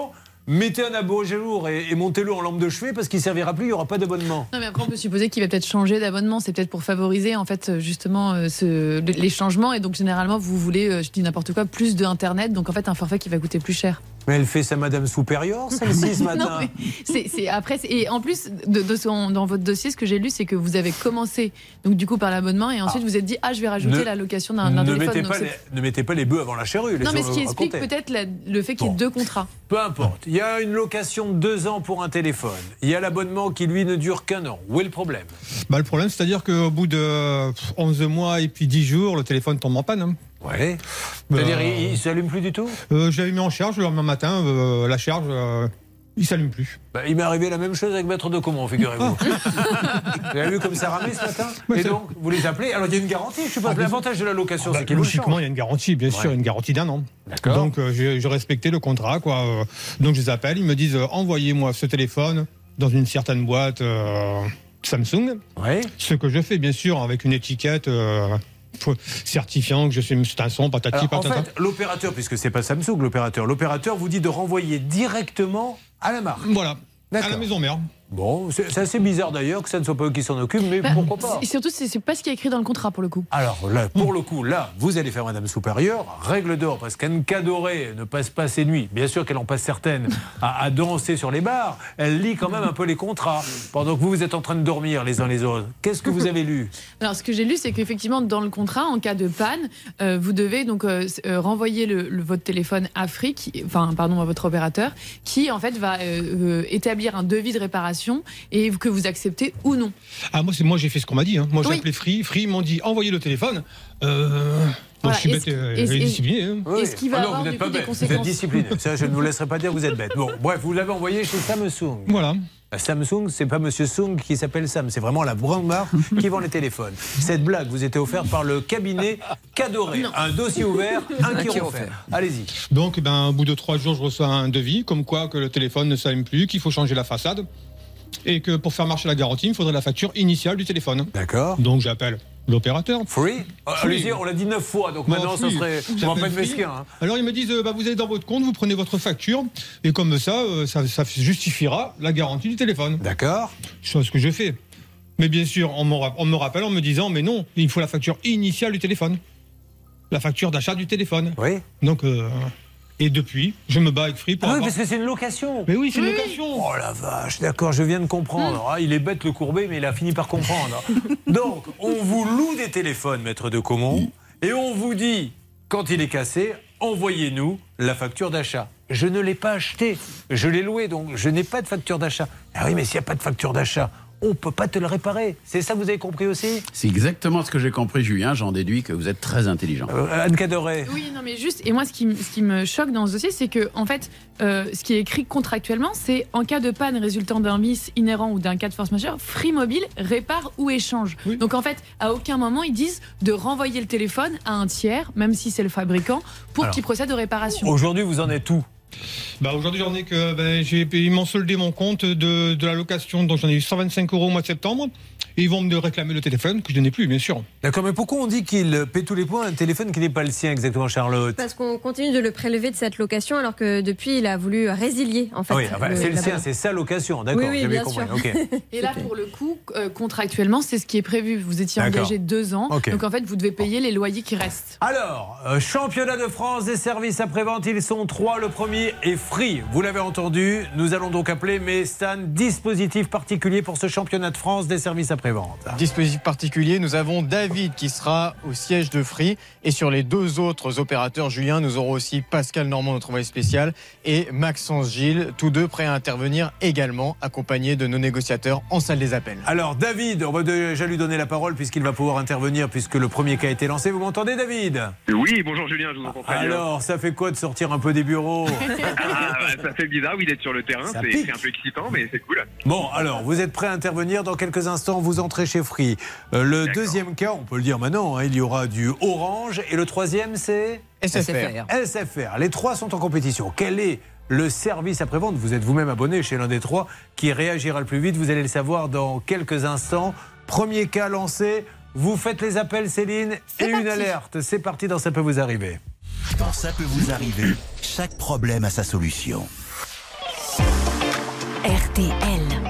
mettez un abonnement et, et montez-le en lampe de chevet parce qu'il ne servira plus, il n'y aura pas d'abonnement. Non, mais après, on peut supposer qu'il va peut-être changer d'abonnement. C'est peut-être pour favoriser, en fait, justement, euh, ce, les changements. Et donc, généralement, vous voulez, euh, je dis n'importe quoi, plus d'Internet. Donc, en fait, un forfait qui va coûter plus cher. Mais elle fait sa Madame Supérieure, celle-ci, ce matin. Non, mais c'est, c'est, après, c'est, et en plus, de, de son, dans votre dossier, ce que j'ai lu, c'est que vous avez commencé, donc du coup, par l'abonnement, et ensuite, ah. vous êtes dit, ah, je vais rajouter ne, la location d'un, d'un ne téléphone. Mettez Donc pas les, ne mettez pas les bœufs avant la charrue. Non, mais ce qui explique raconter. peut-être la, le fait qu'il y ait bon. deux contrats. Peu importe. Il y a une location de deux ans pour un téléphone. Il y a l'abonnement qui, lui, ne dure qu'un an. Où est le problème? Bah, le problème, c'est-à-dire qu'au bout de onze mois et puis dix jours, le téléphone tombe en panne. Hein. Ouais. C'est-à-dire, euh, il ne s'allume plus du tout? euh, Je l'avais mis en charge le lendemain matin. Euh, la charge, euh, il ne s'allume plus. Bah, il m'est arrivé la même chose avec Maître de Comont, figurez-vous. Vous avez vu comme ça ramait ce matin? ouais, Et donc, vous les appelez. Alors, il y a une garantie. Je ne sais pas. Ah, l'avantage de la location, ah, bah, c'est qu'il logiquement, il y a une garantie, bien sûr, ouais. une garantie d'un an. D'accord. Donc, euh, je, je respectais le contrat, quoi. Euh, donc, je les appelle. Ils me disent euh, envoyez-moi ce téléphone dans une certaine boîte euh, Samsung. Ouais. Ce que je fais, bien sûr, avec une étiquette. Euh, certifiant que je suis un son, patati, Alors, patata. En fait, l'opérateur, puisque c'est pas Samsung l'opérateur, l'opérateur vous dit de renvoyer directement à la marque. Voilà, à la maison mère. Bon, c'est, c'est assez bizarre d'ailleurs que ça ne soit pas eux qui s'en occupent, mais bah, pourquoi pas? Et surtout, c'est, c'est pas ce qui est écrit dans le contrat pour le coup. Alors là, pour le coup, là, vous allez faire Madame Supérieure, règle d'or, parce qu'Anne Cadoré ne passe pas ses nuits, bien sûr qu'elle en passe certaines, à, à danser sur les bars, elle lit quand même un peu les contrats, pendant que vous, vous êtes en train de dormir les uns les autres. Qu'est-ce que vous avez lu? Alors, ce que j'ai lu, c'est qu'effectivement, dans le contrat, en cas de panne, euh, vous devez donc euh, euh, renvoyer le, le, votre téléphone à Free, qui, enfin, pardon, à votre opérateur, qui en fait va euh, euh, établir un devis de réparation et que vous acceptez ou non. Ah, moi, c'est, moi j'ai fait ce qu'on m'a dit. Hein. Moi, j'ai oui. appelé Free. Free m'ont dit envoyez le téléphone. Euh... Bon, voilà. Je suis bête et, et discipliné. Hein. Oui. Est-ce qu'il va ah non, avoir vous n'êtes pas bête. Vous êtes discipliné. Ça, je ne vous laisserai pas dire que vous êtes bête. Bon, bref, vous l'avez envoyé chez Samsung. Voilà. Samsung, c'est pas Monsieur Sung qui s'appelle Sam, c'est vraiment la grande marque qui vend les téléphones. Cette blague vous était offerte par le cabinet Cadoré. Non. Un dossier ouvert, un, un qui offert. Allez-y. Donc, ben, au bout de trois jours, je reçois un devis, comme quoi que le téléphone ne s'allume plus, qu'il faut changer la façade. Et que pour faire marcher la garantie, il faudrait la facture initiale du téléphone. D'accord. Donc j'appelle l'opérateur. Free, Allez-y, on l'a dit neuf fois, donc bon, maintenant free. ça serait. On va pas être mesquin. Hein. Alors ils me disent, bah, vous allez dans votre compte, vous prenez votre facture, et comme ça, euh, ça, ça justifiera la garantie du téléphone. D'accord. Chose que je fais. Mais bien sûr, on me, on me rappelle en me disant, mais non, il faut la facture initiale du téléphone. La facture d'achat du téléphone. Oui. Donc. Euh, Et depuis, je me bats avec Free pour ah oui, avoir... parce que c'est une location. Mais oui, c'est oui. une location. Oh la vache, d'accord, je viens de comprendre. Mmh. Ah, il est bête le Courbet, mais il a fini par comprendre. Donc, on vous loue des téléphones, Maître de Comont, et on vous dit, quand il est cassé, envoyez-nous la facture d'achat. Je ne l'ai pas acheté, je l'ai loué, donc je n'ai pas de facture d'achat. Ah oui, mais s'il n'y a pas de facture d'achat, on ne peut pas te le réparer. C'est ça que vous avez compris aussi? C'est exactement ce que j'ai compris, Julien. J'en déduis que vous êtes très intelligent. Euh, Anne Cadoré. Oui, non, mais juste, et moi, ce qui, ce qui me choque dans ce dossier, c'est que, en fait, euh, ce qui est écrit contractuellement, c'est en cas de panne résultant d'un vice inhérent ou d'un cas de force majeure, Free Mobile répare ou échange. Oui. Donc, en fait, à aucun moment, ils disent de renvoyer le téléphone à un tiers, même si c'est le fabricant, pour Alors, qu'il procède aux réparations. Aujourd'hui, vous en êtes où? Bah aujourd'hui j'en ai que ben, j'ai, ils m'ont soldé mon compte de, de la location, donc j'en ai eu cent vingt-cinq euros au mois de septembre. Et ils vont me réclamer le téléphone que je n'ai plus, bien sûr. D'accord, mais pourquoi on dit qu'il paie tous les points un téléphone qui n'est pas le sien exactement, Charlotte? Parce qu'on continue de le prélever de cette location alors que depuis il a voulu résilier en fait. Ah oui, enfin, le, c'est le sien, c'est sa location, d'accord, oui, oui, j'ai bien, bien compris. Sûr. Okay. Et là pour le coup, euh, contractuellement, c'est ce qui est prévu. Vous étiez d'accord. engagé deux ans, okay. donc en fait vous devez payer les loyers qui restent. Alors, euh, championnat de France des services après-vente, ils sont trois. Le premier est Free. Vous l'avez entendu, nous allons donc appeler, mais Stan, dispositif particulier pour ce championnat de France des services après-vente. Dispositif particulier, nous avons David qui sera au siège de Free. Et sur les deux autres opérateurs, Julien, nous aurons aussi Pascal Normand, notre envoyé spécial, et Maxence Gilles, tous deux prêts à intervenir également, accompagnés de nos négociateurs en salle des appels. Alors David, on va déjà lui donner la parole puisqu'il va pouvoir intervenir puisque le premier cas a été lancé. Vous m'entendez, David? Oui, bonjour Julien, je vous entends très bien. Alors, ça fait quoi de sortir un peu des bureaux? Ah, ça fait bizarre, oui, d'être sur le terrain, c'est, c'est un peu excitant, mais c'est cool. Bon, alors, vous êtes prêts à intervenir. Dans quelques instants, vous entrez chez Free. Euh, le D'accord. deuxième cas, on peut le dire maintenant, hein, il y aura du Orange. Et le troisième, c'est S F R. S F R. Les trois sont en compétition. Quel est le service après-vente? Vous êtes vous-même abonné chez l'un des trois qui réagira le plus vite. Vous allez le savoir dans quelques instants. Premier cas lancé. Vous faites les appels, Céline, c'est et parti. Une alerte. C'est parti dans Ça peut vous arriver. Dans Ça peut vous arriver, chaque problème a sa solution. R T L.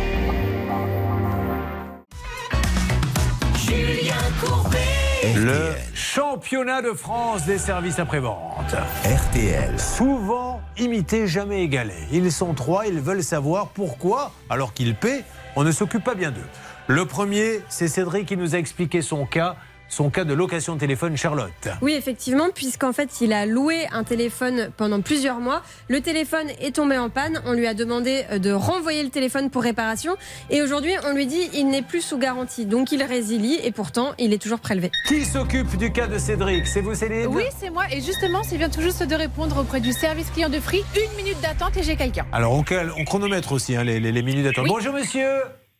Julien Courbet. Le championnat de France des services après-vente. R T L. Souvent imité, jamais égalé. Ils sont trois, ils veulent savoir pourquoi, alors qu'ils paient, on ne s'occupe pas bien d'eux. Le premier, c'est Cédric qui nous a expliqué son cas. Son cas de location de téléphone, Charlotte. Oui, effectivement, puisqu'en fait, il a loué un téléphone pendant plusieurs mois. Le téléphone est tombé en panne. On lui a demandé de renvoyer le téléphone pour réparation. Et aujourd'hui, on lui dit qu'il n'est plus sous garantie. Donc, il résilie et pourtant, il est toujours prélevé. Qui s'occupe du cas de Cédric? C'est vous, Céline? Oui, c'est moi. Et justement, c'est vient tout juste de répondre auprès du service client de Free. Une minute d'attente et j'ai quelqu'un. Alors, on, cal- on chronomètre aussi hein, les, les, les minutes d'attente. Oui. Bonjour, monsieur.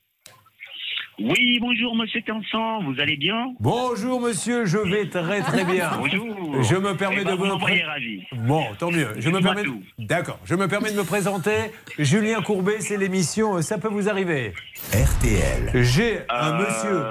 Oui, bonjour monsieur Cansan, vous allez bien? Bonjour monsieur, je vais très très bien. Bonjour. Je me permets Eh ben, de vous vous m'envoyez pré- ravi. Bon, tant mieux. Je me Dites-moi permets. tout. D'accord. Je me permets de me présenter. Julien Courbet, c'est l'émission. Ça peut vous arriver. R T L. J'ai un Euh, monsieur.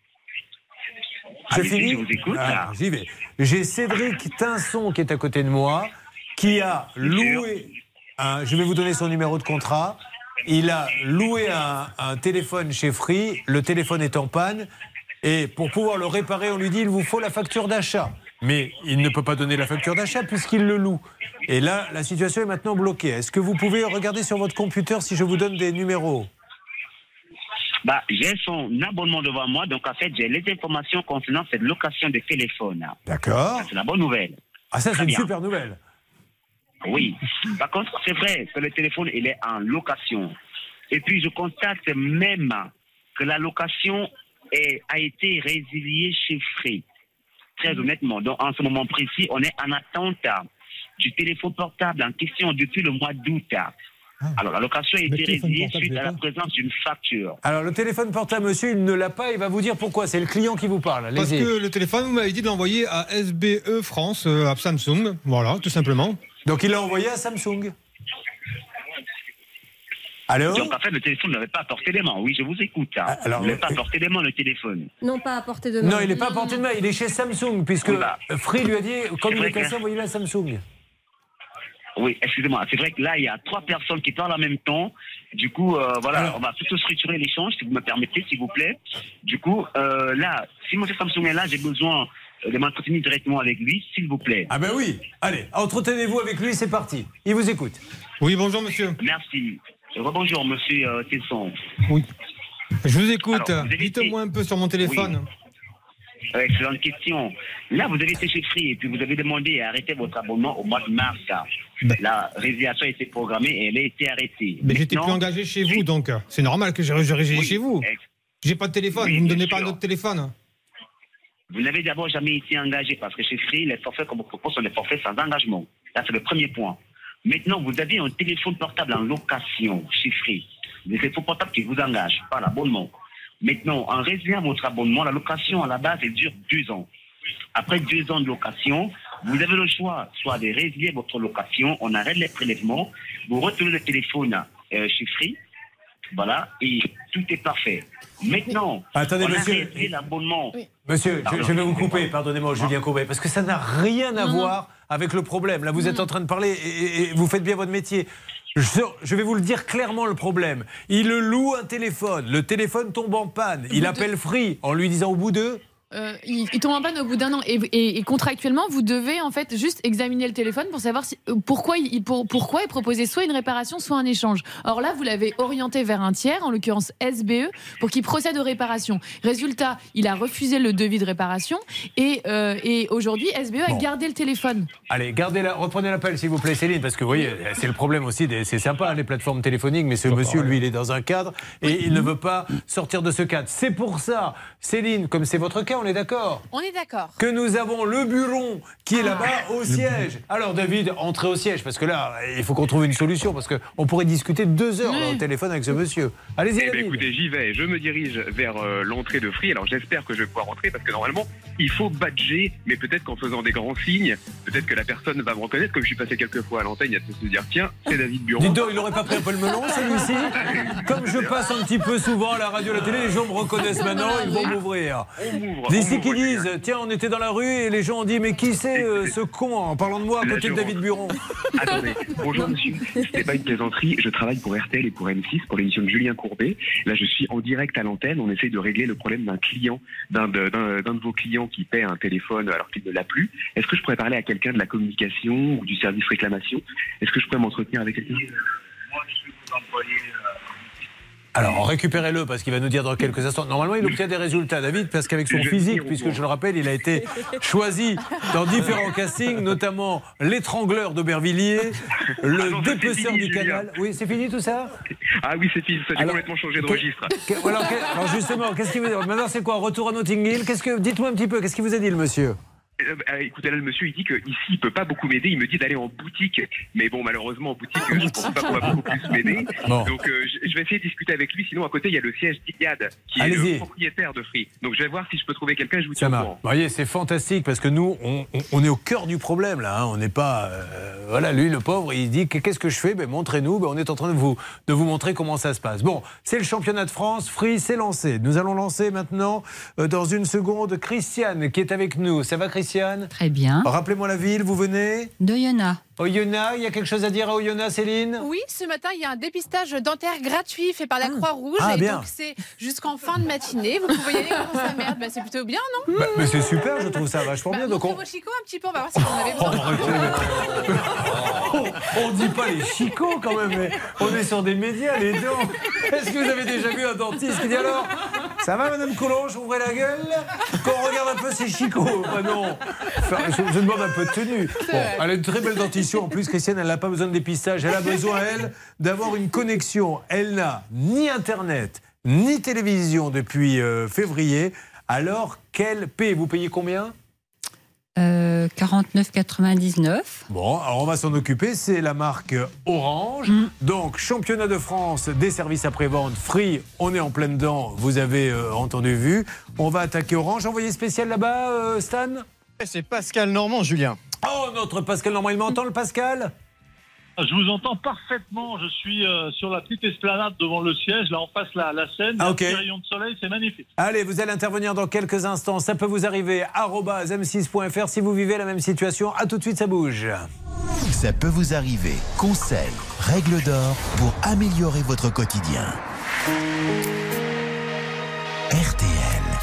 Je allez-y, finis. je vous écoute. Ah, j'y vais. J'ai Cédric Tinson qui est à côté de moi, qui a loué. Un, je vais vous donner son numéro de contrat. Il a loué un, un téléphone chez Free. Le téléphone est en panne. Et pour pouvoir le réparer, on lui dit il vous faut la facture d'achat. Mais il ne peut pas donner la facture d'achat puisqu'il le loue. Et là, la situation est maintenant bloquée. Est-ce que vous pouvez regarder sur votre computer si je vous donne des numéros? Bah, j'ai son abonnement devant moi, donc en fait, j'ai les informations concernant cette location de téléphone. D'accord. Ça, c'est la bonne nouvelle. Ah, ça, Très c'est une bien. super nouvelle. Oui. Par contre, c'est vrai que le téléphone, il est en location. Et puis, je constate même que la location est, a été résiliée chez Free. Très honnêtement. Donc, en ce moment précis, on est en attente du téléphone portable en question depuis le mois d'août. Alors, la location a été résiliée suite à la présence d'une facture. Alors, le téléphone portable, monsieur, il ne l'a pas. Il va vous dire pourquoi. C'est le client qui vous parle. Parce Allez-y. que le téléphone, vous m'avez dit de l'envoyer à S B E France, euh, à Samsung. Voilà, tout simplement. Donc, il l'a envoyé à Samsung. Allô? Donc, en fait, le téléphone n'avait pas à portée des mains. Oui, je vous écoute. Hein. alors, il n'est pas à portée des mains, le téléphone. Non, pas à portée de main. Non, il n'est pas à portée de main. Il est chez Samsung, puisque Voilà. Free lui a dit, comme C'est il vrai est cassé, que- envoyez-le à Samsung. Oui, excusez-moi. C'est vrai que là, il y a trois personnes qui parlent en même temps. Du coup, euh, voilà, on va plutôt structurer l'échange, si vous me permettez, s'il vous plaît. Du coup, euh, là, si M. Samsung est là, j'ai besoin de m'entretenir directement avec lui, s'il vous plaît. Ah ben oui. Allez, entretenez-vous avec lui, c'est parti. Il vous écoute. Oui, bonjour monsieur. Merci. Rebonjour, monsieur euh, Tesson. Oui. Je vous écoute. Alors, vous avez été- Dites-moi un peu sur mon téléphone. Euh, Excellente question. Là, vous avez été chez Free et puis vous avez demandé à arrêter votre abonnement au mois de mars. Ben. La résiliation a été programmée et elle a été arrêtée. Mais j'étais plus Maintenant, engagé chez vous, donc euh, c'est normal que je résilie Oui, chez vous. ex- J'ai pas de téléphone, Oui, vous me bien donnez pas sûr. un autre téléphone. Vous n'avez d'abord jamais été engagé parce que chez Free, les forfaits qu'on vous propose sont des forfaits sans engagement. Là, c'est le premier point. Maintenant, vous avez un téléphone portable en location chez Free. Des téléphones portables qui vous engagent, pas l'abonnement. Maintenant, en résiliant votre abonnement, la location à la base, elle dure deux ans. Après deux ans de location, vous avez le choix soit de résilier votre location, on arrête les prélèvements, vous retenez le téléphone euh, chez Free, voilà, et tout est parfait. Maintenant, Attendez, on monsieur. a résilié l'abonnement. Monsieur, je, Pardon, je vais vous excusez-moi. couper, pardonnez-moi, Julien Courbet, parce que ça n'a rien à Non, non. voir avec le problème. Là, vous êtes en train de parler et, et- et vous faites bien votre métier. Je, je vais vous le dire clairement, le problème. Il loue un téléphone, le téléphone tombe en panne, il bout de- appelle Free en lui disant au bout de... Euh, il, il tombe en panne au bout d'un an et, et- et contractuellement vous devez en fait juste examiner le téléphone pour savoir si, euh, pourquoi il pour, pourquoi il proposait soit une réparation soit un échange. Or là vous l'avez orienté vers un tiers, en l'occurrence S B E, pour qu'il procède aux réparations. Résultat, il a refusé le devis de réparation et, euh, et aujourd'hui S B E Bon. a gardé le téléphone. Allez, gardez la, reprenez l'appel s'il vous plaît Céline, parce que vous voyez, c'est le problème aussi, des- c'est sympa hein, les plateformes téléphoniques, mais ce monsieur, lui, il est dans un cadre et il ne veut pas sortir de ce cadre. C'est pour ça, Céline, comme c'est votre cas, on est d'accord, On est d'accord. que nous avons le bureau qui est là-bas au siège. Alors David, entrez au siège, parce que là, il faut qu'on trouve une solution, parce qu'on pourrait discuter deux heures là, au téléphone avec ce monsieur. Allez-y Eh ben, David. écoutez, j'y vais. Je me dirige vers euh, l'entrée de Free. Alors j'espère que je vais pouvoir rentrer parce que normalement, il faut badger, mais peut-être qu'en faisant des grands signes, peut-être que la personne va me reconnaître. Comme je suis passé quelques fois à l'antenne, il y a de se dire tiens, c'est David Buron. Dites donc, il n'aurait pas pris un peu le melon, celui-ci. Comme je passe un petit peu souvent à la radio et à la télé, les gens me reconnaissent maintenant, ils vont m'ouvrir. On m'ouvre. D'ici qui disent, tiens, on était dans la rue et les gens ont dit, mais qui c'est euh, ce con en parlant de moi à côté de David Buron? Attendez, bonjour monsieur, c'était pas une plaisanterie, je travaille pour R T L et pour M six, pour l'émission de Julien Courbet. Là, je suis en direct à l'antenne, on essaye de régler le problème d'un client, d'un de, d'un, d'un de vos clients qui paie un téléphone alors qu'il ne l'a plus. Est-ce que je pourrais parler à quelqu'un de la communication ou du service réclamation? Est-ce que je pourrais m'entretenir avec quelqu'un? Moi, je suis vous employer... Alors, récupérez-le parce qu'il va nous dire dans quelques instants. Normalement, il obtient des résultats, David, parce qu'avec son physique, puisque je le rappelle, il a été choisi dans différents castings, notamment l'étrangleur d'Aubervilliers, le ah non, dépeceur du canal. Oui, c'est fini tout ça? Ah oui, c'est fini, ça a complètement changé de registre. Que, alors, que, alors justement, qu'est-ce qu'il vous dit? Maintenant, c'est quoi? Retour à Notting Hill? Qu'est-ce que, dites-moi un petit peu, qu'est-ce qu'il vous a dit le monsieur? Euh, écoutez, là, le monsieur, il dit qu'ici, il peut pas beaucoup m'aider. Il me dit d'aller en boutique. Mais bon, malheureusement, en boutique, je pense pas qu'on va beaucoup plus m'aider. Bon. Donc, euh, je, je vais essayer de discuter avec lui. Sinon, à côté, il y a le siège d'Iliade, qui Allez-y. est le propriétaire de Free. Donc, je vais voir si je peux trouver quelqu'un. Je vous tiens au courant. Vous voyez, c'est fantastique parce que nous, on, on, on est au cœur du problème, là. Hein. On n'est pas... Euh, voilà, lui, le pauvre, il dit qu'est-ce que je fais? Ben, montrez-nous. Ben, on est en train de vous, de vous montrer comment ça se passe. Bon, c'est le championnat de France. Free, c'est lancé. Nous allons lancer maintenant, euh, dans une seconde, Christiane, qui est avec nous. Ça va, Christiane? Très bien. Rappelez-moi la ville, vous venez d'Oyonnax. Oyonnax, il y a quelque chose à dire à Oyonnax, Céline? Oui, ce matin, il y a un dépistage dentaire gratuit fait par la Croix-Rouge. Ah, et bien. donc, c'est jusqu'en fin de matinée. Vous pouvez y aller quand ça merde. Bah, c'est plutôt bien, non? bah, Mais c'est super, je trouve ça vachement bah, bien. Donc on... vos chicots un petit peu, on va voir si vous en avez besoin. on ne dit pas les chicots quand même, mais on est sur des médias, les dents. Est-ce que vous avez déjà vu un dentiste qui dit alors, ça va Madame Collonges, ouvrez la gueule, qu'on regarde un peu ces chicots? Bah non, enfin, je, je demande un peu de tenue. Bon, elle a une très belle dentition. En plus, Christiane, elle n'a pas besoin de dépistage. Elle a besoin, elle, d'avoir une connexion. Elle n'a ni Internet, ni télévision depuis euh, février. Alors, qu'elle paie? Vous payez combien? euh, quarante-neuf quatre-vingt-dix-neuf. Bon, alors on va s'en occuper. C'est la marque Orange. Mm. Donc, championnat de France des services après-vente Free. On est en plein dedans. Vous avez euh, entendu, vu. On va attaquer Orange. Envoyé spécial là-bas, euh, Stan? C'est Pascal Normand, Julien. Oh, notre Pascal Normand, il m'entend le Pascal? Je vous entends parfaitement. Je suis euh, sur la petite esplanade devant le siège, là en face la, la Seine. Ah, okay. Un petit rayon de soleil, c'est magnifique. Allez, vous allez intervenir dans quelques instants. Ça peut vous arriver. arobase m six point f r si vous vivez la même situation. À tout de suite, ça bouge. Ça peut vous arriver. Conseils, règles d'or pour améliorer votre quotidien. R T L.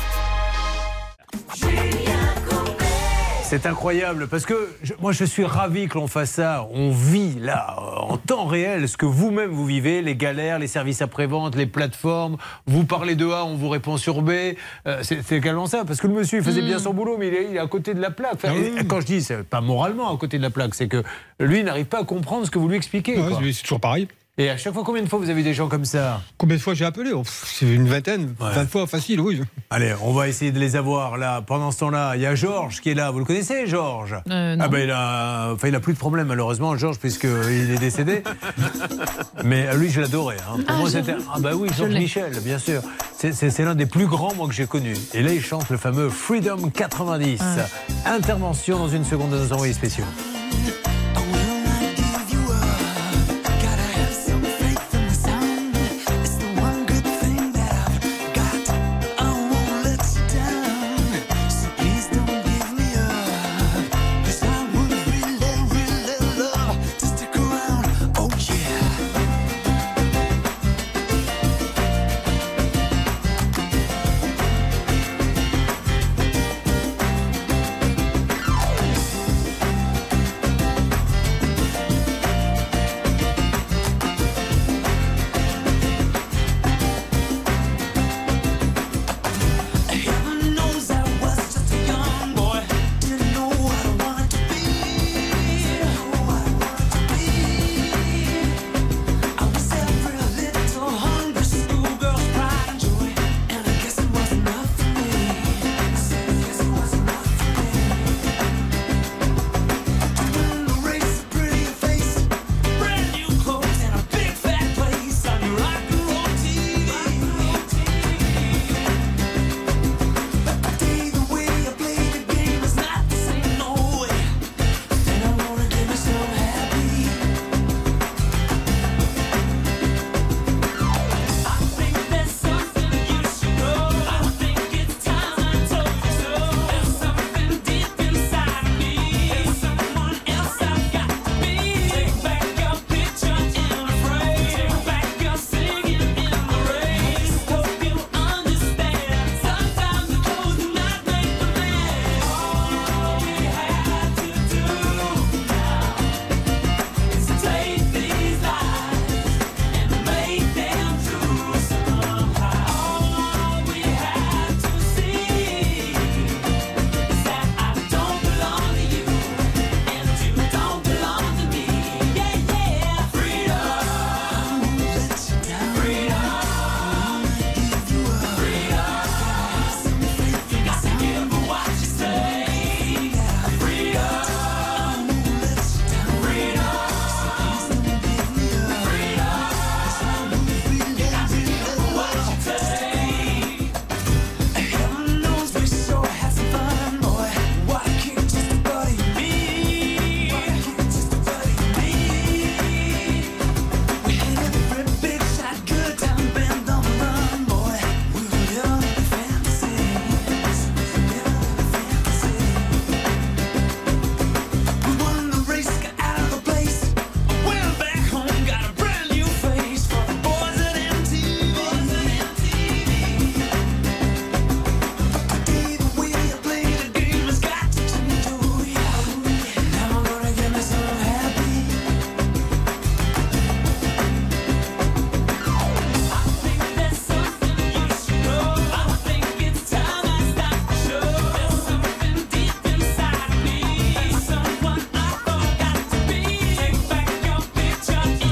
C'est incroyable parce que je, moi je suis ravi que l'on fasse ça. On vit là en temps réel ce que vous-même vous vivez, les galères, les services après-vente, les plateformes. Vous parlez de A, on vous répond sur B. Euh, c'est, c'est également ça parce que le monsieur il faisait mmh. bien son boulot, mais il est, il est à côté de la plaque. Enfin, mmh. Quand je dis c'est pas moralement à côté de la plaque, c'est que lui n'arrive pas à comprendre ce que vous lui expliquez. Ouais, quoi. C'est toujours pareil. Et à chaque fois, combien de fois vous avez des gens comme ça? Combien de fois j'ai appelé? oh, C'est une vingtaine, ouais. vingt fois facile, oui. Allez, on va essayer de les avoir là. Pendant ce temps-là, il y a Georges qui est là. Vous le connaissez, Georges? euh, non. Ah ben il a, enfin il a plus de problème malheureusement, Georges, puisqu'il est décédé. Mais lui, je l'adorais. Hein. Pour ah, moi, c'était ah bah oui, Georges Michel, bien sûr. C'est, c'est, c'est l'un des plus grands moi que j'ai connu. Et là, il chante le fameux Freedom quatre-vingt-dix. Ah. Intervention dans une seconde de nos envoyés spéciaux.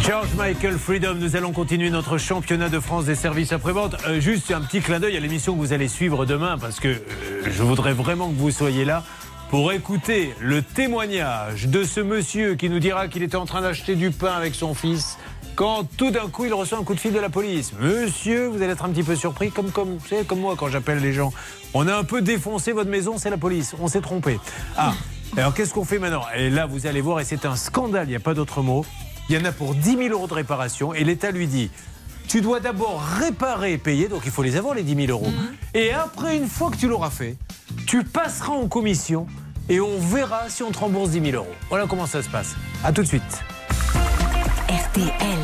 George Michael Freedom, nous allons continuer notre championnat de France des services après-vente. Euh, juste un petit clin d'œil à l'émission que vous allez suivre demain parce que euh, je voudrais vraiment que vous soyez là pour écouter le témoignage de ce monsieur qui nous dira qu'il était en train d'acheter du pain avec son fils quand tout d'un coup il reçoit un coup de fil de la police. Monsieur, vous allez être un petit peu surpris comme, comme, vous savez, comme moi quand j'appelle les gens. On a un peu défoncé votre maison, c'est la police, on s'est trompé. Ah, alors qu'est-ce qu'on fait maintenant? Et là vous allez voir, et c'est un scandale, il n'y a pas d'autre mot. Il y en a pour dix mille euros de réparation et l'État lui dit tu dois d'abord réparer et payer, donc il faut les avoir les dix mille euros. Mmh. Et après, une fois que tu l'auras fait, tu passeras en commission et on verra si on te rembourse dix mille euros. Voilà comment ça se passe. A tout de suite. R T L.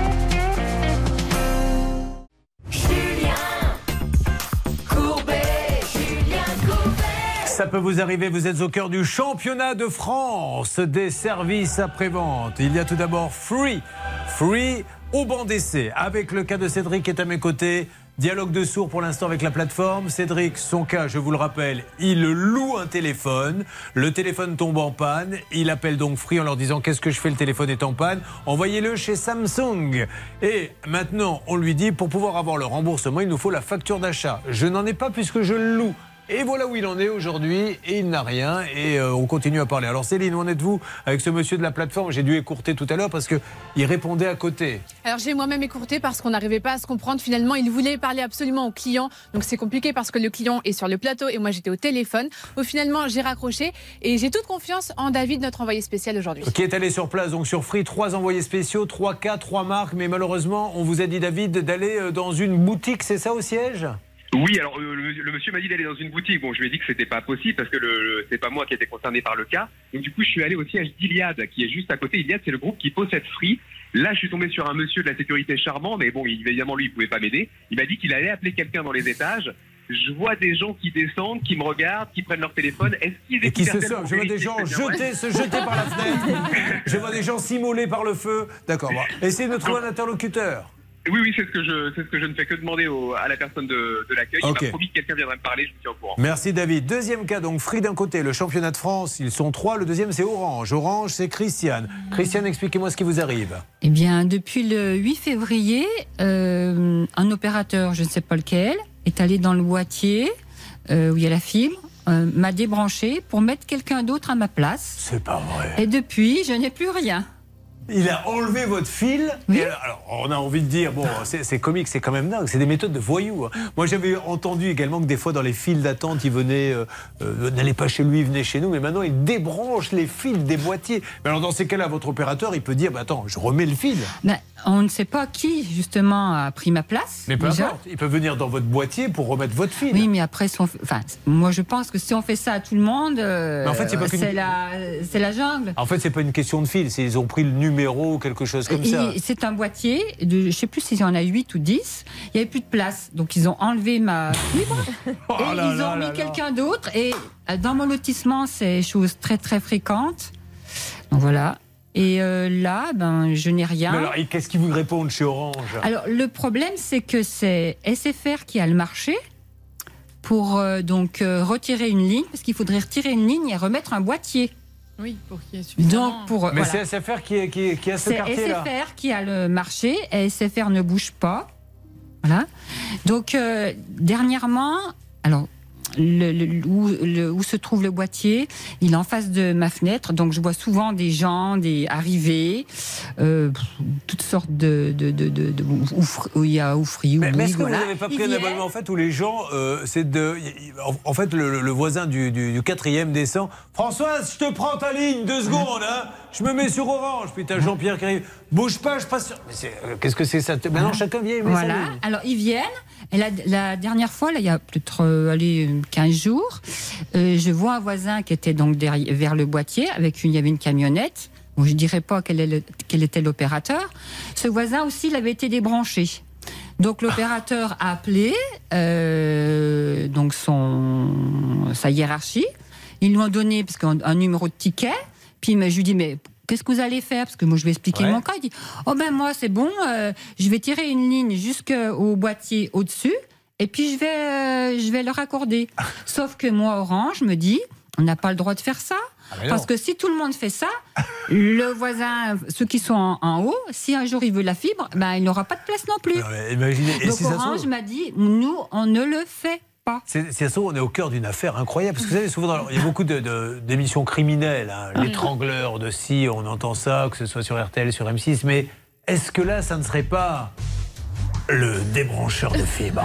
Ça peut vous arriver, vous êtes au cœur du championnat de France des services après-vente. Il y a tout d'abord Free, Free au banc d'essai, avec le cas de Cédric qui est à mes côtés. Dialogue de sourds pour l'instant avec la plateforme. Cédric, son cas, je vous le rappelle, il loue un téléphone. Le téléphone tombe en panne. Il appelle donc Free en leur disant qu'est-ce que je fais, le téléphone est en panne. Envoyez-le chez Samsung. Et maintenant, on lui dit pour pouvoir avoir le remboursement, il nous faut la facture d'achat. Je n'en ai pas puisque je le loue. Et voilà où il en est aujourd'hui, et il n'a rien, et euh, on continue à parler. Alors Céline, où en êtes-vous avec ce monsieur de la plateforme? J'ai dû écourter tout à l'heure parce qu'il répondait à côté. Alors j'ai moi-même écourté parce qu'on n'arrivait pas à se comprendre. Finalement, il voulait parler absolument au client, donc c'est compliqué parce que le client est sur le plateau et moi j'étais au téléphone. Au finalement, j'ai raccroché et j'ai toute confiance en David, notre envoyé spécial aujourd'hui. Qui est allé sur place, donc sur Free, trois envoyés spéciaux, trois cas, trois marques, mais malheureusement, on vous a dit, David, d'aller dans une boutique, c'est ça au siège? Oui, alors euh, le, le monsieur m'a dit d'aller dans une boutique. Bon, je lui ai dit que c'était pas possible parce que le, le, c'est pas moi qui étais concerné par le cas. Donc du coup, je suis allé au siège d'Iliad, qui est juste à côté. Iliad, c'est le groupe qui possède Free. Là, je suis tombé sur un monsieur de la sécurité charmant, mais bon, évidemment, lui, il pouvait pas m'aider. Il m'a dit qu'il allait appeler quelqu'un dans les étages. Je vois des gens qui descendent, qui me regardent, qui prennent leur téléphone. Est-ce qu'ils et qui se sortent? Je vois des gens jeter, se jeter par la fenêtre. Je vois des gens s'immolés par le feu. D'accord. Bon. Essayez de trouver un interlocuteur. Oui, oui, c'est ce que je, c'est ce que je ne fais que demander au, à la personne de, de l'accueil. Okay. Il m'a promis que quelqu'un viendrait me parler, je vous tiens au courant. Merci David. Deuxième cas, donc Free d'un côté, le championnat de France, ils sont trois. Le deuxième, c'est Orange. Orange, c'est Christiane. Christiane, expliquez-moi ce qui vous arrive. Eh bien, depuis le huit février, euh, un opérateur, je ne sais pas lequel, est allé dans le boîtier euh, où il y a la fibre, euh, m'a débranché pour mettre quelqu'un d'autre à ma place. C'est pas vrai. Et depuis, je n'ai plus rien. Il a enlevé votre fil. Oui. Et alors, on a envie de dire, bon, c'est, c'est comique, c'est quand même dingue. C'est des méthodes de voyous. Hein. Moi, j'avais entendu également que des fois, dans les files d'attente, il venait, euh, euh, n'allait pas chez lui, il venait chez nous. Mais maintenant, il débranche les fils des boîtiers. Mais alors, dans ces cas-là, votre opérateur, il peut dire, bah, attends, je remets le fil. Ben, on ne sait pas qui, justement, a pris ma place. Mais peu déjà. importe. Il peut venir dans votre boîtier pour remettre votre fil. Oui, mais après, si on fait... enfin, moi, je pense que si on fait ça à tout le monde, euh, mais en fait, c'est, pas c'est, qu'une... la... c'est la jungle. En fait, c'est pas une question de fil. C'est ils ont pris le numéro ou quelque chose comme et ça. C'est un boîtier, de, je ne sais plus s'il y en a huit ou dix. Il n'y avait plus de place. Donc, ils ont enlevé ma fibre oh et là ils là ont là mis là. quelqu'un d'autre. Et dans mon lotissement, c'est chose très, très fréquente. Donc, voilà. Et euh, là, ben, je n'ai rien. Mais alors, et qu'est-ce qu'ils vous répondent chez Orange? Alors, le problème, c'est que c'est S F R qui a le marché pour euh, donc euh, retirer une ligne, parce qu'il faudrait retirer une ligne et remettre un boîtier. Oui, pour qu'il y ait suffisamment. Donc, pour, Mais voilà. c'est S F R qui, qui, qui a ce C'est quartier-là. S F R qui a le marché, et S F R ne bouge pas. Voilà. Donc, euh, dernièrement, alors, le, le, où, le, où se trouve le boîtier, il est en face de ma fenêtre, donc je vois souvent des gens des arrivés, euh, toutes sortes de, de, de, de, de où il y a Oufri, Mais, mais est-ce que voilà. vous n'avez pas pris Ils un viennent. abonnement en fait où les gens, euh, c'est de, en, en fait le, le voisin du, du, du quatrième descend. Françoise, je te prends ta ligne deux secondes, hein. Je me mets sur Orange. Puis t'as Jean-Pierre qui arrive. Bouge pas, je passe sur. Mais c'est, euh, qu'est-ce que c'est ça? Maintenant chacun vient. Met Voilà. sa ligne. Alors ils viennent. Et la, la dernière fois, là, il y a peut-être euh, allez, quinze jours, euh, je vois un voisin qui était donc derrière, vers le boîtier, avec une, il y avait une camionnette. Bon, je ne dirais pas quel, est le, quel était l'opérateur. Ce voisin aussi, il avait été débranché. Donc l'opérateur a appelé euh, donc son, sa hiérarchie. Ils lui ont donné parce qu'un, un numéro de ticket. Puis je lui dis, mais qu'est-ce que vous allez faire? Parce que moi, je vais expliquer Ouais. mon cas. Il dit, oh ben moi, c'est bon, euh, je vais tirer une ligne jusqu'au boîtier au-dessus, et puis je vais, euh, je vais le raccorder. Sauf que moi, Orange me dit, on n'a pas le droit de faire ça. Ah, mais Parce non. que si tout le monde fait ça, le voisin, ceux qui sont en, en haut, si un jour il veut la fibre, ben, il n'aura pas de place non plus. Non, mais imaginez. Et Donc si ça se Orange trouve- m'a dit, nous, on ne le fait pas. C'est c'est ça, on est au cœur d'une affaire incroyable. Parce que vous savez, souvent, dans- il y a beaucoup de- de- d'émissions criminelles. Hein, l'étrangleur de si, on entend ça, que ce soit sur R T L, sur M six. Mais est-ce que là, ça ne serait pas le débrancheur de fibres?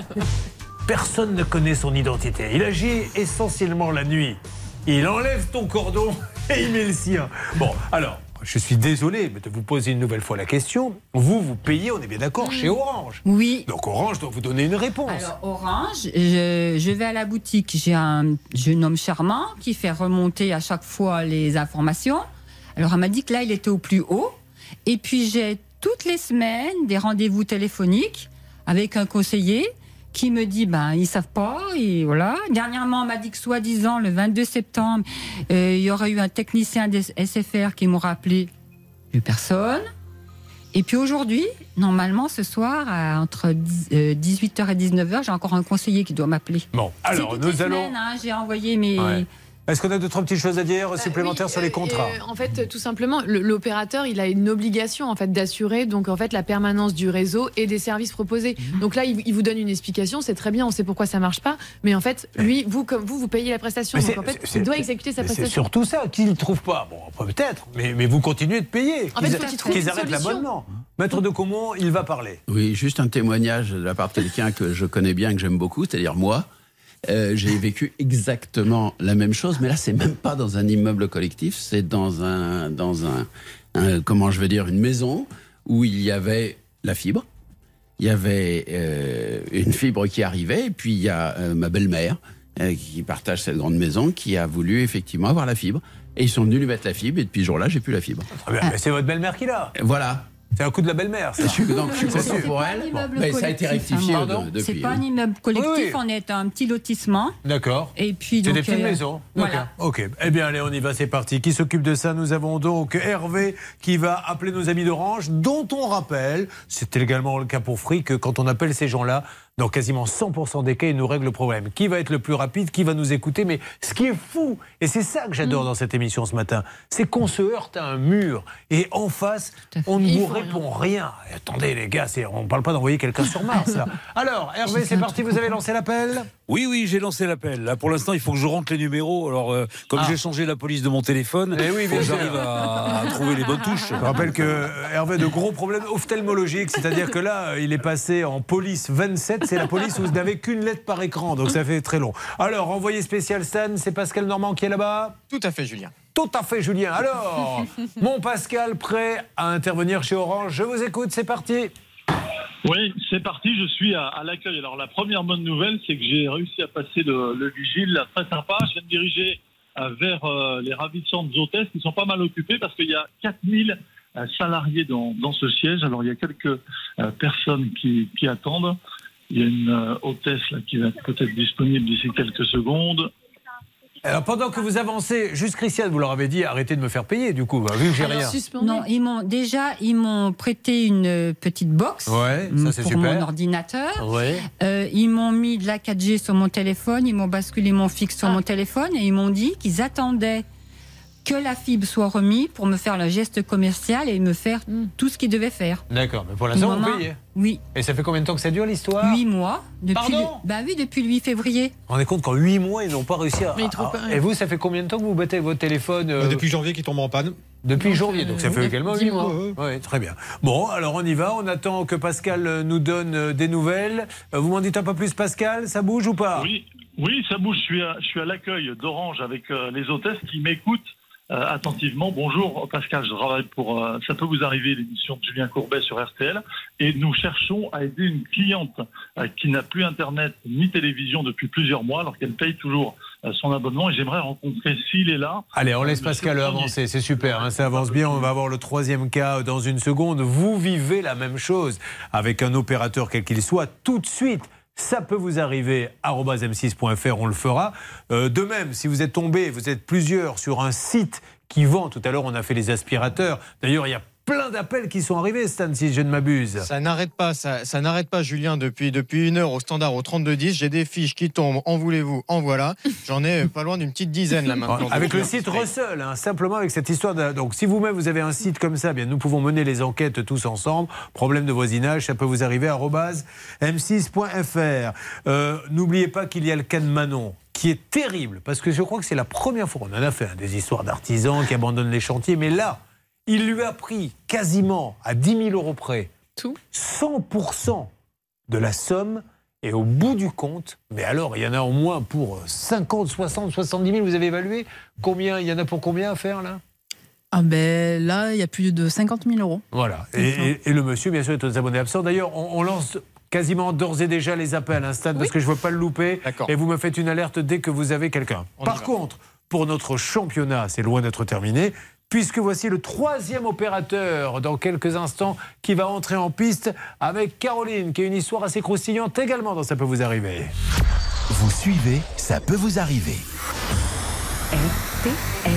Personne ne connaît son identité. Il agit essentiellement la nuit. Il enlève ton cordon et il met le sien. Bon, alors, je suis désolé de vous poser une nouvelle fois la question. Vous, vous payez, on est bien d'accord, chez Orange. Oui. Donc Orange doit vous donner une réponse. Alors Orange, je, je vais à la boutique, j'ai un jeune homme charmant qui fait remonter à chaque fois les informations. Alors elle m'a dit que là, il était au plus haut. Et puis j'ai toutes les semaines des rendez-vous téléphoniques avec un conseiller qui me dit ben ils savent pas et voilà. Dernièrement, on m'a dit que soi-disant le vingt-deux septembre, euh, il y aurait eu un technicien des S F R qui m'aura appelé. Plus personne. Et puis aujourd'hui, normalement ce soir à, entre dix-huit heures et dix-neuf heures, j'ai encore un conseiller qui doit m'appeler. Bon, alors C'est toutes nous les allons. semaines, hein, j'ai envoyé mes. Ouais. Est-ce qu'on a deux, trois petites choses à dire supplémentaires Oui, sur les euh, contrats euh, En fait, tout simplement, le- l'opérateur, il a une obligation en fait d'assurer donc en fait la permanence du réseau et des services proposés. Donc là, il, il vous donne une explication, c'est très bien, on sait pourquoi ça marche pas, mais en fait, lui, vous comme vous, vous payez la prestation. Mais Donc c'est- en fait, c'est- il doit exécuter sa Mais c'est prestation. surtout ça qu'ils ne trouvent pas. Bon, peut-être, mais, mais vous continuez de payer. En fait, Qu'ils faut qu'ils trouvent qu'ils une arrêtent solution. l'abonnement. Maître de Caumont, il va parler. Oui, juste un témoignage de la part de quelqu'un que je connais bien, que j'aime beaucoup, c'est-à-dire moi. Euh, j'ai vécu exactement la même chose, mais là, c'est même pas dans un immeuble collectif, c'est dans un, dans un, un- comment je vais dire, une maison où il y avait la fibre, il y avait euh, une fibre qui arrivait, et puis il y a euh, ma belle-mère euh, qui partage cette grande maison, qui a voulu effectivement avoir la fibre, et ils sont venus lui mettre la fibre, et depuis ce jour-là, j'ai plus la fibre. Très bien, mais c'est votre belle-mère qui l'a. Voilà. C'est un coup de la belle-mère, ça. Je suis, donc, je suis C'est content sûr. pour Un elle. immeuble Mais ça a été collectif, rectifié hein. de- depuis. C'est pas hein. un immeuble collectif, Oui, oui. on est un petit lotissement. D'accord. Et puis C'est donc des petites euh, maisons. Voilà. Ok. Ok. Eh bien, allez, on y va, c'est parti. Qui s'occupe de ça? Nous avons donc Hervé qui va appeler nos amis d'Orange, dont on rappelle, c'était également le cas pour Free, que quand on appelle ces gens-là, dans quasiment cent pour cent des cas, ils nous règlent le problème. Qui va être le plus rapide? Qui va nous écouter? Mais ce qui est fou, et c'est ça que j'adore Mm. dans cette émission ce matin, c'est qu'on se heurte à un mur et en face, on ne Ils vous font répond rien. Et attendez, les gars, c'est- on ne parle pas d'envoyer quelqu'un sur Mars. Là. Alors, Hervé, c'est parti, vous avez lancé l'appel? Oui, oui, j'ai lancé l'appel. Là, pour l'instant, il faut que je rentre les numéros. Alors, euh, comme Ah. j'ai changé la police de mon téléphone, Eh oui, faut bien que sûr. j'arrive à, à trouver les bonnes touches. Je rappelle que euh, Hervé a de gros problèmes ophtalmologiques, c'est-à-dire que là, euh, il est passé en police vingt-sept, c'est la police où vous n'avez qu'une lettre par écran, donc ça fait très long. Alors, envoyé spécial Stan, c'est Pascal Normand qui est là-bas? Tout à fait, Julien. Tout à fait, Julien. Alors, mon Pascal, prêt à intervenir chez Orange, je vous écoute, c'est parti. Oui, c'est parti, je suis à, à l'accueil. Alors la première bonne nouvelle, c'est que j'ai réussi à passer le, le vigile, là, très sympa. Je viens de diriger euh, vers euh, les ravissantes hôtesses qui sont pas mal occupées parce qu'il y a quatre mille euh, salariés dans, dans ce siège. Alors il y a quelques euh, personnes qui, qui attendent. Il y a une euh, hôtesse là, qui va être peut-être disponible d'ici quelques secondes. Alors, pendant que vous avancez, juste Christiane, vous leur avez dit arrêtez de me faire payer, du coup, bah, vu que j'ai Alors, rien. Non, ils m'ont déjà ils m'ont prêté une petite box Ouais, ça, c'est pour super. mon ordinateur. Ouais. Euh, ils m'ont mis de la quatre G sur mon téléphone, ils m'ont basculé mon fixe sur mon téléphone et ils m'ont dit qu'ils attendaient que la fibre soit remise pour me faire le geste commercial et me faire tout ce qu'ils devaient faire. D'accord, mais pour l'instant, vous Maman, payez. Oui. Et ça fait combien de temps que ça dure, l'histoire? Huit mois. Depuis Pardon le, bah oui, depuis le huit février. Vous vous rendez compte qu'en huit mois, ils n'ont pas réussi à. Mais ils trouvent pas à- rien. Et vous, ça fait combien de temps que vous battez votre téléphone euh, Bah, depuis janvier qui tombe en panne. Depuis Donc, janvier, euh, donc ça fait oui, également dix huit mois. mois. Oui, très bien. Bon, alors on y va. On attend que Pascal euh, nous donne euh, des nouvelles. Euh, Vous m'en dites un peu plus, Pascal? Ça bouge ou pas? Oui, oui, ça bouge. Je suis à, je suis à l'accueil d'Orange avec euh, les hôtesses qui m'écoutent euh, attentivement. Bonjour Pascal, je travaille pour euh, Ça peut vous arriver, l'émission de Julien Courbet sur R T L. Et nous cherchons à aider une cliente euh, qui n'a plus Internet ni télévision depuis plusieurs mois, alors qu'elle paye toujours euh, son abonnement. Et j'aimerais rencontrer, s'il est là... Allez, on laisse euh, Pascal Monsieur avancer, c'est super, hein, ça avance bien. On va avoir le troisième cas dans une seconde. Vous vivez la même chose avec un opérateur quel qu'il soit tout de suite. Ça peut vous arriver, arobase m six point f r, on le fera. Euh, de même, si vous êtes tombé, vous êtes plusieurs sur un site qui vend, tout à l'heure on a fait les aspirateurs, d'ailleurs il y a plein d'appels qui sont arrivés, Stan, si je ne m'abuse. Ça n'arrête pas, ça, ça n'arrête pas, Julien, depuis, depuis une heure au standard au trente-deux dix. J'ai des fiches qui tombent, en voulez-vous, en voilà. J'en ai pas loin d'une petite dizaine là maintenant. Avec le site Russell, hein, simplement avec cette histoire. De... Donc si vous-même vous avez un site comme ça, bien nous pouvons mener les enquêtes tous ensemble. Problème de voisinage, ça peut vous arriver arobase m six point f r. Euh, n'oubliez pas qu'il y a le cas de Manon, qui est terrible, parce que je crois que c'est la première fois, on en a fait hein, des histoires d'artisans qui abandonnent les chantiers, mais là, il lui a pris quasiment à dix mille euros près, tout, cent pour cent de la somme, et au bout du compte, mais alors il y en a au moins pour cinquante, soixante, soixante-dix mille, vous avez évalué combien, il y en a pour combien à faire là? Ah ben là, il y a plus de cinquante mille euros. Voilà, et, et, et le monsieur, bien sûr, est aux abonnés absents. D'ailleurs, on, on lance quasiment d'ores et déjà les appels à un stade, oui, parce que je ne veux pas le louper. Et vous me faites une alerte dès que vous avez quelqu'un. Par contre, pour notre championnat, c'est loin d'être terminé, puisque voici le troisième opérateur dans quelques instants qui va entrer en piste avec Caroline, qui a une histoire assez croustillante également dans Ça peut vous arriver. Vous suivez, ça peut vous arriver. R T L.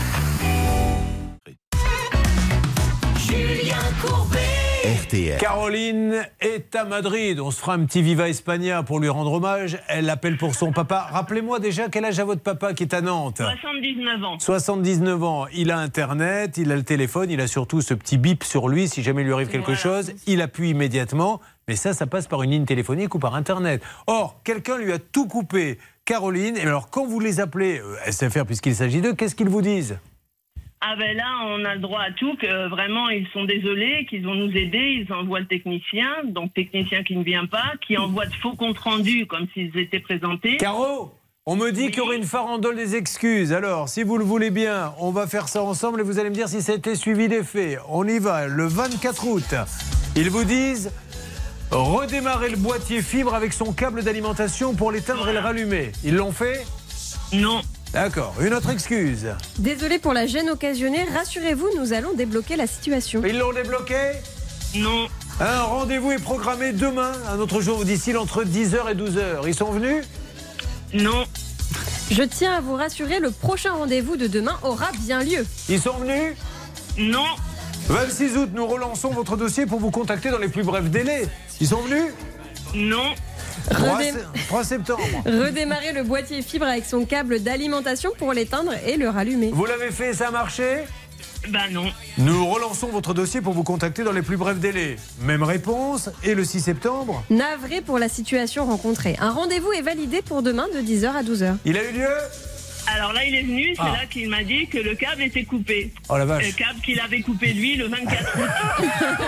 Julien Courbet. R T L. Caroline est à Madrid. On se fera un petit Viva España pour lui rendre hommage. Elle l'appelle pour son papa. Rappelez-moi déjà quel âge a votre papa qui est à Nantes? soixante-dix-neuf ans. soixante-dix-neuf ans. Il a Internet, il a le téléphone, il a surtout ce petit bip sur lui. Si jamais il lui arrive quelque voilà. chose, il appuie immédiatement. Mais ça, ça passe par une ligne téléphonique ou par Internet. Or, quelqu'un lui a tout coupé. Caroline, et alors quand vous les appelez euh, S F R, puisqu'il s'agit d'eux, qu'est-ce qu'ils vous disent? Ah ben là, on a le droit à tout, que vraiment, ils sont désolés, qu'ils vont nous aider, ils envoient le technicien, donc technicien qui ne vient pas, qui envoie de faux comptes rendus, comme s'ils étaient présentés. Caro, on me dit oui. qu'il y aurait une farandole des excuses. Alors, si vous le voulez bien, on va faire ça ensemble et vous allez me dire si ça a été suivi des faits. On y va, le vingt-quatre août. Ils vous disent redémarrer le boîtier fibre avec son câble d'alimentation pour l'éteindre et le rallumer. Ils l'ont fait? Non. D'accord. Une autre excuse. Désolé pour la gêne occasionnée. Rassurez-vous, nous allons débloquer la situation. Ils l'ont débloqué? Non. Un rendez-vous est programmé demain, un autre jour d'ici entre dix heures et douze heures. Ils sont venus? Non. Je tiens à vous rassurer, le prochain rendez-vous de demain aura bien lieu. Ils sont venus? Non. vingt-six août, nous relançons votre dossier pour vous contacter dans les plus brefs délais. Ils sont venus? Non. Redé... trois septembre. Redémarrer le boîtier fibre avec son câble d'alimentation pour l'éteindre et le rallumer. Vous l'avez fait, ça a marché? Bah non. Nous relançons votre dossier pour vous contacter dans les plus brefs délais. Même réponse. Et le six septembre? Navré pour la situation rencontrée. Un rendez-vous est validé pour demain de dix heures à douze heures. Il a eu lieu? Alors là, il est venu, c'est ah. là qu'il m'a dit que le câble était coupé. Oh la vache. Le câble qu'il avait coupé lui le vingt-quatre août.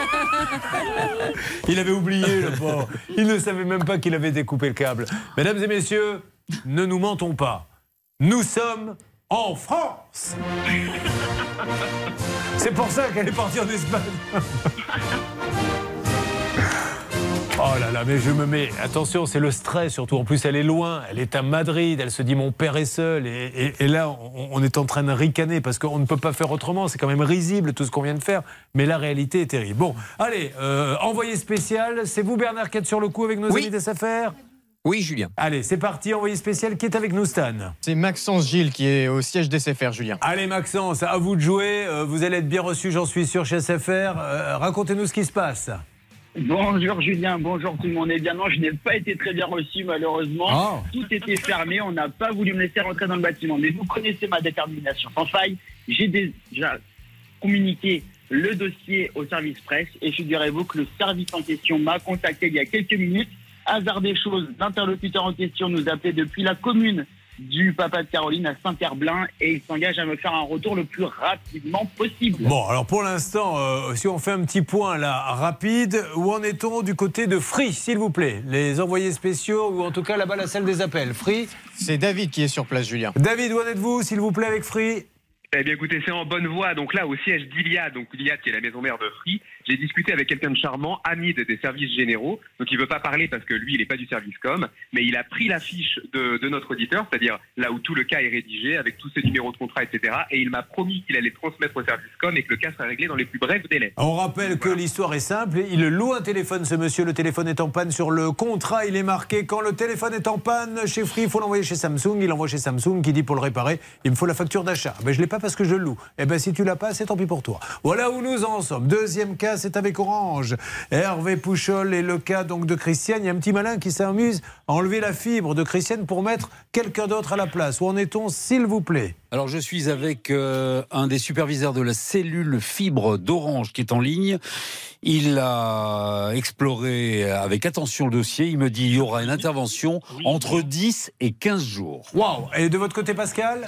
Il avait oublié, le pauvre. Il ne savait même pas qu'il avait découpé le câble. Mesdames et messieurs, ne nous mentons pas. Nous sommes en France. C'est pour ça qu'elle est partie en Espagne. Oh là là, mais je me mets... Attention, c'est le stress surtout. En plus, elle est loin. Elle est à Madrid. Elle se dit, mon père est seul. Et, et, et là, on, on est en train de ricaner parce qu'on ne peut pas faire autrement. C'est quand même risible tout ce qu'on vient de faire. Mais la réalité est terrible. Bon, allez, euh, envoyé spécial. C'est vous, Bernard, qui êtes sur le coup avec nos oui. amis des affaires? Oui, Julien. Allez, c'est parti. Envoyé spécial. Qui est avec nous, Stan? C'est Maxence Gilles qui est au siège d'S F R, Julien. Allez, Maxence, à vous de jouer. Euh, vous allez être bien reçu, j'en suis sûr, chez S F R. Euh, racontez-nous ce qui se passe. Bonjour Julien, bonjour tout le monde. Eh bien non, je n'ai pas été très bien reçu malheureusement. Oh. Tout était fermé, on n'a pas voulu me laisser rentrer dans le bâtiment. Mais vous connaissez ma détermination sans faille. J'ai déjà communiqué le dossier au service presse et figurez-vous que le service en question m'a contacté il y a quelques minutes. Hasard des choses, l'interlocuteur en question nous appelait depuis la commune du papa de Caroline à Saint-Herblain et il s'engage à me faire un retour le plus rapidement possible. Bon, alors pour l'instant, euh, si on fait un petit point là, rapide, où en est-on du côté de Free, s'il vous plaît? Les envoyés spéciaux ou en tout cas là-bas la salle des appels. Free? C'est David qui est sur place, Julien. David, où en êtes-vous, s'il vous plaît, avec Free? Eh bien écoutez, c'est en bonne voie. Donc là, au siège d'Iliade, donc Iliade qui est la maison mère de Free, J'ai discuté avec quelqu'un de charmant, Hamid des services généraux, donc il veut pas parler parce que lui, il n'est pas du service com, mais il a pris la fiche de, de notre auditeur, c'est-à-dire là où tout le cas est rédigé, avec tous ses numéros de contrat, et cetera. Et il m'a promis qu'il allait transmettre au service com et que le cas serait réglé dans les plus brefs délais. On rappelle que l'histoire est simple. Il loue un téléphone, ce monsieur. Le téléphone est en panne. Sur le contrat, il est marqué quand le téléphone est en panne chez Free, il faut l'envoyer chez Samsung. Il l'envoie chez Samsung qui dit pour le réparer, il me faut la facture d'achat. Ben, je ne l'ai pas parce que je le loue. Eh ben, si tu l'as pas, c'est tant pis pour toi. Voilà où nous en sommes. Deuxième cas, c'est avec Orange. Hervé Pouchol et le cas donc de Christiane. Il y a un petit malin qui s'amuse à enlever la fibre de Christiane pour mettre quelqu'un d'autre à la place. Où en est-on, s'il vous plaît? Alors, je suis avec euh, un des superviseurs de la cellule fibre d'Orange qui est en ligne. Il a exploré avec attention le dossier. Il me dit qu'il y aura une intervention entre dix et quinze jours. Waouh! Et de votre côté, Pascal?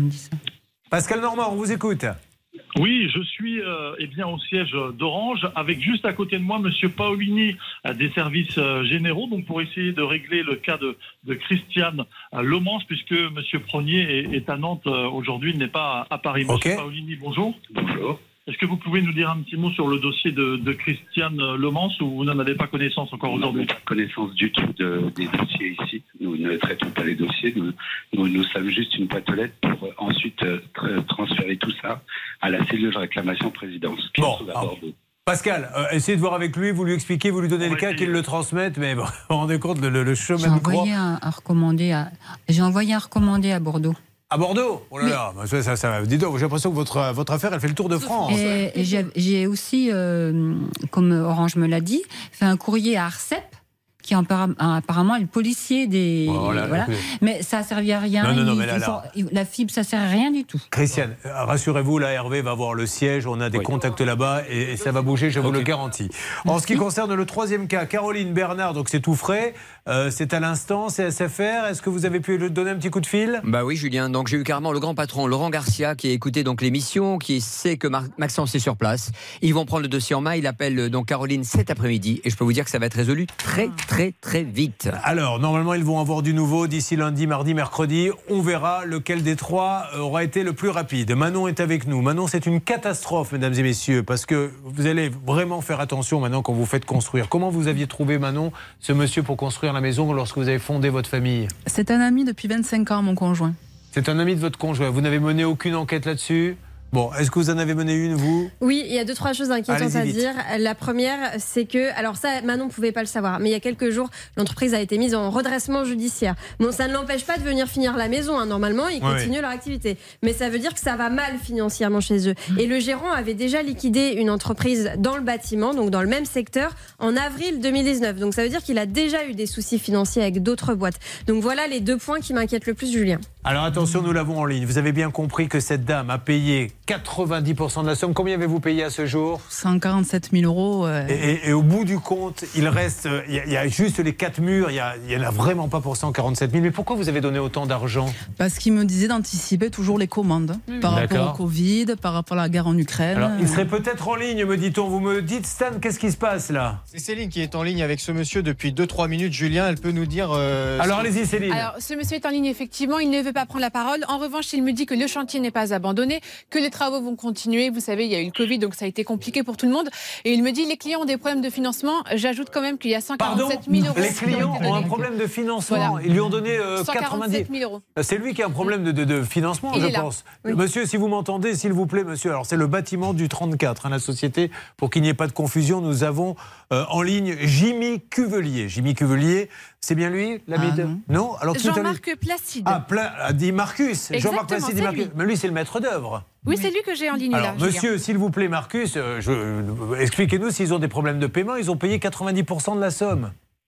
Pascal Normand, on vous écoute. Oui, je suis euh, eh bien, au siège d'Orange, avec juste à côté de moi Monsieur Paolini euh, des services euh, généraux, donc pour essayer de régler le cas de, de Christiane euh, Lomans, puisque Monsieur Pronier est, est à Nantes euh, aujourd'hui, il n'est pas à, à Paris. Okay. Monsieur Paolini, bonjour. Bonjour. Est-ce que vous pouvez nous dire un petit mot sur le dossier de, de Christiane Lomans, ou vous n'en avez pas connaissance encore aujourd'hui? Nous n'avons pas connaissance du tout de, des dossiers ici. Nous ne traitons pas les dossiers. Nous, nous, nous sommes juste une boîte aux lettres pour euh, ensuite euh, tra- transférer tout ça à la cellule de réclamation présidence. Qui Bon, se trouve à Bordeaux. Pascal, euh, essayez de voir avec lui, vous lui expliquez, vous lui donnez le cas, qu'il le transmette, mais bon, vous vous rendez compte, le, le chemin J'ai de croix. envoyé un, un recommandé à, j'ai envoyé un recommandé à Bordeaux. À Bordeaux? Oh là là, bah, ça, ça, ça, dis donc, j'ai l'impression que votre, votre affaire, elle fait le tour de France. Et, et j'ai, j'ai aussi, euh, comme Orange me l'a dit, fait un courrier à Arcep, qui est apparemment le policier des... Voilà, voilà. Mais ça ne servait à rien. Non, non, non, il, mais là, il là. faut, la fibre, ça ne sert à rien du tout. Christiane, rassurez-vous, là, Hervé va voir le siège, on a des Oui. contacts là-bas et, et ça va bouger, je vous Okay. le garantis. En ce qui concerne le troisième cas, Caroline Bernard, donc c'est tout frais, euh, c'est à l'instant, c'est S F R, est-ce que vous avez pu lui donner un petit coup de fil? Bah oui, Julien, donc j'ai eu carrément le grand patron Laurent Garcia qui a écouté donc l'émission, qui sait que Mar- Maxence est sur place. Ils vont prendre le dossier en main, il appelle donc Caroline cet après-midi et je peux vous dire que ça va être résolu très très très vite. Alors, normalement, ils vont avoir du nouveau d'ici lundi, mardi, mercredi. On verra lequel des trois aura été le plus rapide. Manon est avec nous. Manon, c'est une catastrophe, mesdames et messieurs, parce que vous allez vraiment faire attention maintenant quand vous faites construire. Comment vous aviez trouvé, Manon, ce monsieur pour construire la maison lorsque vous avez fondé votre famille? C'est un ami depuis vingt-cinq ans, mon conjoint. C'est un ami de votre conjoint. Vous n'avez mené aucune enquête là-dessus? Bon, est-ce que vous en avez mené une, vous? Oui, il y a deux, trois choses inquiétantes Allez-y à vite. dire. La première, c'est que, alors ça, Manon ne pouvait pas le savoir, mais il y a quelques jours, l'entreprise a été mise en redressement judiciaire. Bon, ça ne l'empêche pas de venir finir la maison, hein. Normalement, ils Ouais, continuent ouais. leur activité. Mais ça veut dire que ça va mal financièrement chez eux. Et le gérant avait déjà liquidé une entreprise dans le bâtiment, donc dans le même secteur, en avril deux mille dix-neuf. Donc ça veut dire qu'il a déjà eu des soucis financiers avec d'autres boîtes. Donc voilà les deux points qui m'inquiètent le plus, Julien. Alors attention, nous l'avons en ligne. Vous avez bien compris que cette dame a payé quatre-vingt-dix pour cent de la somme. Combien avez-vous payé à ce jour? cent quarante-sept mille euros. euh, Et, et- et au bout du compte, il reste, il y, a- il y a juste les quatre murs, il n'y en a vraiment pas pour cent quarante-sept mille. Mais pourquoi vous avez donné autant d'argent? Parce qu'il me disait d'anticiper toujours les commandes. Mmh. Par rapport D'accord. au Covid, par rapport à la guerre en Ukraine. Alors, il serait peut-être en ligne, me dit-on. Vous me dites, Stan, qu'est-ce qui se passe là? C'est Céline qui est en ligne avec ce monsieur depuis deux trois minutes. Julien, elle peut nous dire... euh, Alors ce- allez-y, Céline. Alors, ce monsieur est en ligne, effectivement, il ne veut pas prendre la parole. En revanche, il me dit que le chantier n'est pas abandonné, que les travaux vont continuer. Vous savez, il y a eu le Covid, donc ça a été compliqué pour tout le monde. Et il me dit, les clients ont des problèmes de financement. J'ajoute quand même qu'il y a cent Pardon, quarante-sept mille euros. les qui ont été clients ont un donnés. problème de financement. Voilà. Ils lui ont donné euh, cent quatre-vingt-dix. quarante-sept mille euros. C'est lui qui a un problème de, de- de financement, Il je est là. pense. Oui. Monsieur, si vous m'entendez, s'il vous plaît, monsieur. Alors, c'est le bâtiment du trente-quatre, hein, la société. Pour qu'il n'y ait pas de confusion, nous avons euh, en ligne Jimmy Cuvelier. Jimmy Cuvelier, c'est bien lui, l'ami Ah, de... non. Non. Alors, tout à l'heure- Jean-Marc Placide. Ah, pla... a dit Marcus. Jean-Marc Exactement, Placide dit c'est Marcus. lui. Mais lui, c'est le maître d'œuvre. Oui, c'est lui que j'ai en ligne Alors, là. Julien. monsieur, s'il vous plaît, Marcus, euh, je- euh, expliquez-nous s'ils ont des problèmes de paiement. Ils ont payé quatre-vingt-dix pour cent de la somme.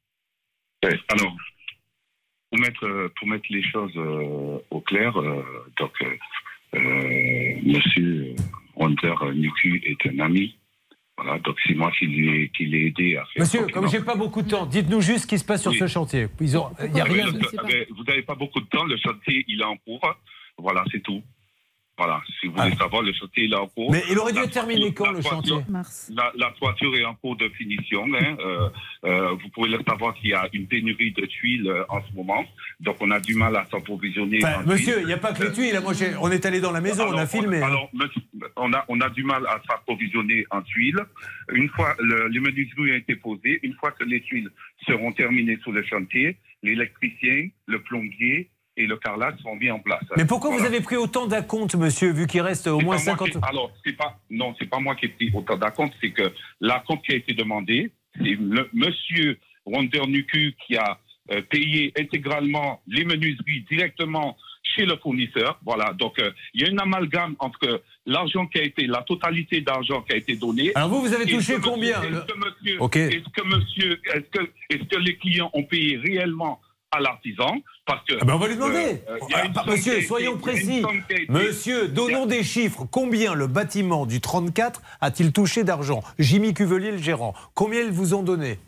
Oui, alors, pour mettre, euh, pour mettre les choses euh, au clair, euh, donc, euh, euh, monsieur Hunter Nuku est un ami. Voilà, donc c'est moi qui l'ai qui l'ai aidé à faire. Monsieur, donc, comme non. j'ai pas beaucoup de temps, dites-nous juste ce qui se passe sur Oui. ce chantier. Ils ont, il y a Ah, mais rien. le- mais vous n'avez pas beaucoup de temps, le chantier il est en cours. Voilà, c'est tout. Voilà, si vous voulez Ah. savoir, le chantier il est en cours. Mais il aurait dû La être terminé toiture- quand, la le toiture- chantier Mars. La, la toiture est en cours de finition. Hein. Euh, euh, vous pouvez le savoir qu'il y a une pénurie de tuiles euh, en ce moment. Donc, on a du mal à s'approvisionner. Enfin, en monsieur, tuiles. il n'y a pas que les tuiles. Moi, j'ai- on est allé dans la maison, Alors, on a filmé. hein. Alors, monsieur, on a, on a du mal à s'approvisionner en tuiles. Une fois le, les menuiseries ont été posées, une fois que les tuiles seront terminées sur le chantier, l'électricien, le plombier et le carrelage seront mis en place. Mais pourquoi Voilà. vous avez pris autant d'acomptes, monsieur, vu qu'il reste au C'est moins pas moi cinquante... qui- alors, c'est pas, non, c'est pas moi qui ai pris autant d'acompte, c'est que l'acompte qui a été demandé, c'est le monsieur Wandernuku qui a euh, payé intégralement les menuiseries directement chez le fournisseur. Voilà, donc euh, il y a une amalgame entre l'argent qui a été, la totalité d'argent qui a été donné. Alors vous, vous avez Est-ce touché que combien, monsieur- le- Est-ce que monsieur, Ok. est-ce que monsieur, est-ce que, est-ce que les clients ont payé réellement à l'artisan? Parce que Ah ben on va lui demander. euh, euh, il y a Ah, une bah, somme qui a monsieur, été- soyons il y a une précis. somme qui a été- Monsieur, donnons des chiffres. Combien le bâtiment du trente-quatre a-t-il touché d'argent? Jimmy Cuvelier, le gérant. Combien ils vous ont donné?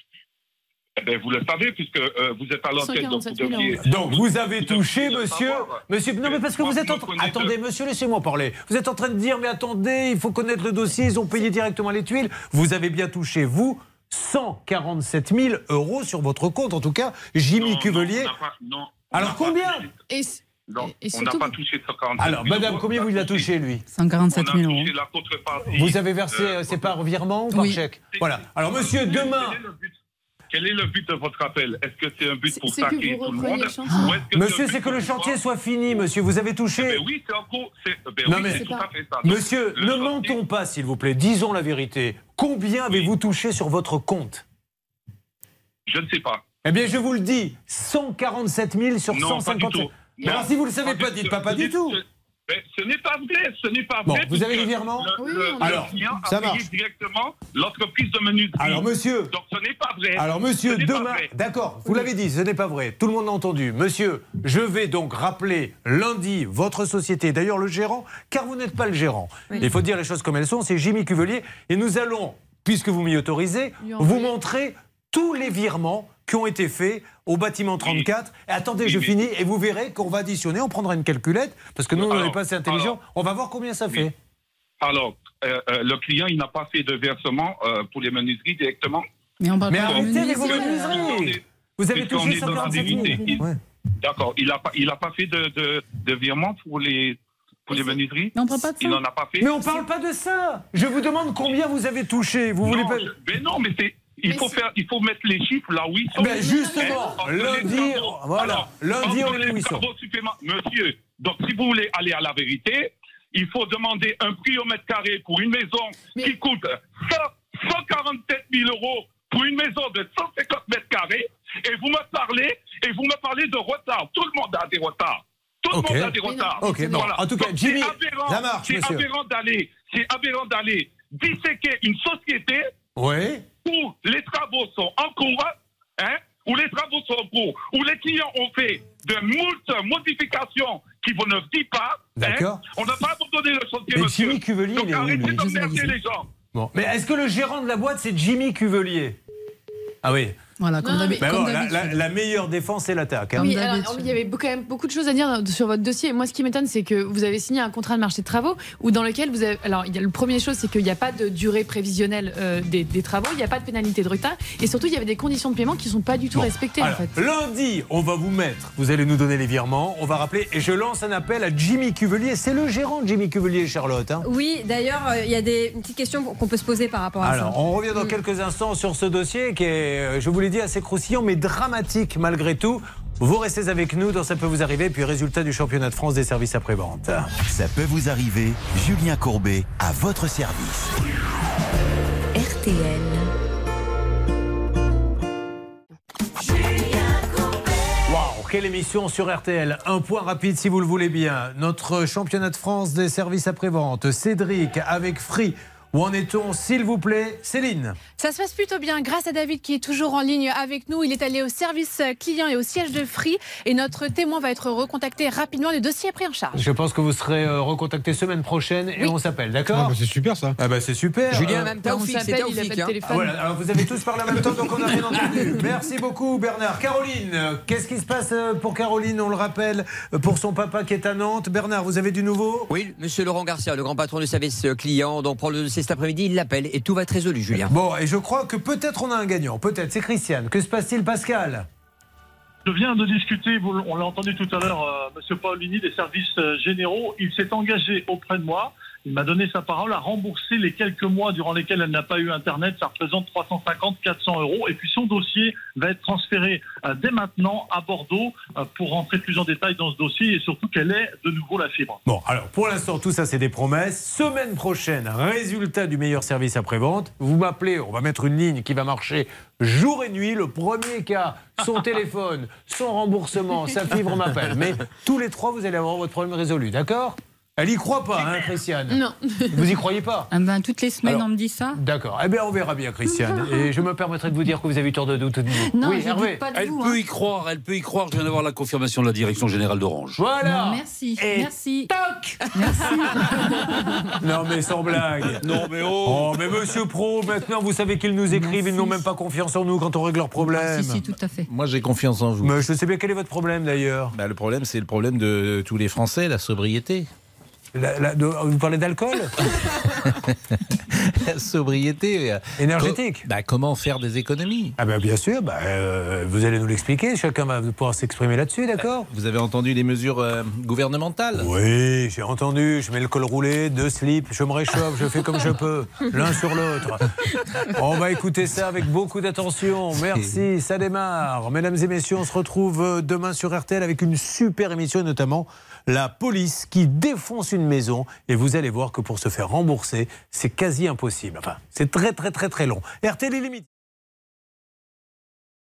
Eh ben, vous le savez, puisque euh, vous êtes à l'antenne, donc vous deviez... Donc vous avez touché, deviez le monsieur, savoir. monsieur. Non mais parce que vous êtes en train. Attendez, monsieur, laissez-moi parler. Vous êtes en train de dire, mais attendez, il faut connaître le dossier. Ils ont payé directement les tuiles. Vous avez bien touché, vous, cent quarante-sept mille euros sur votre compte. En tout cas, Jimmy Cuvelier. On n'a pas- non, on Alors n'a pas combien touché- Et, non, et on n'a surtout- pas touché cent quarante-sept Alors, mille madame, euros. combien vous l'a touché, lui cent quarante-sept On a mille euros. touché la contrepartie. Vous avez versé, Euh, euh, c'est par virement ou par Oui. chèque? Voilà. Alors, monsieur, Quel est demain. le but- Quel est le but de votre appel? Est-ce que c'est un but C'est- pour c'est que saquer vous tout le repreniez monde? le chantier. Ou est-ce que Monsieur, un c'est but que le pour chantier pouvoir- soit fini, monsieur. Vous avez touché. Ben oui, c'est en cours. c'est- Ben Non, oui, mais- c'est tout à fait ça. Donc, Monsieur, le ne chantier- mentons pas, s'il vous plaît. Disons la vérité. Combien avez-vous touché sur votre compte? Je ne sais pas. Eh bien, je vous le dis, cent quarante-sept mille sur Non, cent cinquante. pas du tout. Mais alors, si vous ne le savez pas, dites pas pas du tout. Ben, ce n'est pas vrai, ce n'est pas Bon, vrai. vous avez puisque les virements? le, Oui, le- on le a- Alors, client a ça payé marche. directement l'entreprise de menuiserie. Alors, monsieur. Donc ce n'est pas vrai. Alors, monsieur, Ce n'est pas demain. vrai. D'accord, vous l'avez dit, ce n'est pas vrai. Tout le monde a entendu. Monsieur, je vais donc rappeler lundi votre société, d'ailleurs le gérant, car vous n'êtes pas le gérant. Oui. Il faut dire les choses comme elles sont. C'est Jimmy Cuvelier. Et nous allons, puisque vous m'y autorisez, Lui vous envoyer. montrer tous les virements qui ont été faits au bâtiment trente-quatre. Et attendez, Oui, je mais- finis et vous verrez qu'on va additionner. On prendra une calculette parce que nous, on Alors, n'est pas assez intelligents. alors. On va voir combien ça fait. Alors, euh, euh, le client, il n'a pas fait de versement euh, pour les menuiseries directement. Mais on parle Mais pas de arrêtez avec vos menuiserie, là. menuiseries. Vous avez Puisqu'on touché est dans cent quarante-sept mille. l'indemnité. Ouais. D'accord. Il n'a pas, il a pas fait de, de, de virement pour les, pour les menuiseries. Mais on parle pas de ça. Il n'en a pas fait. Mais on parle pas de ça. Je vous demande combien vous avez touché. Vous voulez non, pas. je- mais non, mais c'est. Il Mais faut c'est- faire, il faut mettre les chiffres là où ils sont. Ben justement, Entre les lundi, travaux- voilà, Alors, lundi entre on est les où ils sont. travaux supplémentaires- Monsieur, donc si vous voulez aller à la vérité, il faut demander un prix au mètre carré pour une maison Mais- qui coûte cent quarante-sept mille euros pour une maison de cent cinquante mètres carrés, et vous me parlez, et vous me parlez de retard. Tout le monde a des retards. Tout Ok. le monde a des Mais non, retards. Ok, bon, en tout cas, Donc, Jimmy, c'est aberrant, ça marche, c'est monsieur. aberrant d'aller, c'est aberrant d'aller disséquer une société Oui. où les travaux sont en cours, hein, où les travaux sont en cours, où les clients ont fait de moult modifications qui vous ne dit pas. D'accord. Hein, on n'a pas abandonné le chantier, Mais monsieur. Jimmy Cuvelier, Donc il est où, arrêtez lui d'emmerder les gens. Bon, mais est-ce que le gérant de la boîte c'est Jimmy Cuvelier? Ah oui. Voilà, comme Non, d'habi- Ben comme bon, la, d'habitude. la- la meilleure défense c'est l'attaque. hein. Oui, Comme alors, d'habitude. il y avait beau- quand même beaucoup de choses à dire dans- sur votre dossier. Moi, ce qui m'étonne, c'est que vous avez signé un contrat de marché de travaux où dans lequel vous avez. Alors, il y a le premier chose, c'est qu'il n'y a pas de durée prévisionnelle euh, des, des travaux, il n'y a pas de pénalité de retard, et surtout, il y avait des conditions de paiement qui ne sont pas du tout Bon, respectées alors, en fait. lundi, on va vous mettre, vous allez nous donner les virements, on va rappeler, et je lance un appel à Jimmy Cuvelier. C'est le gérant de Jimmy Cuvelier, Charlotte. hein. Oui, d'ailleurs, euh, il y a des une petite question qu'on peut se poser par rapport à Alors, ça. on revient dans Mm. quelques instants sur ce dossier qui est, euh, je vous l'ai dit, assez croustillant, mais dramatique malgré tout. Vous restez avec nous dans Ça peut vous arriver, puis résultat du championnat de France des services après-vente. Ça peut vous arriver, Julien Courbet à votre service. R T L. Waouh, quelle émission sur R T L. Un point rapide si vous le voulez bien. Notre championnat de France des services après-vente, Cédric avec Free. Où en est-on, s'il vous plaît, Céline? Ça se passe plutôt bien grâce à David qui est toujours en ligne avec nous. Il est allé au service client et au siège de Free et notre témoin va être recontacté rapidement. Le dossier est pris en charge. Je pense que vous serez euh, recontacté semaine prochaine et Oui. on s'appelle, d'accord? Ah bah, c'est super ça. Ah bah c'est super. Julien, Euh, même Bah, on Taoufik, c'est s'appelle, il a Taoufik. pas de hein. téléphone. Voilà, alors vous avez tous parlé en même temps, donc on n'a rien entendu. Merci beaucoup Bernard. Caroline, euh, qu'est-ce qui se passe euh, pour Caroline? On le rappelle, euh, pour son papa qui est à Nantes. Bernard, vous avez du nouveau? Oui, monsieur Laurent Garcia, le grand patron du service client, donc prend le dossier cet après-midi, il l'appelle et tout va être résolu, Julien. Bon, et je crois que peut-être on a un gagnant. Peut-être, c'est Christiane. Que se passe-t-il, Pascal? Je viens de discuter, vous- on l'a entendu tout à l'heure, euh, Monsieur Paolini des services euh, généraux. Il s'est engagé auprès de moi. Il m'a donné sa parole à rembourser les quelques mois durant lesquels elle n'a pas eu Internet. Ça représente trois cent cinquante à quatre cents euros. Et puis son dossier va être transféré euh, dès maintenant à Bordeaux euh, pour rentrer plus en détail dans ce dossier et surtout qu'elle ait de nouveau la fibre. Bon, alors pour l'instant, tout ça, c'est des promesses. Semaine prochaine, résultat du meilleur service après-vente. Vous m'appelez, on va mettre une ligne qui va marcher jour et nuit. Le premier qui a son téléphone, son remboursement, sa fibre m'appelle. Mais tous les trois, vous allez avoir votre problème résolu, d'accord? Elle y croit pas, hein, Christiane? Non. Vous y croyez pas? Ah ben, toutes les semaines, Alors, on me dit ça. D'accord. Eh bien, on verra bien, Christiane. Et je me permettrai de vous dire que vous avez eu tort de doute. Non, oui, je Hervé. doute pas de Elle vous. peut hein. y croire, elle peut y croire. Je viens d'avoir la confirmation de la direction générale d'Orange. Voilà. Non, merci, Et merci. toc. Merci. Non, mais sans blague. Non, mais oh. Oh, mais Monsieur Pro, maintenant, vous savez qu'ils nous écrivent, ils n'ont même pas confiance en nous quand on règle leurs problèmes. Si, si, tout à fait. Moi, j'ai confiance en vous. Mais je sais bien quel est votre problème, d'ailleurs. Bah, le problème, c'est le problème de tous les Français, la sobriété. La- la- de- vous parlez d'alcool? La sobriété. euh, Énergétique. co- bah, comment faire des économies? Ah ben bien sûr, bah, euh, vous allez nous l'expliquer, chacun va pouvoir s'exprimer là-dessus, d'accord? Vous avez entendu les mesures euh, gouvernementales? Oui, j'ai entendu, je mets le col roulé, deux slips, je me réchauffe, je fais comme je peux, l'un sur l'autre. On va écouter ça avec beaucoup d'attention, merci, ça démarre. Mesdames et messieurs, on se retrouve demain sur R T L avec une super émission, notamment la police qui défonce une maison, et vous allez voir que pour se faire rembourser, c'est quasi impossible. Enfin, c'est très très très très long. R T L est limite.